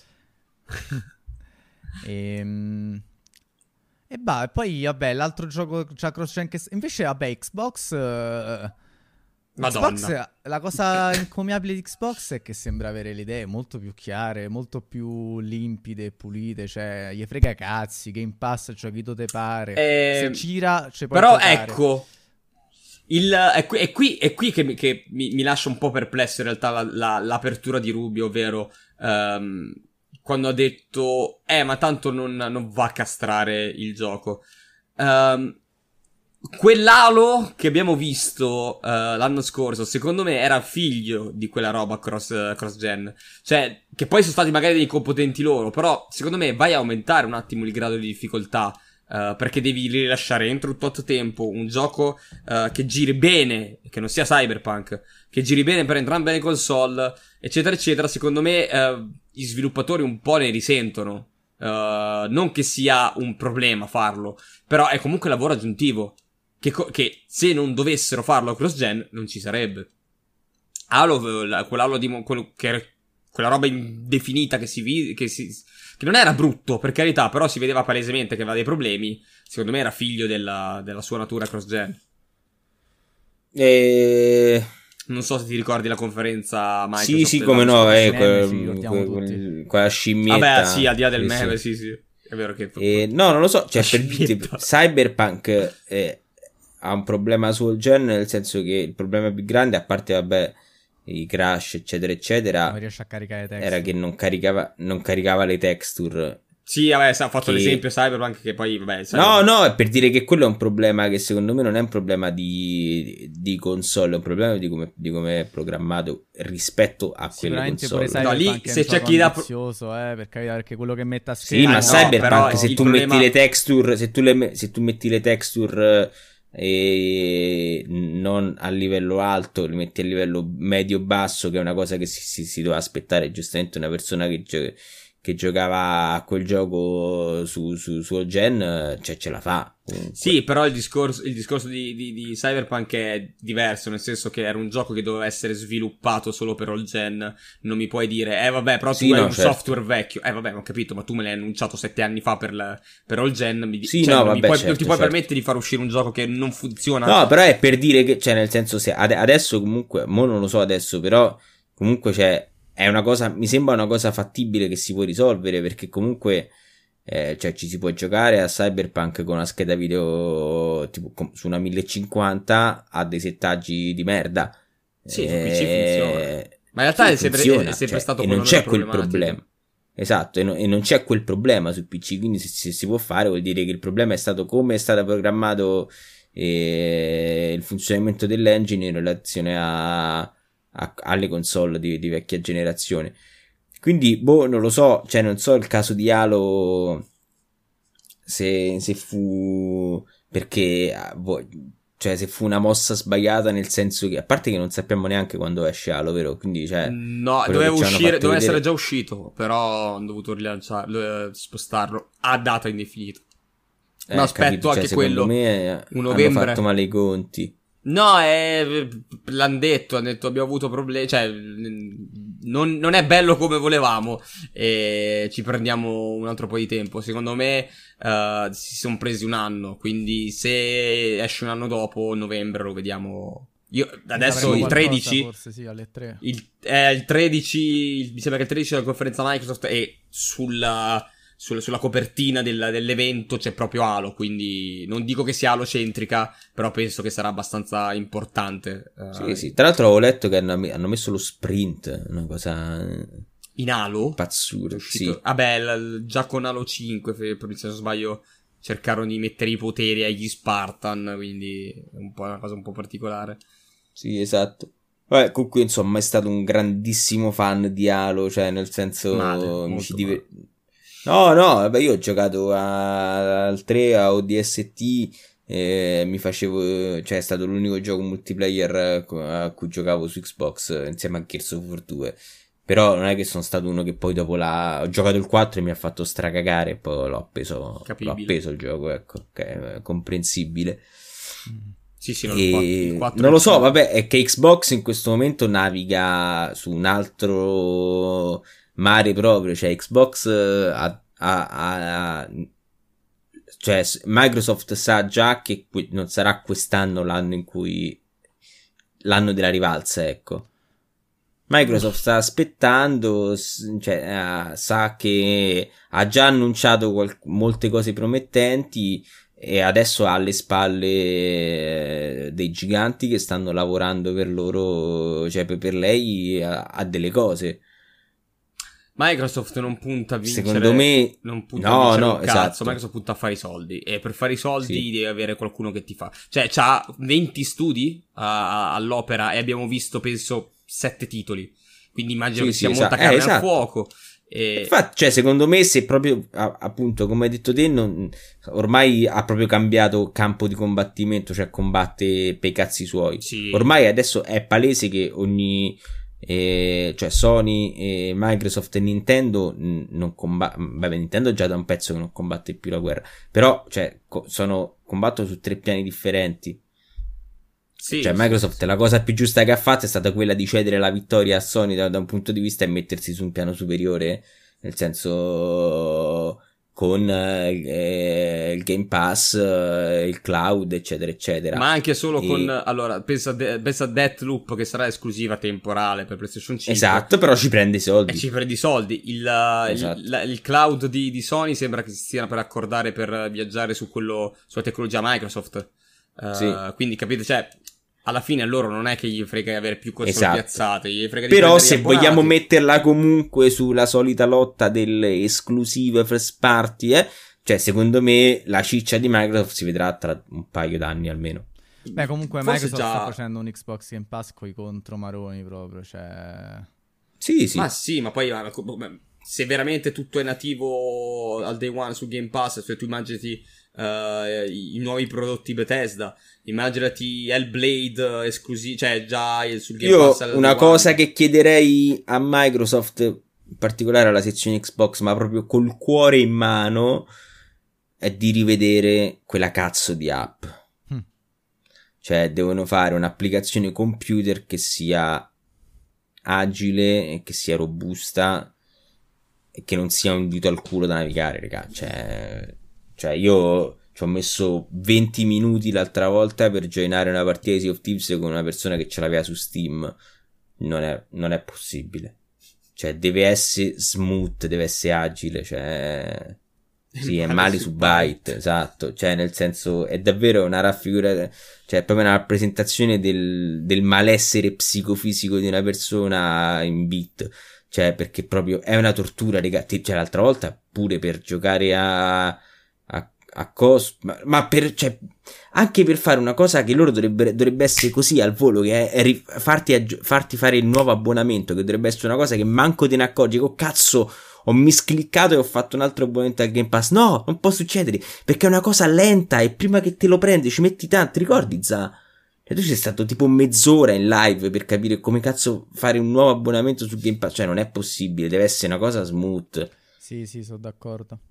Ehm... E bah, e poi vabbè, l'altro gioco c'ha cross-gen che... Invece, vabbè, Xbox... eh, Madonna. Xbox, la cosa encomiabile di Xbox è che sembra avere le idee molto più chiare, molto più limpide e pulite. Cioè, gli frega cazzi, Game Pass, giochi dove te pare. Eh, Se gira, ci puoi Però giocare. ecco, il, è, qui, è qui, è qui che, mi, che mi, mi lascia un po' perplesso in realtà la, la, l'apertura di Ruby, ovvero ehm, quando ha detto eh ma tanto non, non va a castrare il gioco. Ehm, quell'Halo che abbiamo visto eh, l'anno scorso secondo me era figlio di quella roba cross, cross gen, cioè che poi sono stati magari dei competenti loro, però secondo me vai a aumentare un attimo il grado di difficoltà. Uh, perché devi rilasciare entro un tot tempo un gioco uh, che giri bene, che non sia Cyberpunk, che giri bene per entrambe le console, eccetera eccetera. Secondo me uh, gli sviluppatori un po' ne risentono. Uh, non che sia un problema farlo, però è comunque lavoro aggiuntivo che, co- che se non dovessero farlo cross-gen non ci sarebbe. Halo, la- quell'Halo di mo- quello che era- quella roba indefinita che si vide, che si che non era brutto, per carità, però si vedeva palesemente che aveva dei problemi. Secondo me era figlio della, della sua natura cross-gen. E... Non so se ti ricordi la conferenza Microsoft. Sì, sì, dell'anno come no, scorso. eh, meme, quel- ci ricordiamo quel- tutti. quel- quella scimmietta. Vabbè, sì, al di là del Sì, meme, sì. sì, sì. È vero che... E, no, non lo so, cioè La per dirti, scimmietta. Cyberpunk eh, ha un problema sul gen, nel senso che il problema più grande, a parte vabbè i crash eccetera eccetera, Non riesce a caricare text. era che non caricava, non caricava le texture Sì, vabbè, ha fatto che... l'esempio Cyberpunk che poi, vabbè... Cyberpunk... No, no, è per dire che quello è un problema che secondo me non è un problema di, di console, è un problema di come, di come è programmato rispetto a quelle console. Pure no, lì se c'è chi dà... eh, per carità, perché quello che mette a schermo... Sì, ma no, Cyberpunk, se tu problema... metti le texture, se tu, le, se tu metti le texture... e non a livello alto, li metti a livello medio basso, che è una cosa che si, si, si doveva aspettare giustamente una persona che, gio- che giocava a quel gioco su, su, su gen, cioè ce la fa comunque. Sì, però il discorso, il discorso di, di, di Cyberpunk è diverso, nel senso che era un gioco che doveva essere sviluppato solo per all gen. Non mi puoi dire, eh vabbè, però tu sì, hai no, un certo. software vecchio. Eh vabbè, ho capito, ma tu me l'hai annunciato sette anni fa per, la, per all gen. Mi, sì, cioè, no, non, vabbè, mi puoi, certo, non ti puoi certo. permettere di far uscire un gioco che non funziona. No, però è per dire che, cioè, nel senso, se ad- adesso comunque, mo non lo so adesso, però comunque c'è. È una cosa, mi sembra una cosa fattibile che si può risolvere, perché comunque eh, cioè ci si può giocare a Cyberpunk con una scheda video tipo com- su una mille cinquanta a dei settaggi di merda. Sì, eh, su P C funziona. Ma in realtà sì, è, sempre, funziona, è sempre cioè, stato e non c'è quel problema. Esatto, e, no, e non c'è quel problema su P C, quindi se, se si può fare vuol dire che il problema è stato come è stato programmato eh, il funzionamento dell'engine in relazione a A, alle console di, di vecchia generazione. Quindi boh, non lo so, cioè non so il caso di Halo se, se fu perché boh, cioè se fu una mossa sbagliata, nel senso che a parte che non sappiamo neanche quando esce Halo, vero? Quindi cioè no, doveva uscire, doveva essere già uscito, però hanno dovuto rilanciarlo, spostarlo a data indefinita. eh, ma aspetto capito, anche cioè, quello me un novembre hanno fatto male i conti. No, è, l'hanno detto, hanno detto abbiamo avuto problemi, cioè non, non è bello come volevamo e ci prendiamo un altro po' di tempo. Secondo me uh, si sono presi un anno, quindi se esce un anno dopo, novembre lo vediamo. Io adesso il tredici, forse sì, alle tre. Il, eh, il tredici, mi sembra che il tredici della conferenza Microsoft e sulla... sulla copertina del, dell'evento c'è proprio Halo, quindi non dico che sia Halo-centrica, però penso che sarà abbastanza importante. Sì, uh, sì, tra l'altro ho letto che hanno, hanno messo lo sprint, una cosa in Halo? pazzurda, sì. Vabbè, l- già con Halo cinque, se non sbaglio, cercarono di mettere i poteri agli Spartan, quindi è un po' una cosa un po' particolare. Sì, esatto. Vabbè, comunque insomma è stato un grandissimo fan di Halo, cioè nel senso Male, mi ci male. diver- No, no, vabbè, io ho giocato a, al tre a O D S T, eh, mi facevo, cioè è stato l'unico gioco multiplayer a cui giocavo su Xbox insieme a Gears of War due. Però non è che sono stato uno che poi dopo la ho giocato il quattro e mi ha fatto stracagare e poi l'ho appeso, l'ho appeso il gioco, ecco, che è comprensibile. Sì, sì, non, e... il quattro, il quattro non lo so, vabbè, è che Xbox in questo momento naviga su un altro mare proprio, cioè Xbox ha, ha, ha cioè Microsoft sa già che non sarà quest'anno l'anno in cui l'anno della rivalsa, ecco. Microsoft sta aspettando, cioè uh, sa che ha già annunciato qual- molte cose promettenti e adesso ha alle spalle eh, dei giganti che stanno lavorando per loro, cioè per, per lei a, a delle cose. Microsoft non punta a vincere. Secondo me non punta no, a vincere no, un cazzo. esatto. Microsoft punta a fare i soldi. E per fare i soldi sì. devi avere qualcuno che ti fa. Cioè, c'ha venti studi a, a, all'opera e abbiamo visto, penso, sette titoli. Quindi immagino sì, che sì, sia esatto. molta carne eh, esatto. al fuoco. E... Infatti, cioè, secondo me, se proprio appunto, come hai detto te, non, ormai ha proprio cambiato campo di combattimento, cioè combatte per i cazzi suoi. Sì. Ormai adesso è palese che ogni eh, cioè Sony, eh, Microsoft e Nintendo mh, non combattono. Beh, Nintendo già da un pezzo che non combatte più la guerra, però cioè co- sono combattono su tre piani differenti. Sì, cioè sì, Microsoft sì. La cosa più giusta che ha fatto è stata quella di cedere la vittoria a Sony da, da un punto di vista e mettersi su un piano superiore, nel senso con eh, il Game Pass, eh, il cloud, eccetera eccetera. Ma anche solo e... con allora pensa, de- pensa a Deathloop, che sarà esclusiva temporale per PlayStation cinque. Esatto, però ci prende i soldi. E ci prende i soldi. Il, esatto. il, il cloud di, di Sony sembra che si stiano per accordare per viaggiare su quello, sulla tecnologia Microsoft. Uh, sì. Quindi capite, cioè alla fine a loro non è che gli frega di avere più console Esatto. piazzate, gli frega di Però prendere se gli abbonati. vogliamo metterla comunque sulla solita lotta delle esclusive first party, eh, cioè secondo me la ciccia di Microsoft si vedrà tra un paio d'anni almeno. Beh, comunque Forse Microsoft già- sta facendo un Xbox Game Pass coi contromaroni proprio, cioè... Sì, sì. Ma sì, ma poi ma- se veramente tutto è nativo al day one su Game Pass, se tu immaginati uh, i, i nuovi prodotti Bethesda, immaginati Hellblade esclusivi, cioè già sul Game Io Pass al una day cosa one. che chiederei a Microsoft, in particolare alla sezione Xbox, ma proprio col cuore in mano, è di rivedere quella cazzo di app. Hm. Cioè devono fare un'applicazione computer che sia agile e che sia robusta e che non sia un dito al culo da navigare, raga. Cioè, cioè io ci ho messo venti minuti l'altra volta per joinare una partita di Sea of Thieves con una persona che ce l'aveva su Steam. Non è, non è possibile. Cioè deve essere smooth, deve essere agile, cioè... Sì, è male su Byte, esatto, cioè nel senso è davvero una raffigurazione, cioè è proprio una rappresentazione del, del malessere psicofisico di una persona in bit, cioè perché proprio è una tortura, ragazzi, cioè l'altra volta pure per giocare a a, a cos, ma, ma per, cioè anche per fare una cosa che loro dovrebbero, dovrebbe essere così al volo, che è, è ri- farti, aggi- farti fare il nuovo abbonamento, che dovrebbe essere una cosa che manco te ne accorgi, che oh, cazzo ho miscliccato e ho fatto un altro abbonamento al Game Pass. No, non può succedere, perché è una cosa lenta e prima che te lo prendi ci metti tanto. Ricordi, Za? Cioè, tu sei stato tipo mezz'ora in live per capire come cazzo fare un nuovo abbonamento su Game Pass. Cioè non è possibile, deve essere una cosa smooth. Sì, sì, sono d'accordo.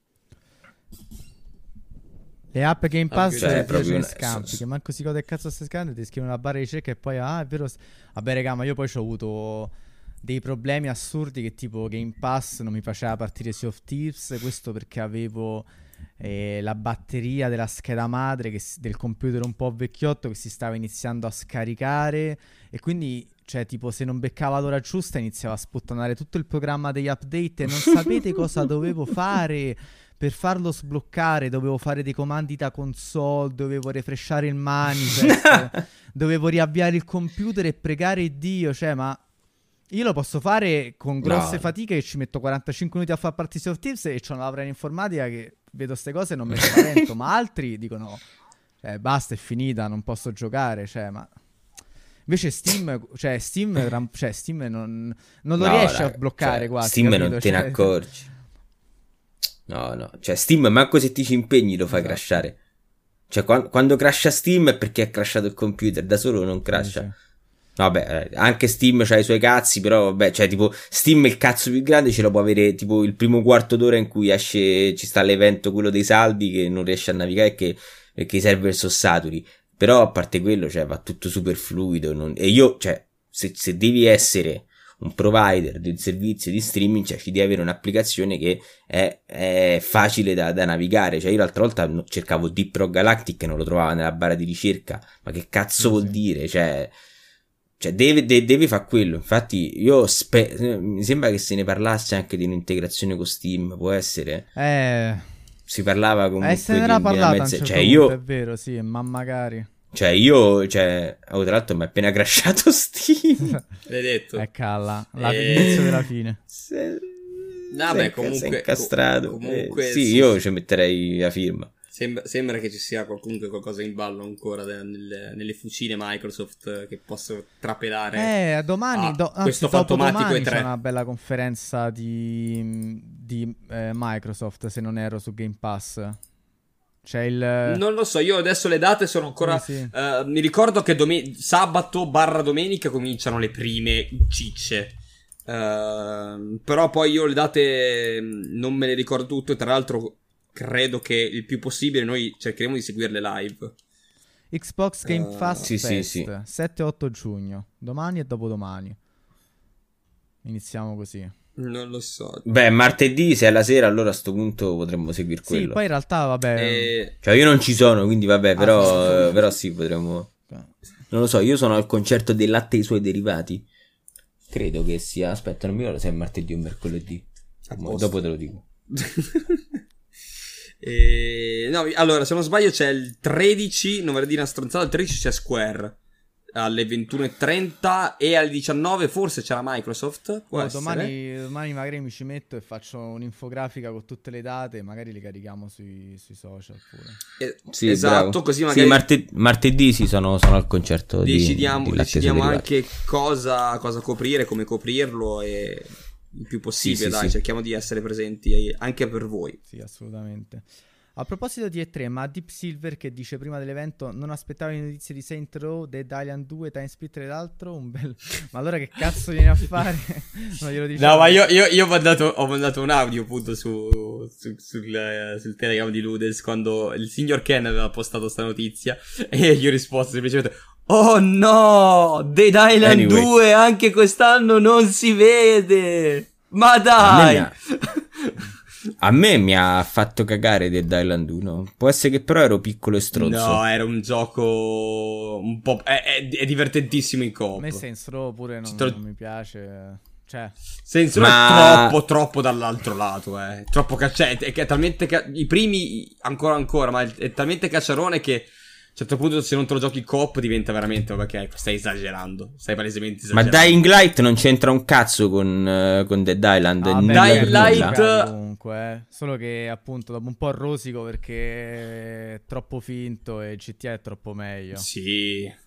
Le app Game Pass Cioè, cioè, è proprio ne una- scampi, so- che manco si code cazzo stai scrivendo, ti scrivono una barra di ricerca e poi ah, è vero. s- Vabbè, raga, ma io poi ho avuto dei problemi assurdi che tipo Game Pass non mi faceva partire Sea of Thieves, questo perché avevo eh, la batteria della scheda madre che si- del computer un po' vecchiotto che si stava iniziando a scaricare e quindi cioè tipo se non beccava l'ora giusta iniziava a sputtanare tutto il programma degli update e non sapete cosa dovevo fare per farlo sbloccare. Dovevo fare dei comandi da console, dovevo refreshare il manifest, dovevo riavviare il computer e pregare Dio, cioè ma io lo posso fare con grosse No. fatiche che ci metto quarantacinque minuti a fare partire Sea of Thieves e c'ho una laurea in informatica che vedo ste cose e non me ne spavento, ma altri dicono cioè basta, è finita, non posso giocare, cioè ma invece Steam, cioè Steam, ram- cioè, Steam non, non lo No, riesce raga, a bloccare cioè, quasi, Steam capito? non te ne Cioè- accorgi. No, no, cioè Steam manco se ti ci impegni lo fai Esatto. crashare. Cioè quan- quando crasha Steam è perché è crashato il computer, da solo non crasha. Sì, sì. Vabbè, eh, anche Steam c'ha i suoi cazzi, però vabbè, cioè tipo Steam il cazzo più grande ce lo può avere tipo il primo quarto d'ora in cui esce, ci sta l'evento quello dei saldi che non riesce a navigare perché, perché i server sono saturi. Però a parte quello, cioè va tutto super fluido, non- e io, cioè, se, se devi essere un provider di un servizio di streaming, cioè ci devi avere un'applicazione che è, è facile da, da navigare. Cioè io l'altra volta no- cercavo Deep Rock Galactic e non lo trovavo nella barra di ricerca, ma che cazzo Sì, vuol sì. dire? Cioè, cioè deve, de- deve fare quello. Infatti io spe- mi sembra che se ne parlasse anche di un'integrazione con Steam, può essere? Eh, Si parlava comunque eh se ne di, era di una parlato a un mezza... certo Cioè punto, io... è vero, sì, ma magari. Cioè io, cioè, oh, tra l'altro mi è appena crashato Steam. L'hai detto. È calla, la- Eh. l'inizio della fine. Se... Vabbè, sei- comunque- sei incastrato. co- comunque Eh, sì, sì, io sì. ci metterei la firma. Sembra, sembra che ci sia comunque qualcosa in ballo ancora de- nelle, nelle fucine Microsoft eh, che possono trapelare. Eh, domani, Ah, do- anzi, questo dopo fantomatico domani E tre. c'è una bella conferenza di, di eh, Microsoft, se non erro, su Game Pass. C'è il... Non lo so, io adesso le date sono ancora... Sì, sì. eh, mi ricordo che dome- sabato barra domenica cominciano le prime cicce. Eh, però poi io le date mh, non me le ricordo tutte. Tra l'altro credo che il più possibile noi cercheremo di seguirle live. Xbox Game Eh, Pass sì, sì, Fest, sì. sette e otto giugno, domani e dopodomani. Iniziamo così. Non lo so. Beh, martedì, se è la sera, allora a sto punto potremmo seguire Sì, quello. poi in realtà, vabbè... Eh, Cioè io non ci sono, quindi vabbè, Ah, però, sì, sì, sì. eh, però sì, potremmo... Non lo so, io sono al concerto del latte e i suoi derivati. Credo che sia... Aspetta, non mi ricordo se è martedì o mercoledì. A Mo- posto. Dopo te lo dico. Eh, no, allora, se non sbaglio c'è il tredici, non vorrei dire una stronzata, il tredici c'è Square. alle ventuno e trenta e alle diciannove forse c'era Microsoft. Può Oh, essere. domani, domani magari mi ci metto e faccio un'infografica con tutte le date, magari le carichiamo sui, sui social pure. Eh, Sì, esatto, bravo. così magari Sì, marte- martedì sì, sono, sono al concerto decidiamo, di, di Latte decidiamo Sono anche cosa, cosa coprire, come coprirlo e il più possibile, Sì, sì, dai, sì. cerchiamo di essere presenti anche per voi. Sì, assolutamente. A proposito di E tre, ma Deep Silver che dice prima dell'evento non aspettavo le notizie di Saint Row, Dead Island due, Time Splitter ed altro, un bel... Ma allora che cazzo viene a fare? Non glielo diciamo. No, ma io, io, io ho, mandato, ho mandato un audio appunto su, su, sul, eh, sul Telegram di Ludens quando il signor Ken aveva postato sta notizia e io ho risposto semplicemente: oh no, Dead Island Anyway. due anche quest'anno non si vede, ma A me, dai. mi ha, a me mi ha fatto cagare Dead Island uno. Può essere che però ero piccolo e stronzo. No, era un gioco un po'... È, è, è divertentissimo in A coop. me Saints Row pure non, Sto- non mi piace. Cioè, Senso Ma- è troppo, troppo dall'altro lato, eh. Troppo ca- cioè, è, che è talmente ca- i primi ancora ancora, ma è, è talmente cacciarone che a un certo punto se non te lo giochi coop diventa veramente, oh, perché stai esagerando, stai palesemente Ma esagerando. Dying Light non c'entra un cazzo con, eh, con Dead Island. ah, nulla beh, Dying per Light- nulla. giocati comunque, eh. Solo che appunto dopo un po' rosico perché è troppo finto e G T A è troppo meglio. Sì.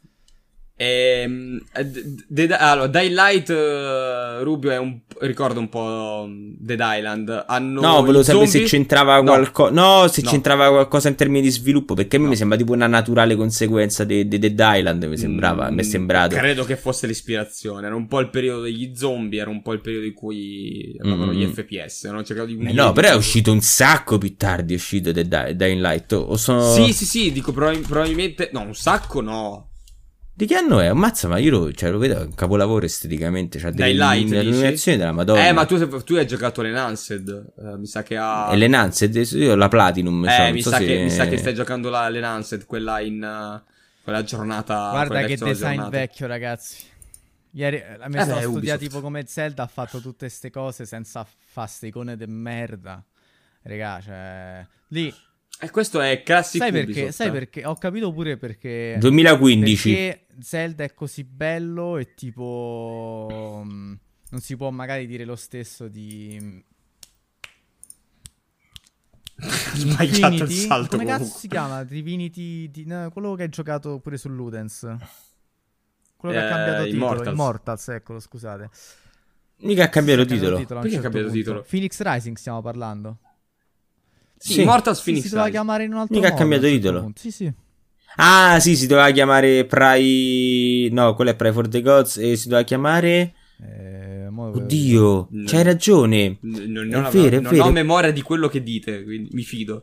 Ehm, d- d- allora, Dying Light, eh, Rubio è un ricorda un po' Dead Island. Hanno No, volevo i sapere zombie- se c'entrava No. qualcosa. No, se No. c'entrava qualcosa in termini di sviluppo. Perché a me No. mi sembra tipo una naturale conseguenza di Dead Island. Mi sembrava, Mm, mi è sembrato. Credo che fosse l'ispirazione. Era un po' il periodo degli zombie, era un po' il periodo in cui andavano Mm. gli F P S. Hanno cercato di Eh unire no, però è tutto. uscito un sacco più tardi. È uscito Dead Di- Dying Light. O sono. Sì, sì, sì, dico prob- probabilmente. No, un sacco no. Di che anno è? Ammazza, ma io lo, cioè, lo vedo, è un capolavoro esteticamente. C'ha delle Dying Light, delle dici? illuminazioni della Madonna. Eh, ma tu, tu hai giocato l'Enhanced. Eh, mi sa che ha. E l'Enhanced, io ho la Platinum. Eh, cioè, non mi, so sa se- che, mi sa che stai giocando la, l'Enhanced, quella in. uh, quella giornata. Guarda quella che sono design aggiornata. vecchio, ragazzi. Ieri eh, mi Eh sono beh, studiato Ubisoft. tipo come Zelda, ha fatto tutte ste cose senza fare ste icone de merda. Regà, cioè... Lì, E questo è classico sai perché? Ubisoft, Sai eh. perché? Ho capito pure perché... duemilaquindici. Perché Zelda è così bello e tipo... mm, non si può magari dire lo stesso di... Sbagliato il Infinity? salto Come cazzo comunque. si chiama? Divinity... di- no, quello che hai giocato pure su Ludens. Quello che ha Eh, cambiato titolo. Immortals. Immortals, eccolo, scusate. Mica ha cambiato Ha cambiato titolo. a un Perché ha certo cambiato punto. titolo? Phoenix Rising stiamo parlando. Sì, Sì. Immortals Sì, Phoenix si doveva Rising. chiamare in un altro Mica ha modo. cambiato a un certo titolo. punto. Sì, sì. Ah, sì, si doveva chiamare Pry. No, quello è Pry for the Gods. E si doveva chiamare. Eh, mo- Oddio, No. c'hai ragione. N- non È non ho- vero, è non vero. ho memoria di quello che dite, quindi mi fido.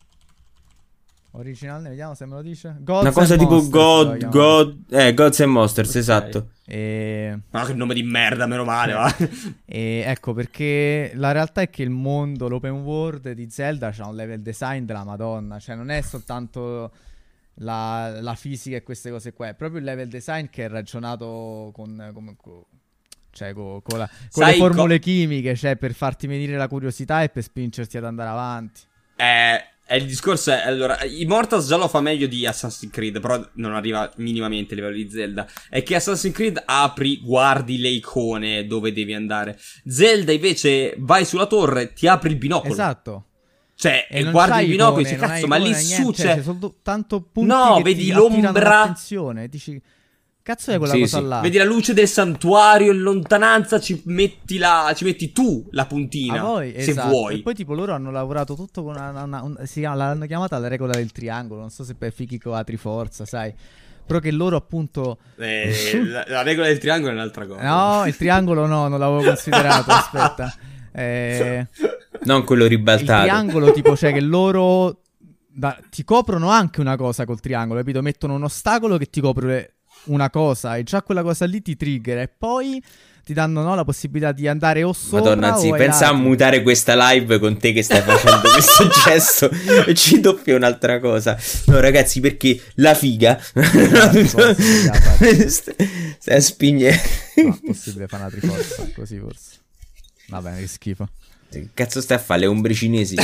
Originale, vediamo se me lo dice. Gods Una cosa and tipo Monsters si doveva God, chiamare. God, eh, Gods and Monsters, Ok. esatto. E... Ma che nome di merda, meno male, va. e ecco perché la realtà è che il mondo, l'open world di Zelda c'ha un level design della Madonna. Cioè non è soltanto la, la fisica e queste cose qua, è proprio il level design che è ragionato con... con, con cioè con, con la- con Sai le formule co- chimiche, cioè per farti venire la curiosità e per spingerti ad andare avanti. Eh, eh, il discorso è, allora, Immortals già lo fa meglio di Assassin's Creed, però non arriva minimamente a livello di Zelda. È che Assassin's Creed apri, guardi le icone dove devi andare. Zelda invece vai sulla torre, ti apri il binocolo. Esatto. Cioè, E e non guardi c'hai il binocolo e icone, dici, non hai cazzo, ma lì icone, su niente, c'è... cioè, c'è soltanto punti No, che vedi ti attirano l'ombra- l'attenzione. Dici, cazzo è quella Sì, cosa sì. là? Vedi la luce del santuario in lontananza, ci metti la, ci metti tu la puntina, A voi, se esatto. vuoi. E poi tipo loro hanno lavorato tutto con una, una- un- si chiama, l'hanno chiamata la regola del triangolo, non so se per Fichico a Triforza, sai. Però che loro appunto Eh, la, la regola del triangolo è un'altra cosa. no, il triangolo no, non l'avevo considerato, aspetta. Eh, Non quello il ribaltato. triangolo tipo c'è che loro da- ti coprono anche una cosa col triangolo, capito? Mettono un ostacolo che ti copre una cosa e già quella cosa lì ti trigger e poi ti danno no, la possibilità di andare o sopra Madonna, o sì, ai pensa a lati. mutare questa live con te che stai facendo questo gesto e ci doppia un'altra cosa. No, ragazzi, perché la figa Triforza, figa, infatti. stai a spigne. No, è possibile fare una triforza così forse. Va bene, che schifo. Che cazzo stai a fare? Le ombre cinesi?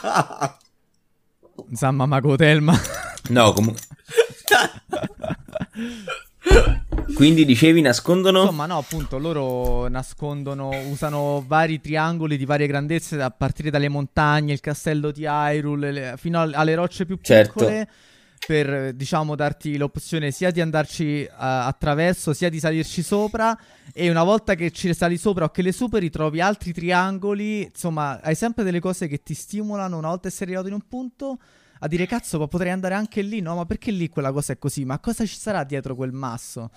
Zamma Mago Telma. No, comunque. Quindi dicevi nascondono? Insomma, no, appunto, loro nascondono, usano vari triangoli di varie grandezze a partire dalle montagne, il castello di Hyrule, le- fino al- alle rocce più Certo. piccole, per, diciamo, darti l'opzione sia di andarci eh, attraverso, sia di salirci sopra. E una volta che ci sali sopra o che le superi, trovi altri triangoli. Insomma, hai sempre delle cose che ti stimolano una volta essere arrivato in un punto a dire cazzo, ma potrei andare anche lì, no? Ma perché lì quella cosa è così? Ma cosa ci sarà dietro quel masso?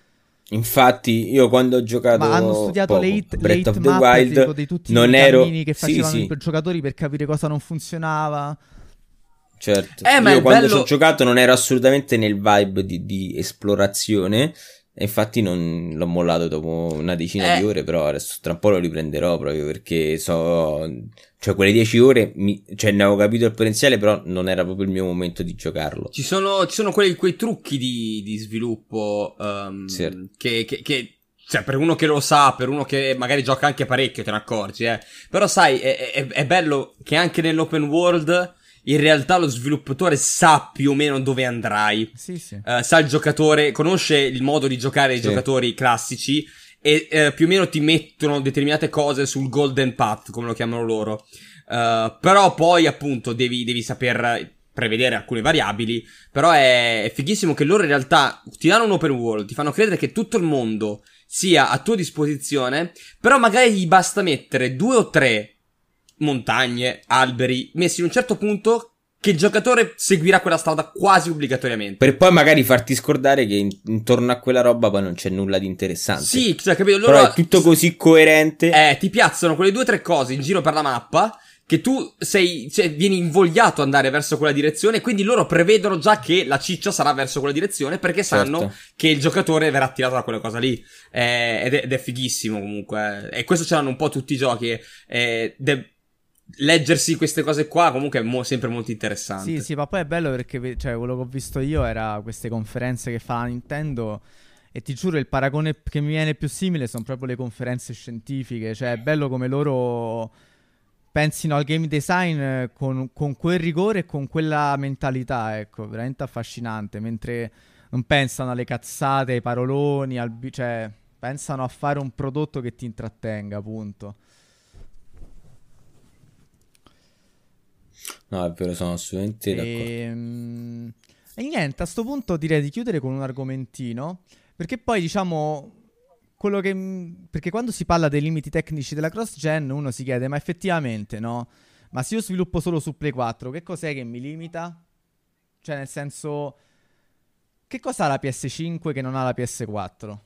Infatti, io quando ho giocato Ma hanno studiato poco le hit, le Breath hit of the map Wild, tipo, di tutti non i ero cammini che sì, facevano sì, i giocatori per capire cosa non funzionava. certo. Eh, ma Io è quando bello- ci ho giocato non ero assolutamente nel vibe di, di esplorazione. E infatti non l'ho mollato dopo una decina Eh. di ore, però adesso tra un po' lo riprenderò proprio perché so, cioè quelle dieci ore, mi, cioè ne avevo capito il potenziale, però non era proprio il mio momento di giocarlo. Ci sono, ci sono quei, quei trucchi di, di sviluppo um, Sì. che, che, che, cioè, per uno che lo sa, per uno che magari gioca anche parecchio, te ne accorgi, eh. Però sai, è, è, è bello che anche nell'open world in realtà lo sviluppatore sa più o meno dove andrai. Sì, sì. Eh, sa il giocatore, conosce il modo di giocare i Sì. giocatori classici e eh, più o meno ti mettono determinate cose sul golden path, come lo chiamano loro. Eh, però poi appunto devi, devi saper prevedere alcune variabili. Però è, è fighissimo che loro in realtà ti danno un open world, ti fanno credere che tutto il mondo sia a tua disposizione, però magari gli basta mettere due o tre montagne, alberi, messi in un certo punto che il giocatore seguirà quella strada quasi obbligatoriamente. Per poi magari farti scordare che in- intorno a quella roba poi non c'è nulla di interessante. Sì, cioè, capito? Loro Però è tutto così coerente. Eh, ti piazzano quelle due o tre cose in giro per la mappa che tu sei, cioè, vieni invogliato ad andare verso quella direzione, quindi loro prevedono già che la ciccia sarà verso quella direzione perché sanno Certo. che il giocatore verrà attirato da quella cosa lì. Eh, ed, è, ed è fighissimo comunque. E questo ce l'hanno un po' tutti i giochi. Eh, de- leggersi queste cose qua comunque è mo- sempre molto interessante. Sì, sì, ma poi è bello perché, ve- cioè, quello che ho visto io era queste conferenze che fa la Nintendo. E ti giuro, il paragone che mi viene più simile sono proprio le conferenze scientifiche. Cioè, è bello come loro pensino al game design eh, con, con quel rigore e con quella mentalità, ecco, veramente affascinante. Mentre non pensano alle cazzate, ai paroloni, al bi- cioè, pensano a fare un prodotto che ti intrattenga, appunto. No, è vero, sono assolutamente d'accordo. E, e niente, a sto punto direi di chiudere con un argomentino, perché poi diciamo quello che perché quando si parla dei limiti tecnici della cross-gen uno si chiede, ma effettivamente no? Ma se io sviluppo solo su Play quattro, che cos'è che mi limita? Cioè, nel senso, che cosa ha la P S cinque che non ha la P S quattro?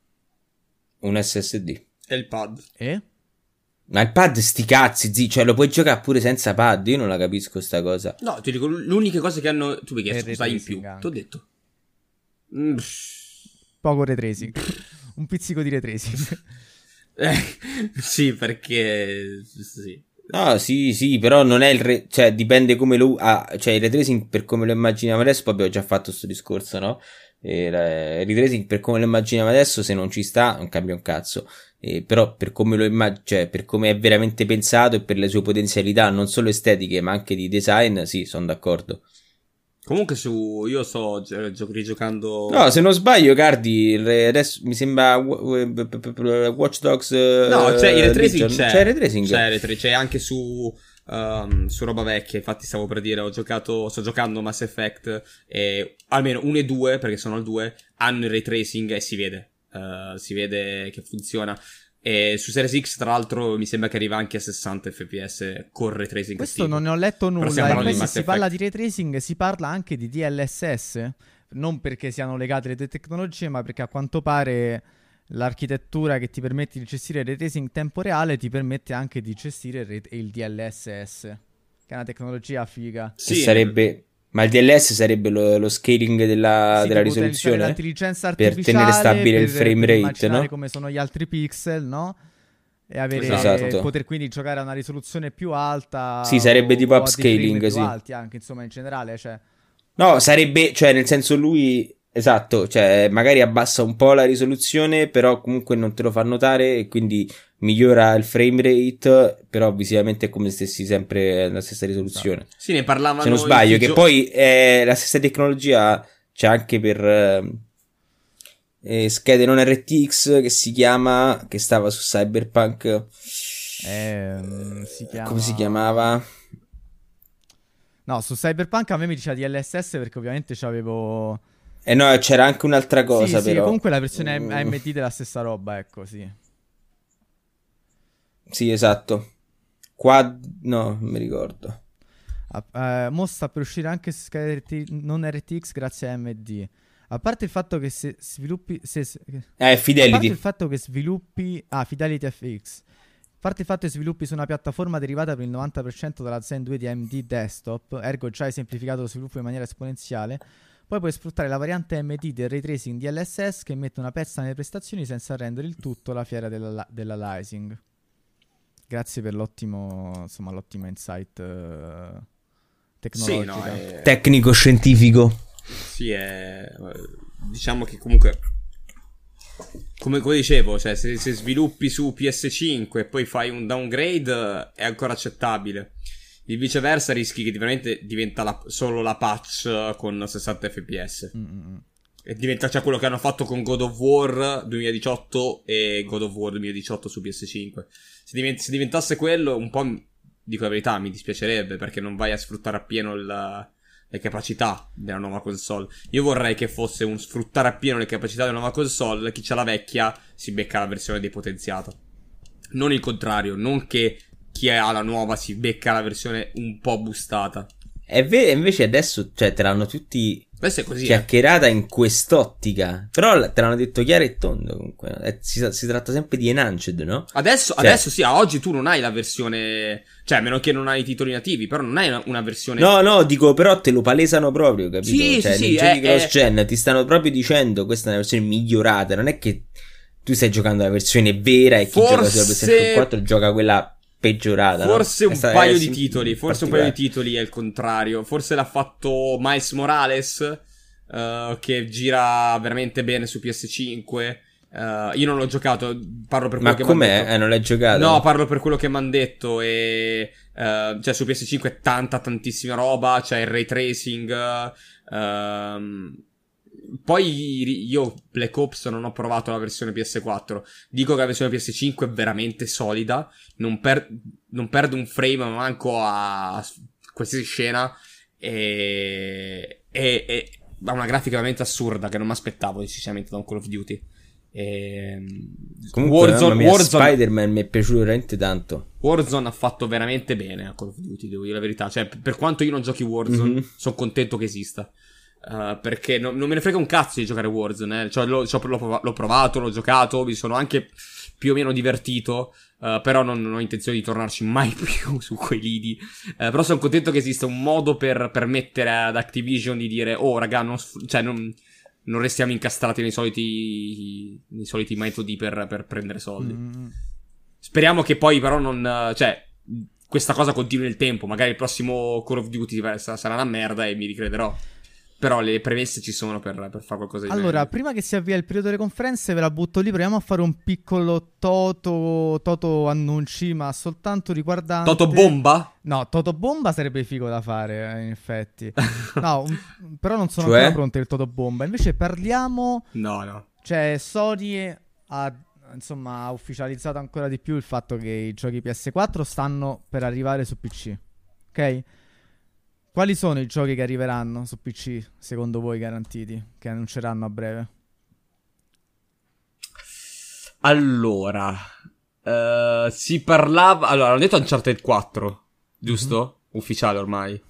Un S S D. E il pad. Eh? Ma il pad sti cazzi, zi, cioè lo puoi giocare pure senza pad, io non la capisco sta cosa. No, ti dico, l'unica cosa che hanno... Tu mi hai E chiesto cosa hai in più. ray tracing Ti ho anche. detto. Mm, pff. Poco ray tracing. Un pizzico di ray tracing. Eh, sì, perché... Sì. No, sì, sì, però non è il re... cioè dipende come lo... Ah, cioè il ray tracing per come lo immaginiamo adesso, poi abbiamo già fatto sto discorso, no? E il ray tracing per come lo immaginiamo adesso, se non ci sta, non cambia un cazzo. Eh, però per come lo immag... cioè per come è veramente pensato e per le sue potenzialità, non solo estetiche, ma anche di design, sì, sono d'accordo. Comunque su... Io sto gi- gio- rigiocando... No, se non sbaglio, Cardi, il re- adesso mi sembra w- w- p- p- Watch Dogs. eh, No, c'è il ray tracing, Legion. c'è. C'è il ray tracing. C'è, il ray tra- c'è anche su... um, su roba vecchia. Infatti stavo per dire, ho giocato... Sto giocando Mass Effect e almeno uno e due, perché sono al due, hanno il ray tracing e si vede. Uh, si vede che funziona. E su Series X, tra l'altro, mi sembra che arriva anche a sessanta F P S con ray tracing Questo attivo. non ne ho letto Però nulla. stiamo E parlando poi di se Mass si parla Effect. di ray tracing si parla anche di D L S S. Non perché siano legate le due tecnologie, ma perché a quanto pare l'architettura che ti permette di gestire il ray tracing in tempo reale ti permette anche di gestire il, ray- il D L S S, che è una tecnologia figa. Che Sì, sarebbe... Ma il D L S sarebbe lo, lo scaling della, Sì, della tipo utilizzare risoluzione? l'intelligenza Per artificiale tenere stabile il per- frame per rate, immaginare no? come sono gli altri pixel, no? E avere, Esatto. poter quindi giocare a una risoluzione più alta. Sì, sarebbe o- tipo o a dei upscaling, frame più sì. alti anche, insomma, in generale, cioè. No, sarebbe, cioè nel senso lui, esatto, cioè magari abbassa un po' la risoluzione, però comunque non te lo fa notare e quindi migliora il frame rate, però visivamente è come se stessi sempre alla stessa risoluzione. Sì, ne parlavano... Se non sbaglio, i che gio- poi è la stessa tecnologia c'è anche per, eh, eh, schede non R T X che si chiama, che stava su Cyberpunk, eh, si chiama... come si chiamava? No, su Cyberpunk a me mi diceva D L S S perché ovviamente c'avevo... Eh no, c'era anche un'altra cosa, sì, però. Sì, comunque la versione mm. A M D della stessa roba, ecco, sì. Sì, esatto. Quad... no, non mi ricordo. Uh, uh, mo sta per uscire anche su R T... non R T X grazie a A M D. A parte il fatto che se sviluppi... Se... Eh, Fidelity. A parte il fatto che sviluppi... Ah, Fidelity F X. A parte il fatto che sviluppi su una piattaforma derivata per il novanta per cento dalla Zen due di A M D Desktop, ergo già hai semplificato lo sviluppo in maniera esponenziale, poi puoi sfruttare la variante A M D del Ray Tracing D L S S che mette una pezza nelle prestazioni senza rendere il tutto la fiera della, dell'aliasing. Grazie per l'ottimo, insomma, l'ottimo insight uh, tecnologico. Sì, no, è... tecnico-scientifico. Sì, è... diciamo che comunque... Come, come dicevo, cioè se, se sviluppi su P S cinque e poi fai un downgrade è ancora accettabile. Il viceversa rischi che veramente diventa la, solo la patch con sessanta F P S. Mm-hmm. E diventa cioè quello che hanno fatto con God of War duemiladiciotto e God of War duemiladiciotto su P S cinque. Se, divent- se diventasse quello, un po', dico la verità, mi dispiacerebbe perché non vai a sfruttare appieno il... le capacità della nuova console. Io vorrei che fosse un sfruttare appieno le capacità della nuova console. Chi c'ha la vecchia si becca la versione depotenziata, non il contrario, non che chi ha la nuova si becca la versione un po' boostata. È vero, invece adesso, cioè, te l'hanno tutti Questo è così, chiacchierata eh. in quest'ottica. Però te l'hanno detto chiaro e tondo comunque. Eh, si, si tratta sempre di enhanced, no? Adesso, cioè, adesso sì, a oggi tu non hai la versione... Cioè, a meno che non hai i titoli nativi, però non hai una, una versione... No, no, dico, però te lo palesano proprio, capito? Sì, cioè, sì, nei sì, giochi è, cross-gen è... ti stanno proprio dicendo questa è una versione migliorata. Non è che tu stai giocando la versione vera e chi Forse... gioca sulla PlayStation quattro gioca quella... peggiorata, forse no? un Questa paio è di sim- titoli forse un paio di titoli è il contrario. Forse l'ha fatto Miles Morales, uh, che gira veramente bene su P S cinque. uh, io non l'ho giocato, parlo per quello ma che com'è? mi hanno detto. Eh, non l'hai giocato? No, parlo per quello che mi hanno detto. E uh, cioè su P S cinque è tanta tantissima roba, c'è il ray tracing. uh, Poi io Black Ops non ho provato la versione P S quattro. Dico che la versione P S cinque è veramente solida. Non, per, non perde un frame manco a qualsiasi scena. E, e, e ha una grafica veramente assurda che non mi aspettavo decisamente da un Call of Duty. E, comunque Warzone, mia, Warzone, Spider-Man mi è piaciuto veramente tanto. Warzone ha fatto veramente bene a Call of Duty, devo dire la verità. Cioè, per quanto io non giochi Warzone, mm-hmm. sono contento che esista. Uh, perché no, non me ne frega un cazzo di giocare Warzone, eh. Cioè, l'ho, l'ho, l'ho provato, l'ho giocato, mi sono anche più o meno divertito, uh, però non, non ho intenzione di tornarci mai più su quei lidi. Uh, però sono contento che esista un modo per permettere ad Activision di dire: oh raga, non, cioè, non, non restiamo incastrati nei soliti, nei soliti metodi per, per prendere soldi. Mm. Speriamo che poi però non, cioè, questa cosa continui nel tempo. Magari il prossimo Call of Duty sarà una merda e mi ricrederò. Però le premesse ci sono per, per fare qualcosa di allora, meglio. Prima che si avvia il periodo delle conferenze, ve la butto lì. Proviamo a fare un piccolo Toto, Toto annunci, ma soltanto riguardante... Toto Bomba? No, Toto Bomba sarebbe figo da fare, in effetti. No, un... però non sono cioè? ancora pronte il Toto Bomba. Invece parliamo... No, no. Cioè, Sony ha, insomma, ha ufficializzato ancora di più il fatto che i giochi P S quattro stanno per arrivare su P C. Ok? Quali sono i giochi che arriveranno su P C, secondo voi garantiti, che annunceranno a breve? Allora, uh, si parlava... Allora, hanno detto Uncharted quattro, giusto? Mm-hmm. Ufficiale ormai.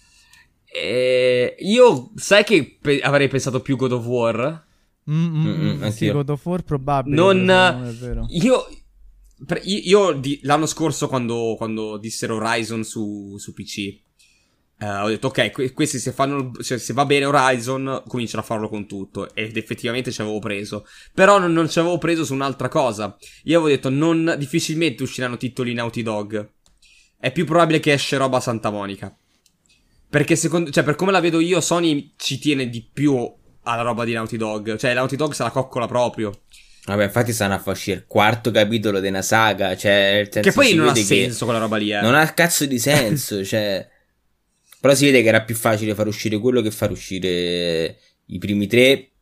E io, sai che pe- avrei pensato più God of War? Mm-hmm, sì, God of War probabile. Non, non è vero. Io... Per, io, io di, l'anno scorso quando, quando dissero Horizon su, su P C... Uh, ho detto ok, que- questi se fanno se, se va bene Horizon cominciano a farlo con tutto, ed effettivamente ci avevo preso. Però non, non ci avevo preso su un'altra cosa. Io avevo detto non difficilmente usciranno titoli Naughty Dog. È più probabile che esce roba a Santa Monica, perché secondo, cioè per come la vedo io Sony ci tiene di più alla roba di Naughty Dog. Cioè Naughty Dog se la coccola proprio. Vabbè, infatti stanno a far uscire il quarto capitolo di una saga, cioè nel senso, che poi non ha che senso quella roba lì, eh. Non ha cazzo di senso, cioè. Però si vede che era più facile far uscire quello che far uscire i primi tre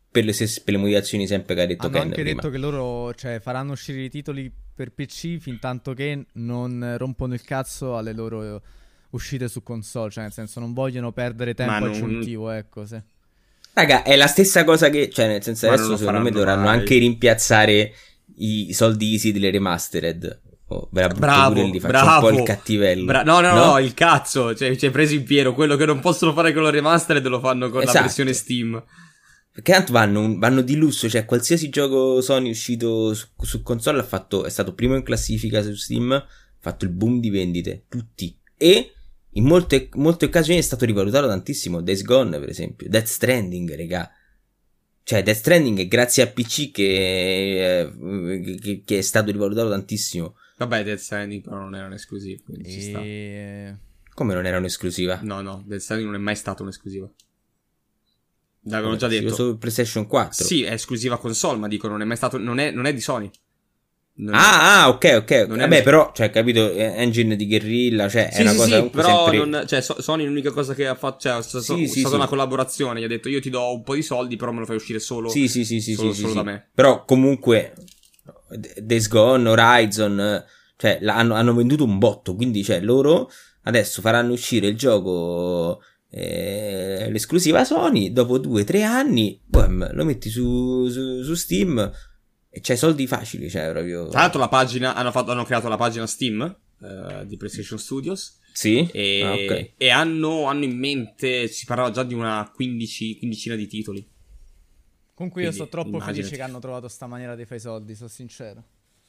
per le, stesse, per le motivazioni sempre che ha detto Hanno Ken anche prima. detto che loro, cioè, faranno uscire i titoli per P C fin tanto che non rompono il cazzo alle loro uscite su console, cioè nel senso non vogliono perdere tempo Ma non- aggiuntivo, ecco, sì. Raga, è la stessa cosa che, cioè nel senso Ma adesso non lo secondo me faranno dovranno mai. anche rimpiazzare i soldi easy delle remastered. Oh, ve la butto Bravo, pure lì, faccio bravo. un po' il cattivello. Bra- no, no, no, no, il cazzo. Cioè, ci hai preso in pieno. Quello che non possono fare con la remastered lo fanno con Esatto. la versione Steam. Perché tanto vanno, vanno di lusso, cioè qualsiasi gioco Sony uscito su, su console ha fatto, è stato primo in classifica su Steam, ha fatto il boom di vendite, tutti. E in molte, molte occasioni è stato rivalutato tantissimo. Days Gone, per esempio, Death Stranding, regà. Cioè, Death Stranding è grazie a P C che, eh, che, che è stato rivalutato tantissimo. Vabbè, Death Stranding però non era un'esclusiva, quindi ci sta. E... Come non era un'esclusiva? No, no, Death Stranding non è mai stato un'esclusiva. L'avevano già detto. Solo PlayStation quattro. Sì, è esclusiva console, ma dico, non è mai stato, non è, non è di Sony. Non è- Ah, ah, ok, ok. Non è Vabbè, un- però, cioè, capito, eh, engine di guerrilla, cioè, Sì, è una sì, cosa sì, comunque però sempre... non, cioè, So- Sony l'unica cosa che ha fatto, cioè, è stata, Sì, è sì, stata sì. una collaborazione, gli ha detto io ti do un po' di soldi, però me lo fai uscire solo, Sì, sì, sì, sì, solo, sì, solo sì, da sì. me. Però comunque Days Gone, Horizon, eh, cioè la- hanno, hanno venduto un botto, quindi cioè loro adesso faranno uscire il gioco, eh, l'esclusiva Sony, dopo due tre anni, boom, lo metti su, su, su Steam e c'hai soldi facili, cioè proprio... Tra l'altro la pagina, hanno, fatto, hanno creato la pagina Steam eh, di PlayStation Studios Sì? e, Ah, ok. e hanno, hanno in mente, si parlava già di una quindici, quindicina di titoli. Comunque io Quindi, sto troppo immaginati. felice che hanno trovato sta maniera di fare i soldi, sono sincero.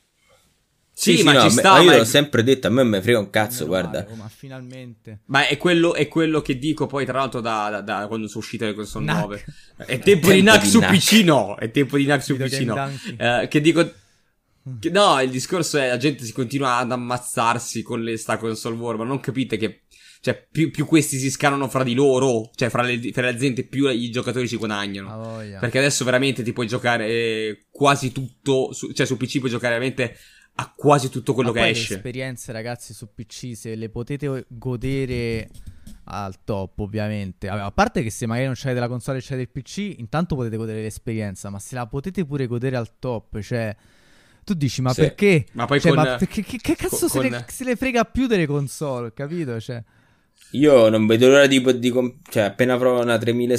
Sì, ma no, ci me- sta, ma io ma è- l'ho sempre detto, a me me frega un cazzo, Meno guarda. male, oh, ma finalmente. Ma è quello, è quello che dico poi, tra l'altro, da, da- da quando sono uscite le console Knack. nuove. È tempo di Tempo Knack di su Knack. P C, no. È tempo di Knack su P C, Videogame no. Donkey. Eh, che dico... che- no, il discorso è la gente si continua ad ammazzarsi con le sta console war, ma non capite che... Cioè, più, più questi si scanano fra di loro, cioè fra le, fra le aziende, più i giocatori ci guadagnano. A voglia. Perché adesso veramente ti puoi giocare eh, quasi tutto, su- cioè su P C puoi giocare veramente a quasi tutto quello Ma che poi le esce. esperienze, ragazzi, su P C, se le potete godere al top, ovviamente. Vabbè, a parte che se magari non c'è della console e c'è del P C, intanto potete godere l'esperienza, ma se la potete pure godere al top, cioè... Tu dici, ma Sì. perché? Ma poi Cioè, con- ma perché, che, che cazzo con- se, ne, con- se ne frega più delle console, capito? Cioè... Io non vedo l'ora di, di comp- cioè appena provo una tremila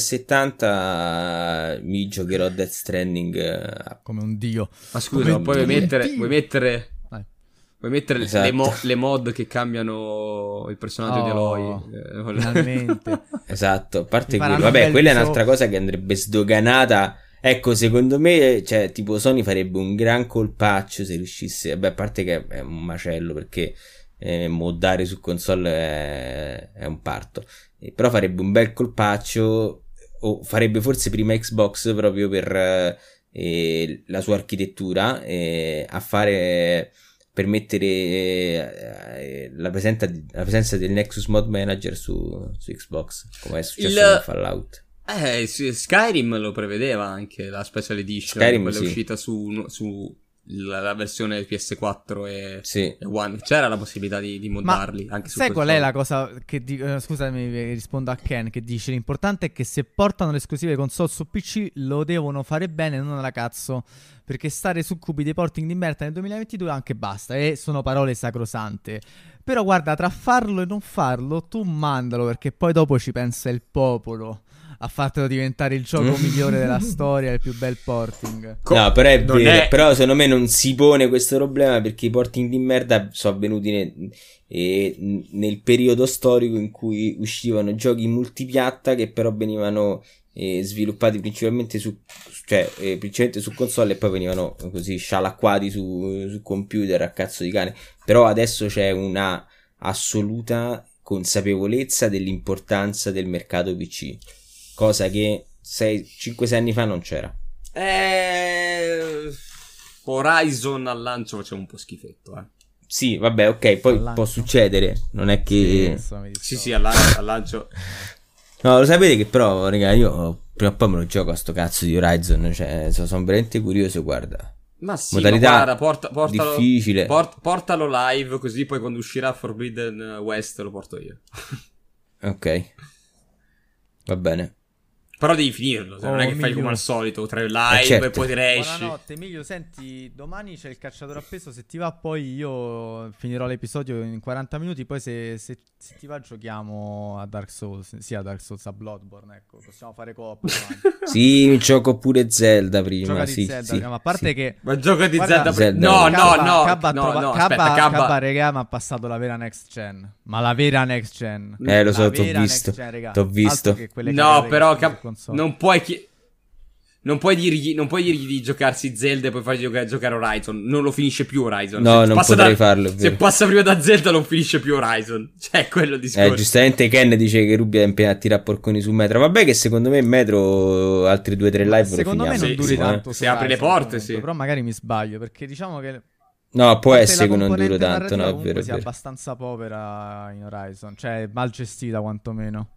settanta mi giocherò Death Stranding. eh, Come un dio. Ma scusa, Come ma poi vuoi Dio. mettere, vuoi mettere, Vai. vuoi mettere Esatto. le, mo- le mod che cambiano il personaggio di Oh, Aloy? Eh, voglio- finalmente. Esatto, a parte Mi quello. faranno Vabbè, un bel quella è viso- un'altra cosa che andrebbe sdoganata. Ecco, secondo me, cioè, tipo Sony farebbe un gran colpaccio se riuscisse. Vabbè, a parte che è un macello perché eh, moddare su console è, è un parto. Eh, però farebbe un bel colpaccio, o farebbe forse prima Xbox proprio per eh, eh, la sua architettura, eh, a fare per mettere eh, eh, la, presenza, la presenza del Nexus Mod Manager su, su Xbox, come è successo Il- con Fallout. Eh, sì, Skyrim lo prevedeva anche la Special Edition, Skyrim, quella sì. uscita su, su la, la versione P S quattro e, Sì. e One. C'era la possibilità di, di Ma moddarli anche su sai qual è console. la cosa che di- eh, scusami, rispondo a Ken che dice l'importante è che se portano le esclusive console su P C lo devono fare bene, non alla cazzo, perché stare succubi dei porting di merda nel duemilaventidue anche basta, e sono parole sacrosante. Però guarda, tra farlo e non farlo tu mandalo, perché poi dopo ci pensa il popolo a fartelo diventare il gioco migliore della storia, il più bel porting. Co- No, però è non vero, è- però secondo me non si pone questo problema perché i porting di merda sono avvenuti ne- eh, nel periodo storico in cui uscivano giochi multipiatta che però venivano eh, sviluppati principalmente su, cioè, eh, principalmente su console e poi venivano così scialacquati su, su computer a cazzo di cane. Però adesso c'è una assoluta consapevolezza dell'importanza del mercato P C, cosa che sei cinque sei anni fa non c'era. Eh, Horizon al lancio faceva un po' schifetto, eh. Sì, vabbè, ok, poi Al lancio. può succedere, non è che... Insomma, mi Sì, dissocio. sì, al, lan- al lancio. No, lo sapete che però, raga, io prima o poi me lo gioco a sto cazzo di Horizon, cioè, so- sono veramente curioso, guarda. Ma sì, Modalità ma guarda, porta, portalo, difficile. port- portalo live, così poi quando uscirà Forbidden West lo porto io. Ok, va bene. Però devi finirlo, se Oh, non è che fai Emilio. come al solito, tre live Eh, certo. e poi te ne esci. Buonanotte Emilio, senti, domani c'è il cacciatore appeso, se ti va poi io finirò l'episodio in quaranta minuti, poi se, se, se ti va giochiamo a Dark Souls, sì a Dark Souls, a Bloodborne, ecco, possiamo fare coop domani. Sì, mi gioco pure Zelda prima. Gioca di sì, Zelda, sì, ma a parte sì. che... Ma gioco di Guarda, Zelda, Zelda. no, no, Cabba- no, Cabba ha no, trova- no, Cabba- aspetta, Cabba, Cabba. regà, mi ha passato la vera next gen. Ma la vera next gen. Eh, lo so, La t'ho vera visto. next gen, regà. T'ho visto. Altro che quelle No, cagate che però stanno Cab- su console. non puoi chi- non puoi dirgli non puoi dirgli di giocarsi Zelda e poi fargli giocare, giocare Horizon. Non lo finisce più Horizon. No, Se non passa potrei da- farlo, è Se vero. passa prima da Zelda non finisce più Horizon. Cioè, quello il discorso. Eh, giustamente Ken dice che Ruby è impegnato a tirare porconi su Metro. Vabbè, che secondo me Metro altri due tre live Secondo lo me finiamo. non Sì, duri sì, tanto se su apri le Horizon, porte, comunque, sì. però magari mi sbaglio, perché diciamo che No, può a parte essere la che non duri componente tanto, no, narrativa è comunque vero, è sia vero. abbastanza povera in Horizon, cioè mal gestita quantomeno.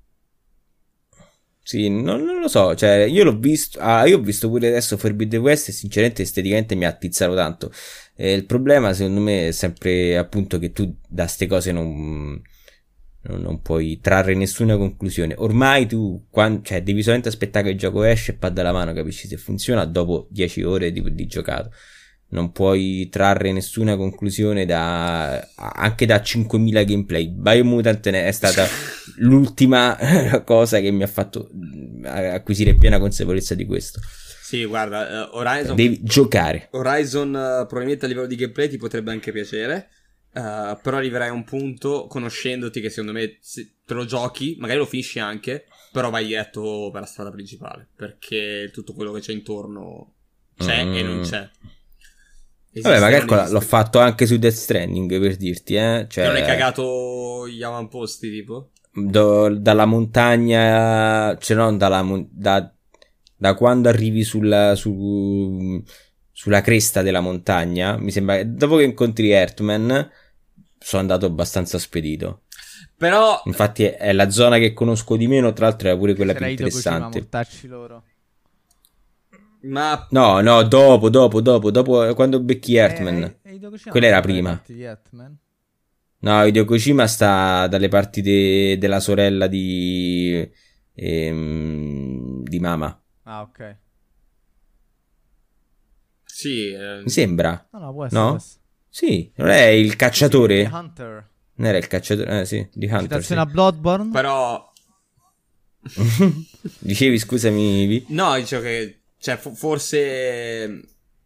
Sì, non, non lo so, cioè io l'ho visto, ah, io ho visto pure adesso Forbidden West e sinceramente esteticamente mi ha attizzato tanto. Eh, il problema secondo me è sempre appunto che tu da ste cose non, non, non puoi trarre nessuna conclusione. Ormai tu, quan- cioè devi solamente aspettare che il gioco esce e pad alla mano, capisci se funziona dopo dieci ore di, di giocato. Non puoi trarre nessuna conclusione da anche da cinquemila gameplay. Biomutant è stata l'ultima cosa che mi ha fatto acquisire piena consapevolezza di questo. Sì, guarda, uh, Horizon Devi giocare. Horizon uh, probabilmente a livello di gameplay ti potrebbe anche piacere. Uh, però arriverai a un punto, conoscendoti, che secondo me se te lo giochi, magari lo finisci anche, però vai diretto per la strada principale, perché tutto quello che c'è intorno c'è Mm. e non c'è. Esiste, Vabbè, magari non qua esiste. l'ho fatto anche su Death Stranding, per dirti, eh. Cioè, Che non hai cagato gli avamposti, tipo? do- dalla montagna, cioè non dalla mon- da, da quando arrivi sulla, su, sulla cresta della montagna, mi sembra che dopo che incontri Earthman sono andato abbastanza spedito. Però Infatti è, è la zona che conosco di meno, tra l'altro era pure quella C'era più Hideo Kojima, interessante. mortacci loro. Ma No, no, dopo, dopo, dopo, dopo, quando becchi Earthman. Eh, eh, Hideo Kojima Quella era sta dalle prima. parti di Earthman? No, Hideo Kojima sta dalle parti de- della sorella di ehm, di Mama. Ah, ok. sì, eh, Mi sembra. No, no, può essere. No? può essere. Sì, non è il cacciatore? The Hunter. Non era il cacciatore, eh sì, di Hunter. Citazione Sì. a Bloodborne. però Dicevi, scusami, Vi? no, dicevo che cioè fo- forse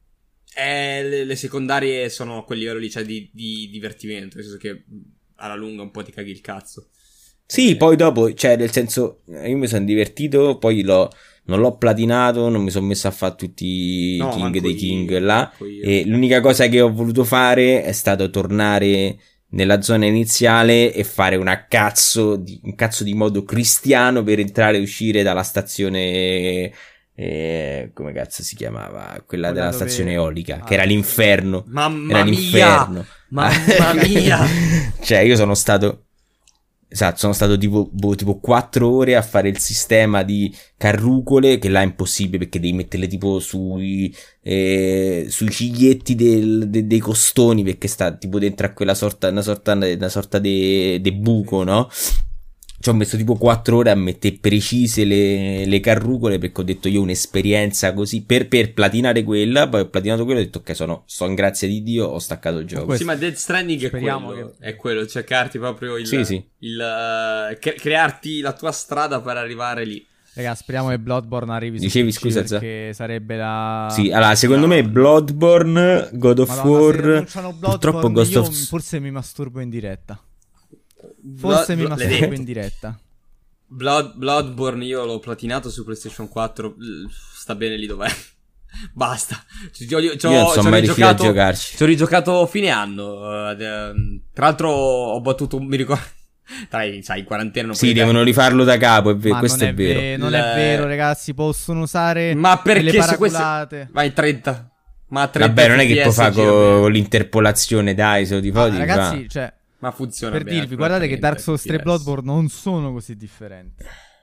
eh, le, le secondarie sono a quel livello lì, cioè di, di divertimento, nel senso che mh, alla lunga un po' ti caghi il cazzo. Sì, Eh, poi dopo, cioè, nel senso, io mi sono divertito, poi l'ho, non l'ho platinato, non mi sono messo a fare tutti i no, King manco dei io, King là. manco io. E l'unica cosa che ho voluto fare è stato tornare nella zona iniziale e fare una cazzo di, un cazzo di modo cristiano per entrare e uscire dalla stazione, eh, come cazzo si chiamava? Quella, Quella della dove- stazione eolica, Ah, che era sì. l'inferno. Mamma Era mia! l'inferno. Mamma mia! Cioè, io sono stato. Esatto, sono stato tipo, boh, tipo quattro ore a fare il sistema di carrucole, che là è impossibile perché devi metterle tipo sui, eh, sui ciglietti del- de- dei costoni, perché sta tipo dentro a quella sorta, una sorta, una sorta di buco, no? Ci ho messo tipo quattro ore a mettere precise le, le carrucole, perché ho detto io un'esperienza così per, per platinare quella, poi ho platinato quello e ho detto ok, sono, sono in grazia di Dio, ho staccato il gioco. Questo- Sì, ma Death Stranding è Speriamo quello, che- è quello, cercarti proprio il, Sì, sì. il eh, cre- crearti la tua strada per arrivare lì. Raga, speriamo che Bloodborne arrivi su Dicevi, P C, scusa, Zà? perché sarebbe la... Sì, allora, secondo No. me Bloodborne, God of Madonna, se War, annunciano Bloodborne, purtroppo Ghost io of... forse mi masturbo in diretta. Forse mi Blood- l'hai masturbo detto. in diretta. Blood- Bloodborne io l'ho platinato su PlayStation quattro, l- sta bene lì dov'è. Basta. Ci- ci ho- ci ho- Io non sono ci ho mai riuscito a rigiocato- giocarci. Ci ho rigiocato fine anno. eh, ehm, tra l'altro ho battuto, mi ricordo. Dai, sai, in quarantena non Sì, puoi devono rifarlo da capo, è vero, Ma questo non è è, vero. ve- non Le- è vero, ragazzi, possono usare Ma perché delle su queste- paraculate. Vai trenta. Ma a trenta Vabbè, non è che puoi F P S fare gira con bene. l'interpolazione, dai, se lo ti Ah, fodi, ragazzi, va. cioè, Ma funziona per bene. dirvi, guardate che Dark Souls tre e F P S. Bloodborne non sono così differenti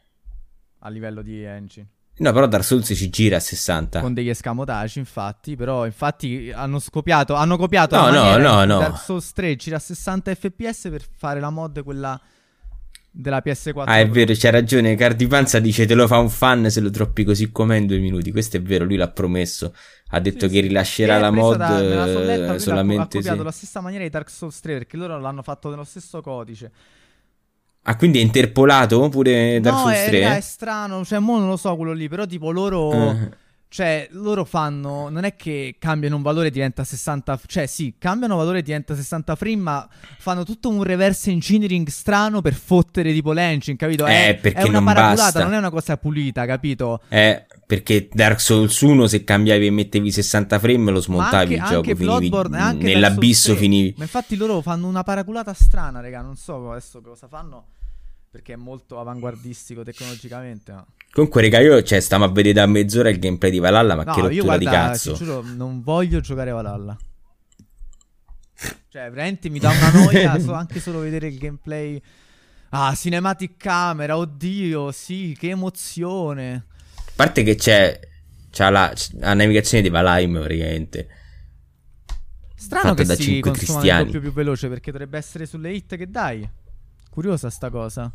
a livello di engine. No, però Dark Souls ci gira a sessanta. Con degli escamotage, infatti, però infatti hanno scopiato, hanno copiato No, la no, maniera no, in cui no. Dark Souls tre gira a sessanta F P S per fare la mod quella della P S quattro. Ah, è vero, c'ha ragione. Cardi Panza dice: te lo fa un fan se lo troppi così com'è in due minuti. Questo è vero, lui l'ha promesso. Ha detto Sì, che sì. rilascerà Che è la presa mod da- me la son letta, eh, lui solamente ha copiato se. la stessa maniera di Dark Souls tre, perché loro l'hanno fatto nello stesso codice. Ah, quindi è interpolato pure Dark No, Souls è, tre? raga, è strano, cioè mo non lo so quello lì, però tipo loro, Eh. cioè loro fanno, non è che cambiano un valore e diventa sessanta, cioè sì, cambiano valore e diventa sessanta frame, ma fanno tutto un reverse engineering strano per fottere tipo l'engine, capito? È, Eh, perché è una non paraculata, basta. non è una cosa pulita, capito? Eh, perché Dark Souls uno se cambiavi e mettevi sessanta frame lo Ma smontavi anche, il gioco, anche finivi Bloodborne e anche Dark nell'abisso, Souls tre. finivi. Ma infatti loro fanno una paraculata strana, raga, non so adesso cosa fanno, perché è molto avanguardistico tecnologicamente, ma... Comunque, raga, io cioè, stiamo a vedere da mezz'ora il gameplay di Valhalla, ma No, che io rottura di guarda, cazzo. ti giuro, non voglio giocare Valhalla. Cioè, veramente mi dà una noia so- anche solo vedere il gameplay. Ah, cinematic camera, oddio, sì, che emozione. A parte che c'è, c'ha la, la navigazione di Valheim, praticamente. Strano Fatta che da si cinque consuma il cristiani. doppio più veloce, perché dovrebbe essere sulle hit che dai. Curiosa sta cosa.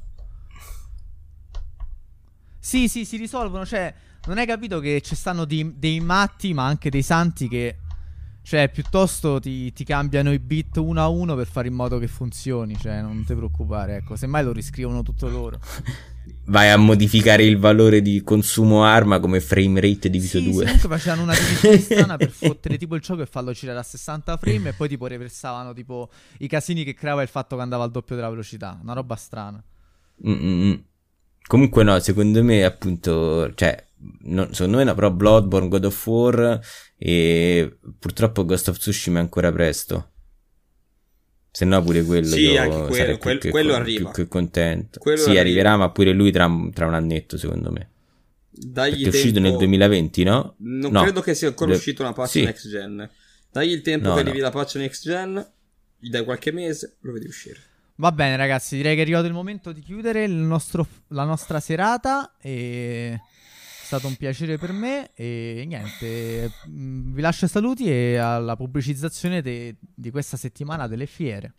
Sì, sì, si risolvono, cioè, non hai capito che ci stanno dei, dei matti, ma anche dei santi che, cioè, piuttosto ti, ti cambiano i bit uno a uno per fare in modo che funzioni, cioè, non ti preoccupare, ecco, semmai lo riscrivono tutto loro. Vai a modificare il valore di consumo arma come frame rate diviso Sì, sì, due. comunque facevano una divisione strana per fottere tipo il gioco e farlo girare a sessanta frame e poi tipo reversavano tipo i casini che creava il fatto che andava al doppio della velocità, una roba strana. Mm-mm. Comunque no, secondo me appunto, cioè, no, secondo me no, però Bloodborne, God of War e purtroppo Ghost of Tsushima è ancora presto. Se no pure quello Sì, io anche quello, sarei quel- più, che, quello più arriva. che contento. Quello sì, arriva. arriverà, ma pure lui tra, tra un annetto, secondo me. Dagli Perché è uscito tempo- nel duemilaventi, no? Non No. credo che sia ancora De- uscita una patch sì. next gen. Dagli il tempo No, che no. arrivi la patch next gen, gli dai qualche mese, lo vedi uscire. Va bene ragazzi, direi che è arrivato il momento di chiudere il nostro, la nostra serata e è stato un piacere per me e niente, mh, vi lascio ai saluti e alla pubblicizzazione de- di questa settimana delle fiere.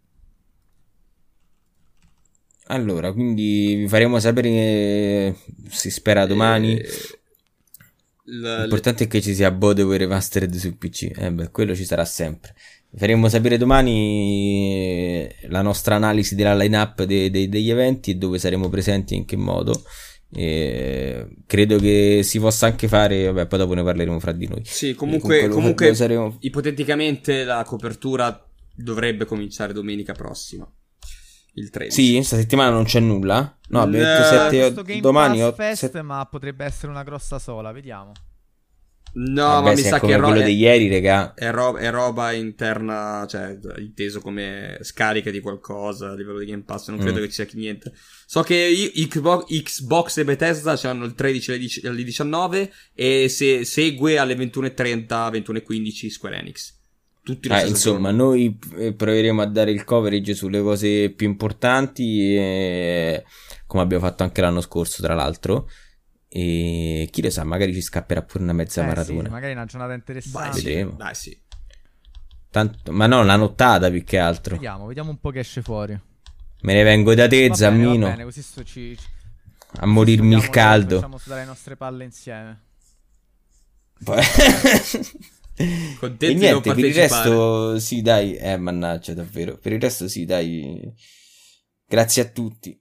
Allora, quindi vi faremo sapere, si spera domani. Eh, l- L'importante è che ci sia Bodevo Remastered su P C. Eh beh, quello ci sarà sempre. Vi faremo sapere domani la nostra analisi della line-up de- de- degli eventi e dove saremo presenti e in che modo. E credo che si possa anche fare, vabbè, poi dopo ne parleremo fra di noi. Sì, E comunque, lo- comunque lo saremo- ipoteticamente la copertura dovrebbe cominciare domenica prossima, il tredici. Sì, questa settimana non c'è nulla. No, abbiamo detto Eh, sette, Questo Game domani Pass otto, Fest, sette. ma potrebbe essere una grossa sola, vediamo. No, Vabbè, ma mi se è sa come che ro- quello è, di ieri, raga. è ro- è roba interna, cioè inteso come scarica di qualcosa a livello di Game Pass. Non credo Mm. che ci sia niente. So che i- Xbox, Xbox e Bethesda c'hanno il tredici alle dieci- alle diciannove e se segue alle ventuno e trenta, ventuno e quindici Square Enix. Tutti lo Ah, stesso insomma, giorno. noi eh, proveremo a dare il coverage sulle cose più importanti, e... come abbiamo fatto anche l'anno scorso, tra l'altro. E chi lo sa, magari ci scapperà pure una mezza Eh, maratona. sì, magari una giornata Dai, interessante. sì, vedremo. dai, sì. Tanto... Ma no, una nottata più che altro. Vediamo, vediamo un po' che esce fuori. Me ne vengo da te, Va bene, Zammino, va bene, così sto ci, ci- a morirmi il studiamo, caldo. Facciamo sudare le nostre palle insieme. Poi- Contenti e di non niente, per il partecipare. resto, sì, dai. Eh, mannaggia, davvero. Per il resto, sì, dai. Grazie a tutti.